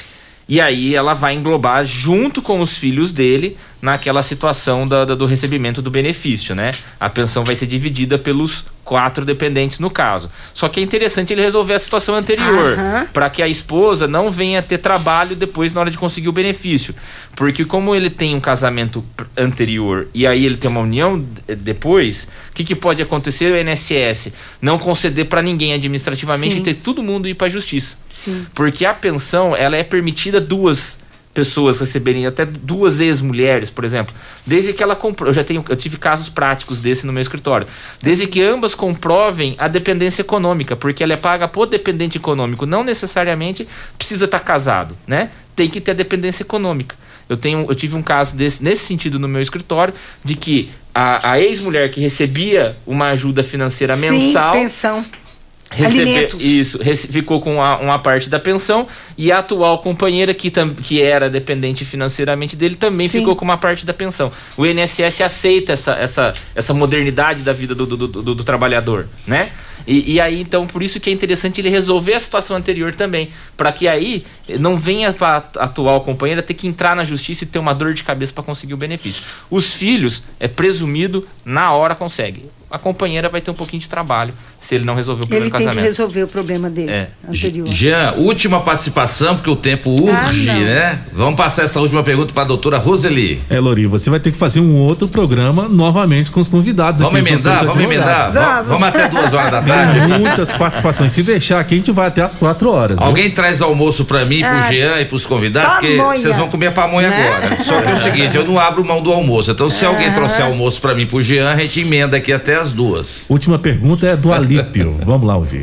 H: E aí ela vai englobar junto com os filhos dele naquela situação do recebimento do benefício, né? A pensão vai ser dividida pelos 4 dependentes no caso. Só que é interessante ele resolver a situação anterior, para que a esposa não venha ter trabalho depois na hora de conseguir o benefício. Porque como ele tem um casamento anterior e aí ele tem uma união depois, o que pode acontecer? O INSS não conceder para ninguém administrativamente e ter todo mundo ir para a justiça.
G: Sim.
H: Porque a pensão, ela é permitida 2 pessoas receberem, até 2 ex-mulheres, por exemplo, desde que ela comprou. Eu tive casos práticos desse no meu escritório, desde que ambas comprovem a dependência econômica, porque ela é paga por dependente econômico, não necessariamente precisa estar casado, né? Tem que ter a dependência econômica. Eu tive um caso nesse sentido no meu escritório, de que a ex-mulher que recebia uma ajuda financeira mensal,
G: pensão, alimentos,
H: ficou com uma parte da pensão, e a atual companheira que era dependente financeiramente dele também ficou com uma parte da pensão. O INSS aceita essa modernidade da vida do trabalhador, né? E aí, então, por isso que é interessante ele resolver a situação anterior também, para que aí não venha para a atual companheira ter que entrar na justiça e ter uma dor de cabeça para conseguir o benefício. Os filhos, é presumido, na hora consegue. A companheira vai ter um pouquinho de trabalho se ele não resolver o primeiro casamento.
G: Ele tem que resolver o problema dele anterior.
E: Jean, última participação, porque o tempo urge, né? Vamos passar essa última pergunta para a doutora Roseli.
C: Lori, você vai ter que fazer um outro programa novamente com os convidados.
E: Vamos emendar? Vamos até 2 horas da tarde.
C: Muitas participações. Se deixar aqui, a gente vai até as 4 horas.
E: Alguém traz almoço para mim, pro Jean e pros convidados, porque vocês vão comer pamonha agora. Só que é o seguinte, eu não abro mão do almoço. Então, se alguém trouxer almoço para mim, pro Jean, a gente emenda aqui até as 2.
C: Última pergunta é do Alípio. Vamos lá ouvir.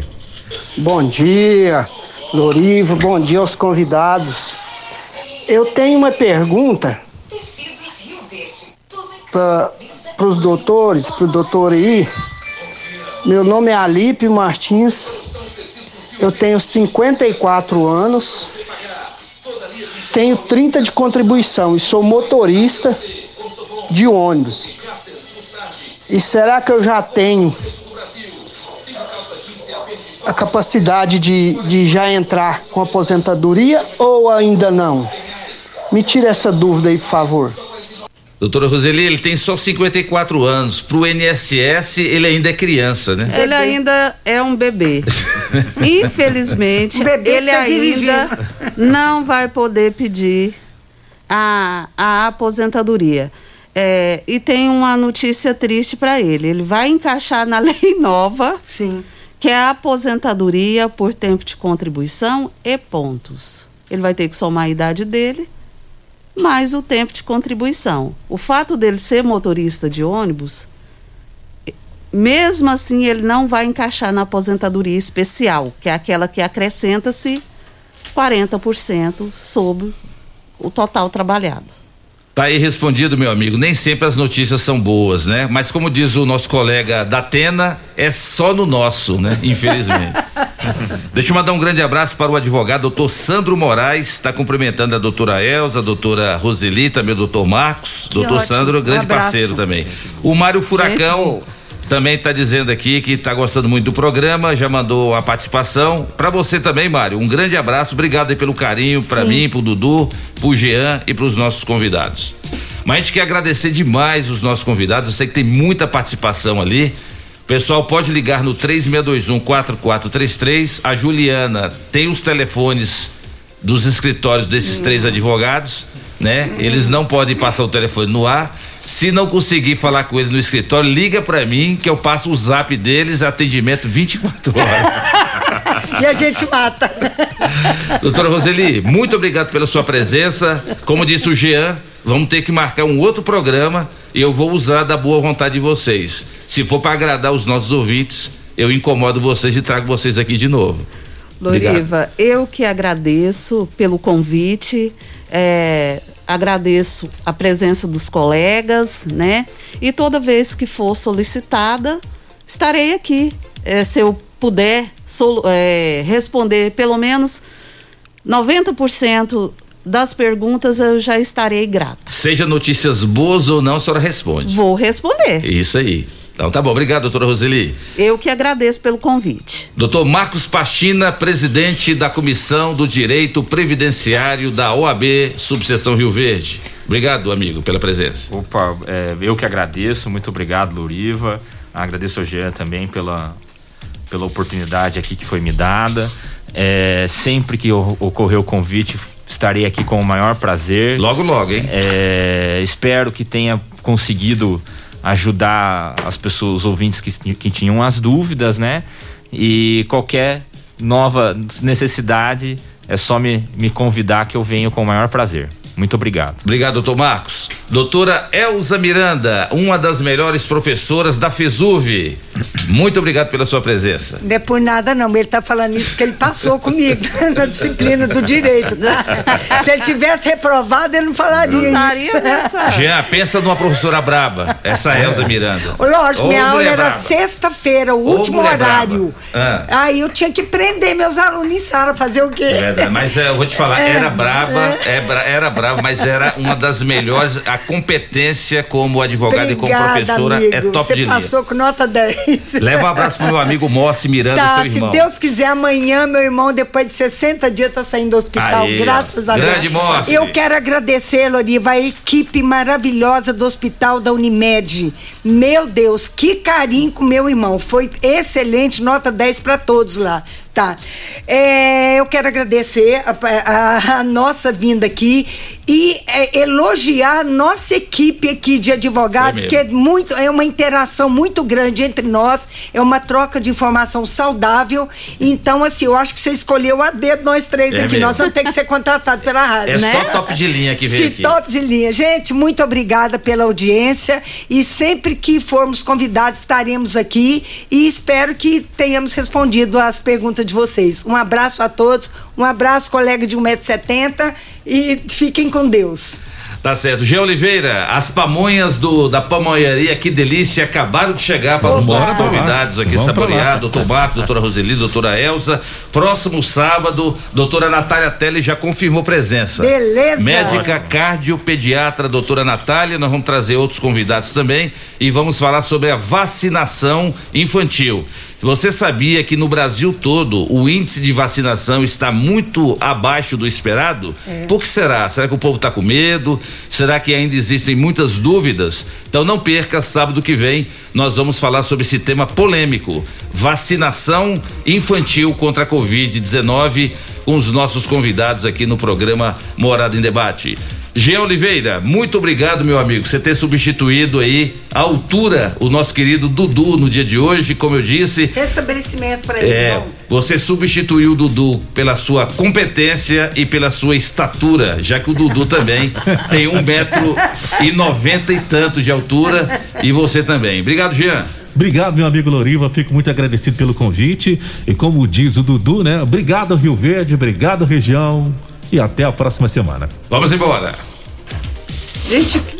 A: Bom dia, Loriva. Bom dia aos convidados. Eu tenho uma pergunta para os doutores, para o doutor aí. Meu nome é Alípio Martins. Eu tenho 54 anos. Tenho 30 de contribuição e sou motorista de ônibus. E será que eu já tenho a capacidade de já entrar com aposentadoria ou ainda não? Me tira essa dúvida aí, por favor.
E: Doutora Roseli, ele tem só 54 anos. Pro INSS, ele ainda é criança, né?
I: Ele ainda é um bebê. Infelizmente, ele ainda não vai poder pedir a aposentadoria. E tem uma notícia triste para ele. Ele vai encaixar na lei nova, que é a aposentadoria por tempo de contribuição e pontos. Ele vai ter que somar a idade dele, mais o tempo de contribuição. O fato dele ser motorista de ônibus, mesmo assim, ele não vai encaixar na aposentadoria especial, que é aquela que acrescenta-se 40% sobre o total trabalhado.
E: Tá aí respondido, meu amigo. Nem sempre as notícias são boas, né? Mas como diz o nosso colega da Atena, é só no nosso, né? Infelizmente. Deixa eu mandar um grande abraço para o advogado doutor Sandro Moraes, está cumprimentando a doutora Elza, a doutora Roseli, também o doutor Marcos. Doutor Sandro, grande parceiro também. O Mário Furacão também está dizendo aqui que está gostando muito do programa, já mandou a participação. Para você também, Mário, um grande abraço, obrigado aí pelo carinho, para mim, pro Dudu, pro Jean e pros nossos convidados. Mas a gente quer agradecer demais os nossos convidados, eu sei que tem muita participação ali. O pessoal pode ligar no 3621-4433. A Juliana tem os telefones dos escritórios desses 3 advogados, né? Eles não podem passar o telefone no ar. Se não conseguir falar com ele no escritório, liga pra mim que eu passo o zap deles, atendimento 24 horas.
G: E a gente mata.
E: Doutora Roseli, muito obrigado pela sua presença. Como disse o Jean, vamos ter que marcar um outro programa e eu vou usar da boa vontade de vocês. Se for para agradar os nossos ouvintes, eu incomodo vocês e trago vocês aqui de novo.
I: Loriva, eu que agradeço pelo convite, agradeço a presença dos colegas, né? E toda vez que for solicitada, estarei aqui. Se eu puder responder pelo menos 90% das perguntas, eu já estarei grata.
E: Seja notícias boas ou não, a senhora responde.
I: Vou responder.
E: Isso aí. Então tá bom, obrigado, doutora Roseli.
I: Eu que agradeço pelo convite.
E: Doutor Marcos Pachina, presidente da Comissão do Direito Previdenciário da OAB, subseção Rio Verde. Obrigado, amigo, pela presença.
H: Opa, eu que agradeço, muito obrigado, Loriva. Agradeço ao Jean também pela oportunidade aqui que foi me dada. Sempre que ocorrer o convite, estarei aqui com o maior prazer.
E: Logo, logo, hein?
H: Espero que tenha conseguido ajudar as pessoas, os ouvintes que tinham as dúvidas, né? E qualquer nova necessidade, é só me convidar que eu venho com o maior prazer. Muito obrigado.
E: Obrigado, doutor Marcos. Doutora Elza Miranda, uma das melhores professoras da FESUV. Muito obrigado pela sua presença.
G: Não é por nada não, ele tá falando isso porque ele passou comigo na disciplina do direito. Se ele tivesse reprovado, ele não falaria isso.
E: Jean, pensa numa professora braba, essa Elza Miranda.
G: Lógico, minha aula era sexta-feira, o último horário. Aí eu tinha que prender meus alunos em sala, fazer o quê?
E: É verdade, mas eu vou te falar, era braba, mas era uma das melhores. A competência como advogada e como professora, amigo, é top de linha.
G: Você passou com nota 10.
E: Leva um abraço pro meu amigo Mossi Miranda, seu irmão.
G: Se Deus quiser, amanhã meu irmão, depois de 60 dias, tá saindo do hospital. Aí, graças a Deus.
E: Grande Mossi.
G: Eu quero agradecer, Loriva, a equipe maravilhosa do hospital da Unimed. Meu Deus, que carinho com meu irmão. Foi excelente, nota 10 para todos lá. Tá. Eu quero agradecer a nossa vinda aqui e elogiar a nossa equipe aqui de advogados, que é uma interação muito grande entre nós, é uma troca de informação saudável. Então, assim, eu acho que você escolheu a dedo nós três aqui.
E: Mesmo.
G: Nós vamos ter que ser contratados pela rádio, né?
E: Só top de linha que veio aqui.
G: Top de linha. Gente, muito obrigada pela audiência e sempre que formos convidados estaremos aqui e espero que tenhamos respondido as perguntas de vocês. Um abraço a todos, um abraço, colega de 1,70 m e fiquem com Deus.
E: Tá certo. Jean Oliveira, as pamonhas da pamonharia Que Delícia acabaram de chegar para os nossos convidados aqui saborear, doutor Marcos, doutora Roseli, doutora Elza. Próximo sábado, doutora Natália Telle já confirmou presença.
G: Beleza.
E: Médica cardiopediatra, doutora Natália, nós vamos trazer outros convidados também e vamos falar sobre a vacinação infantil. Você sabia que no Brasil todo o índice de vacinação está muito abaixo do esperado? Por que será? Será que o povo está com medo? Será que ainda existem muitas dúvidas? Então não perca, sábado que vem nós vamos falar sobre esse tema polêmico: vacinação infantil contra a Covid-19, com os nossos convidados aqui no programa Morada em Debate. Jean Oliveira, muito obrigado, meu amigo, você ter substituído aí à altura o nosso querido Dudu no dia de hoje, como eu disse.
G: Restabelecimento para ele.
E: Você substituiu o Dudu pela sua competência e pela sua estatura, já que o Dudu também tem 1,90 m e tanto de altura e você também. Obrigado, Jean.
C: Obrigado, meu amigo Loriva, fico muito agradecido pelo convite e como diz o Dudu, né? Obrigado, Rio Verde, obrigado, região, e até a próxima semana.
E: Vamos embora.
G: Gente,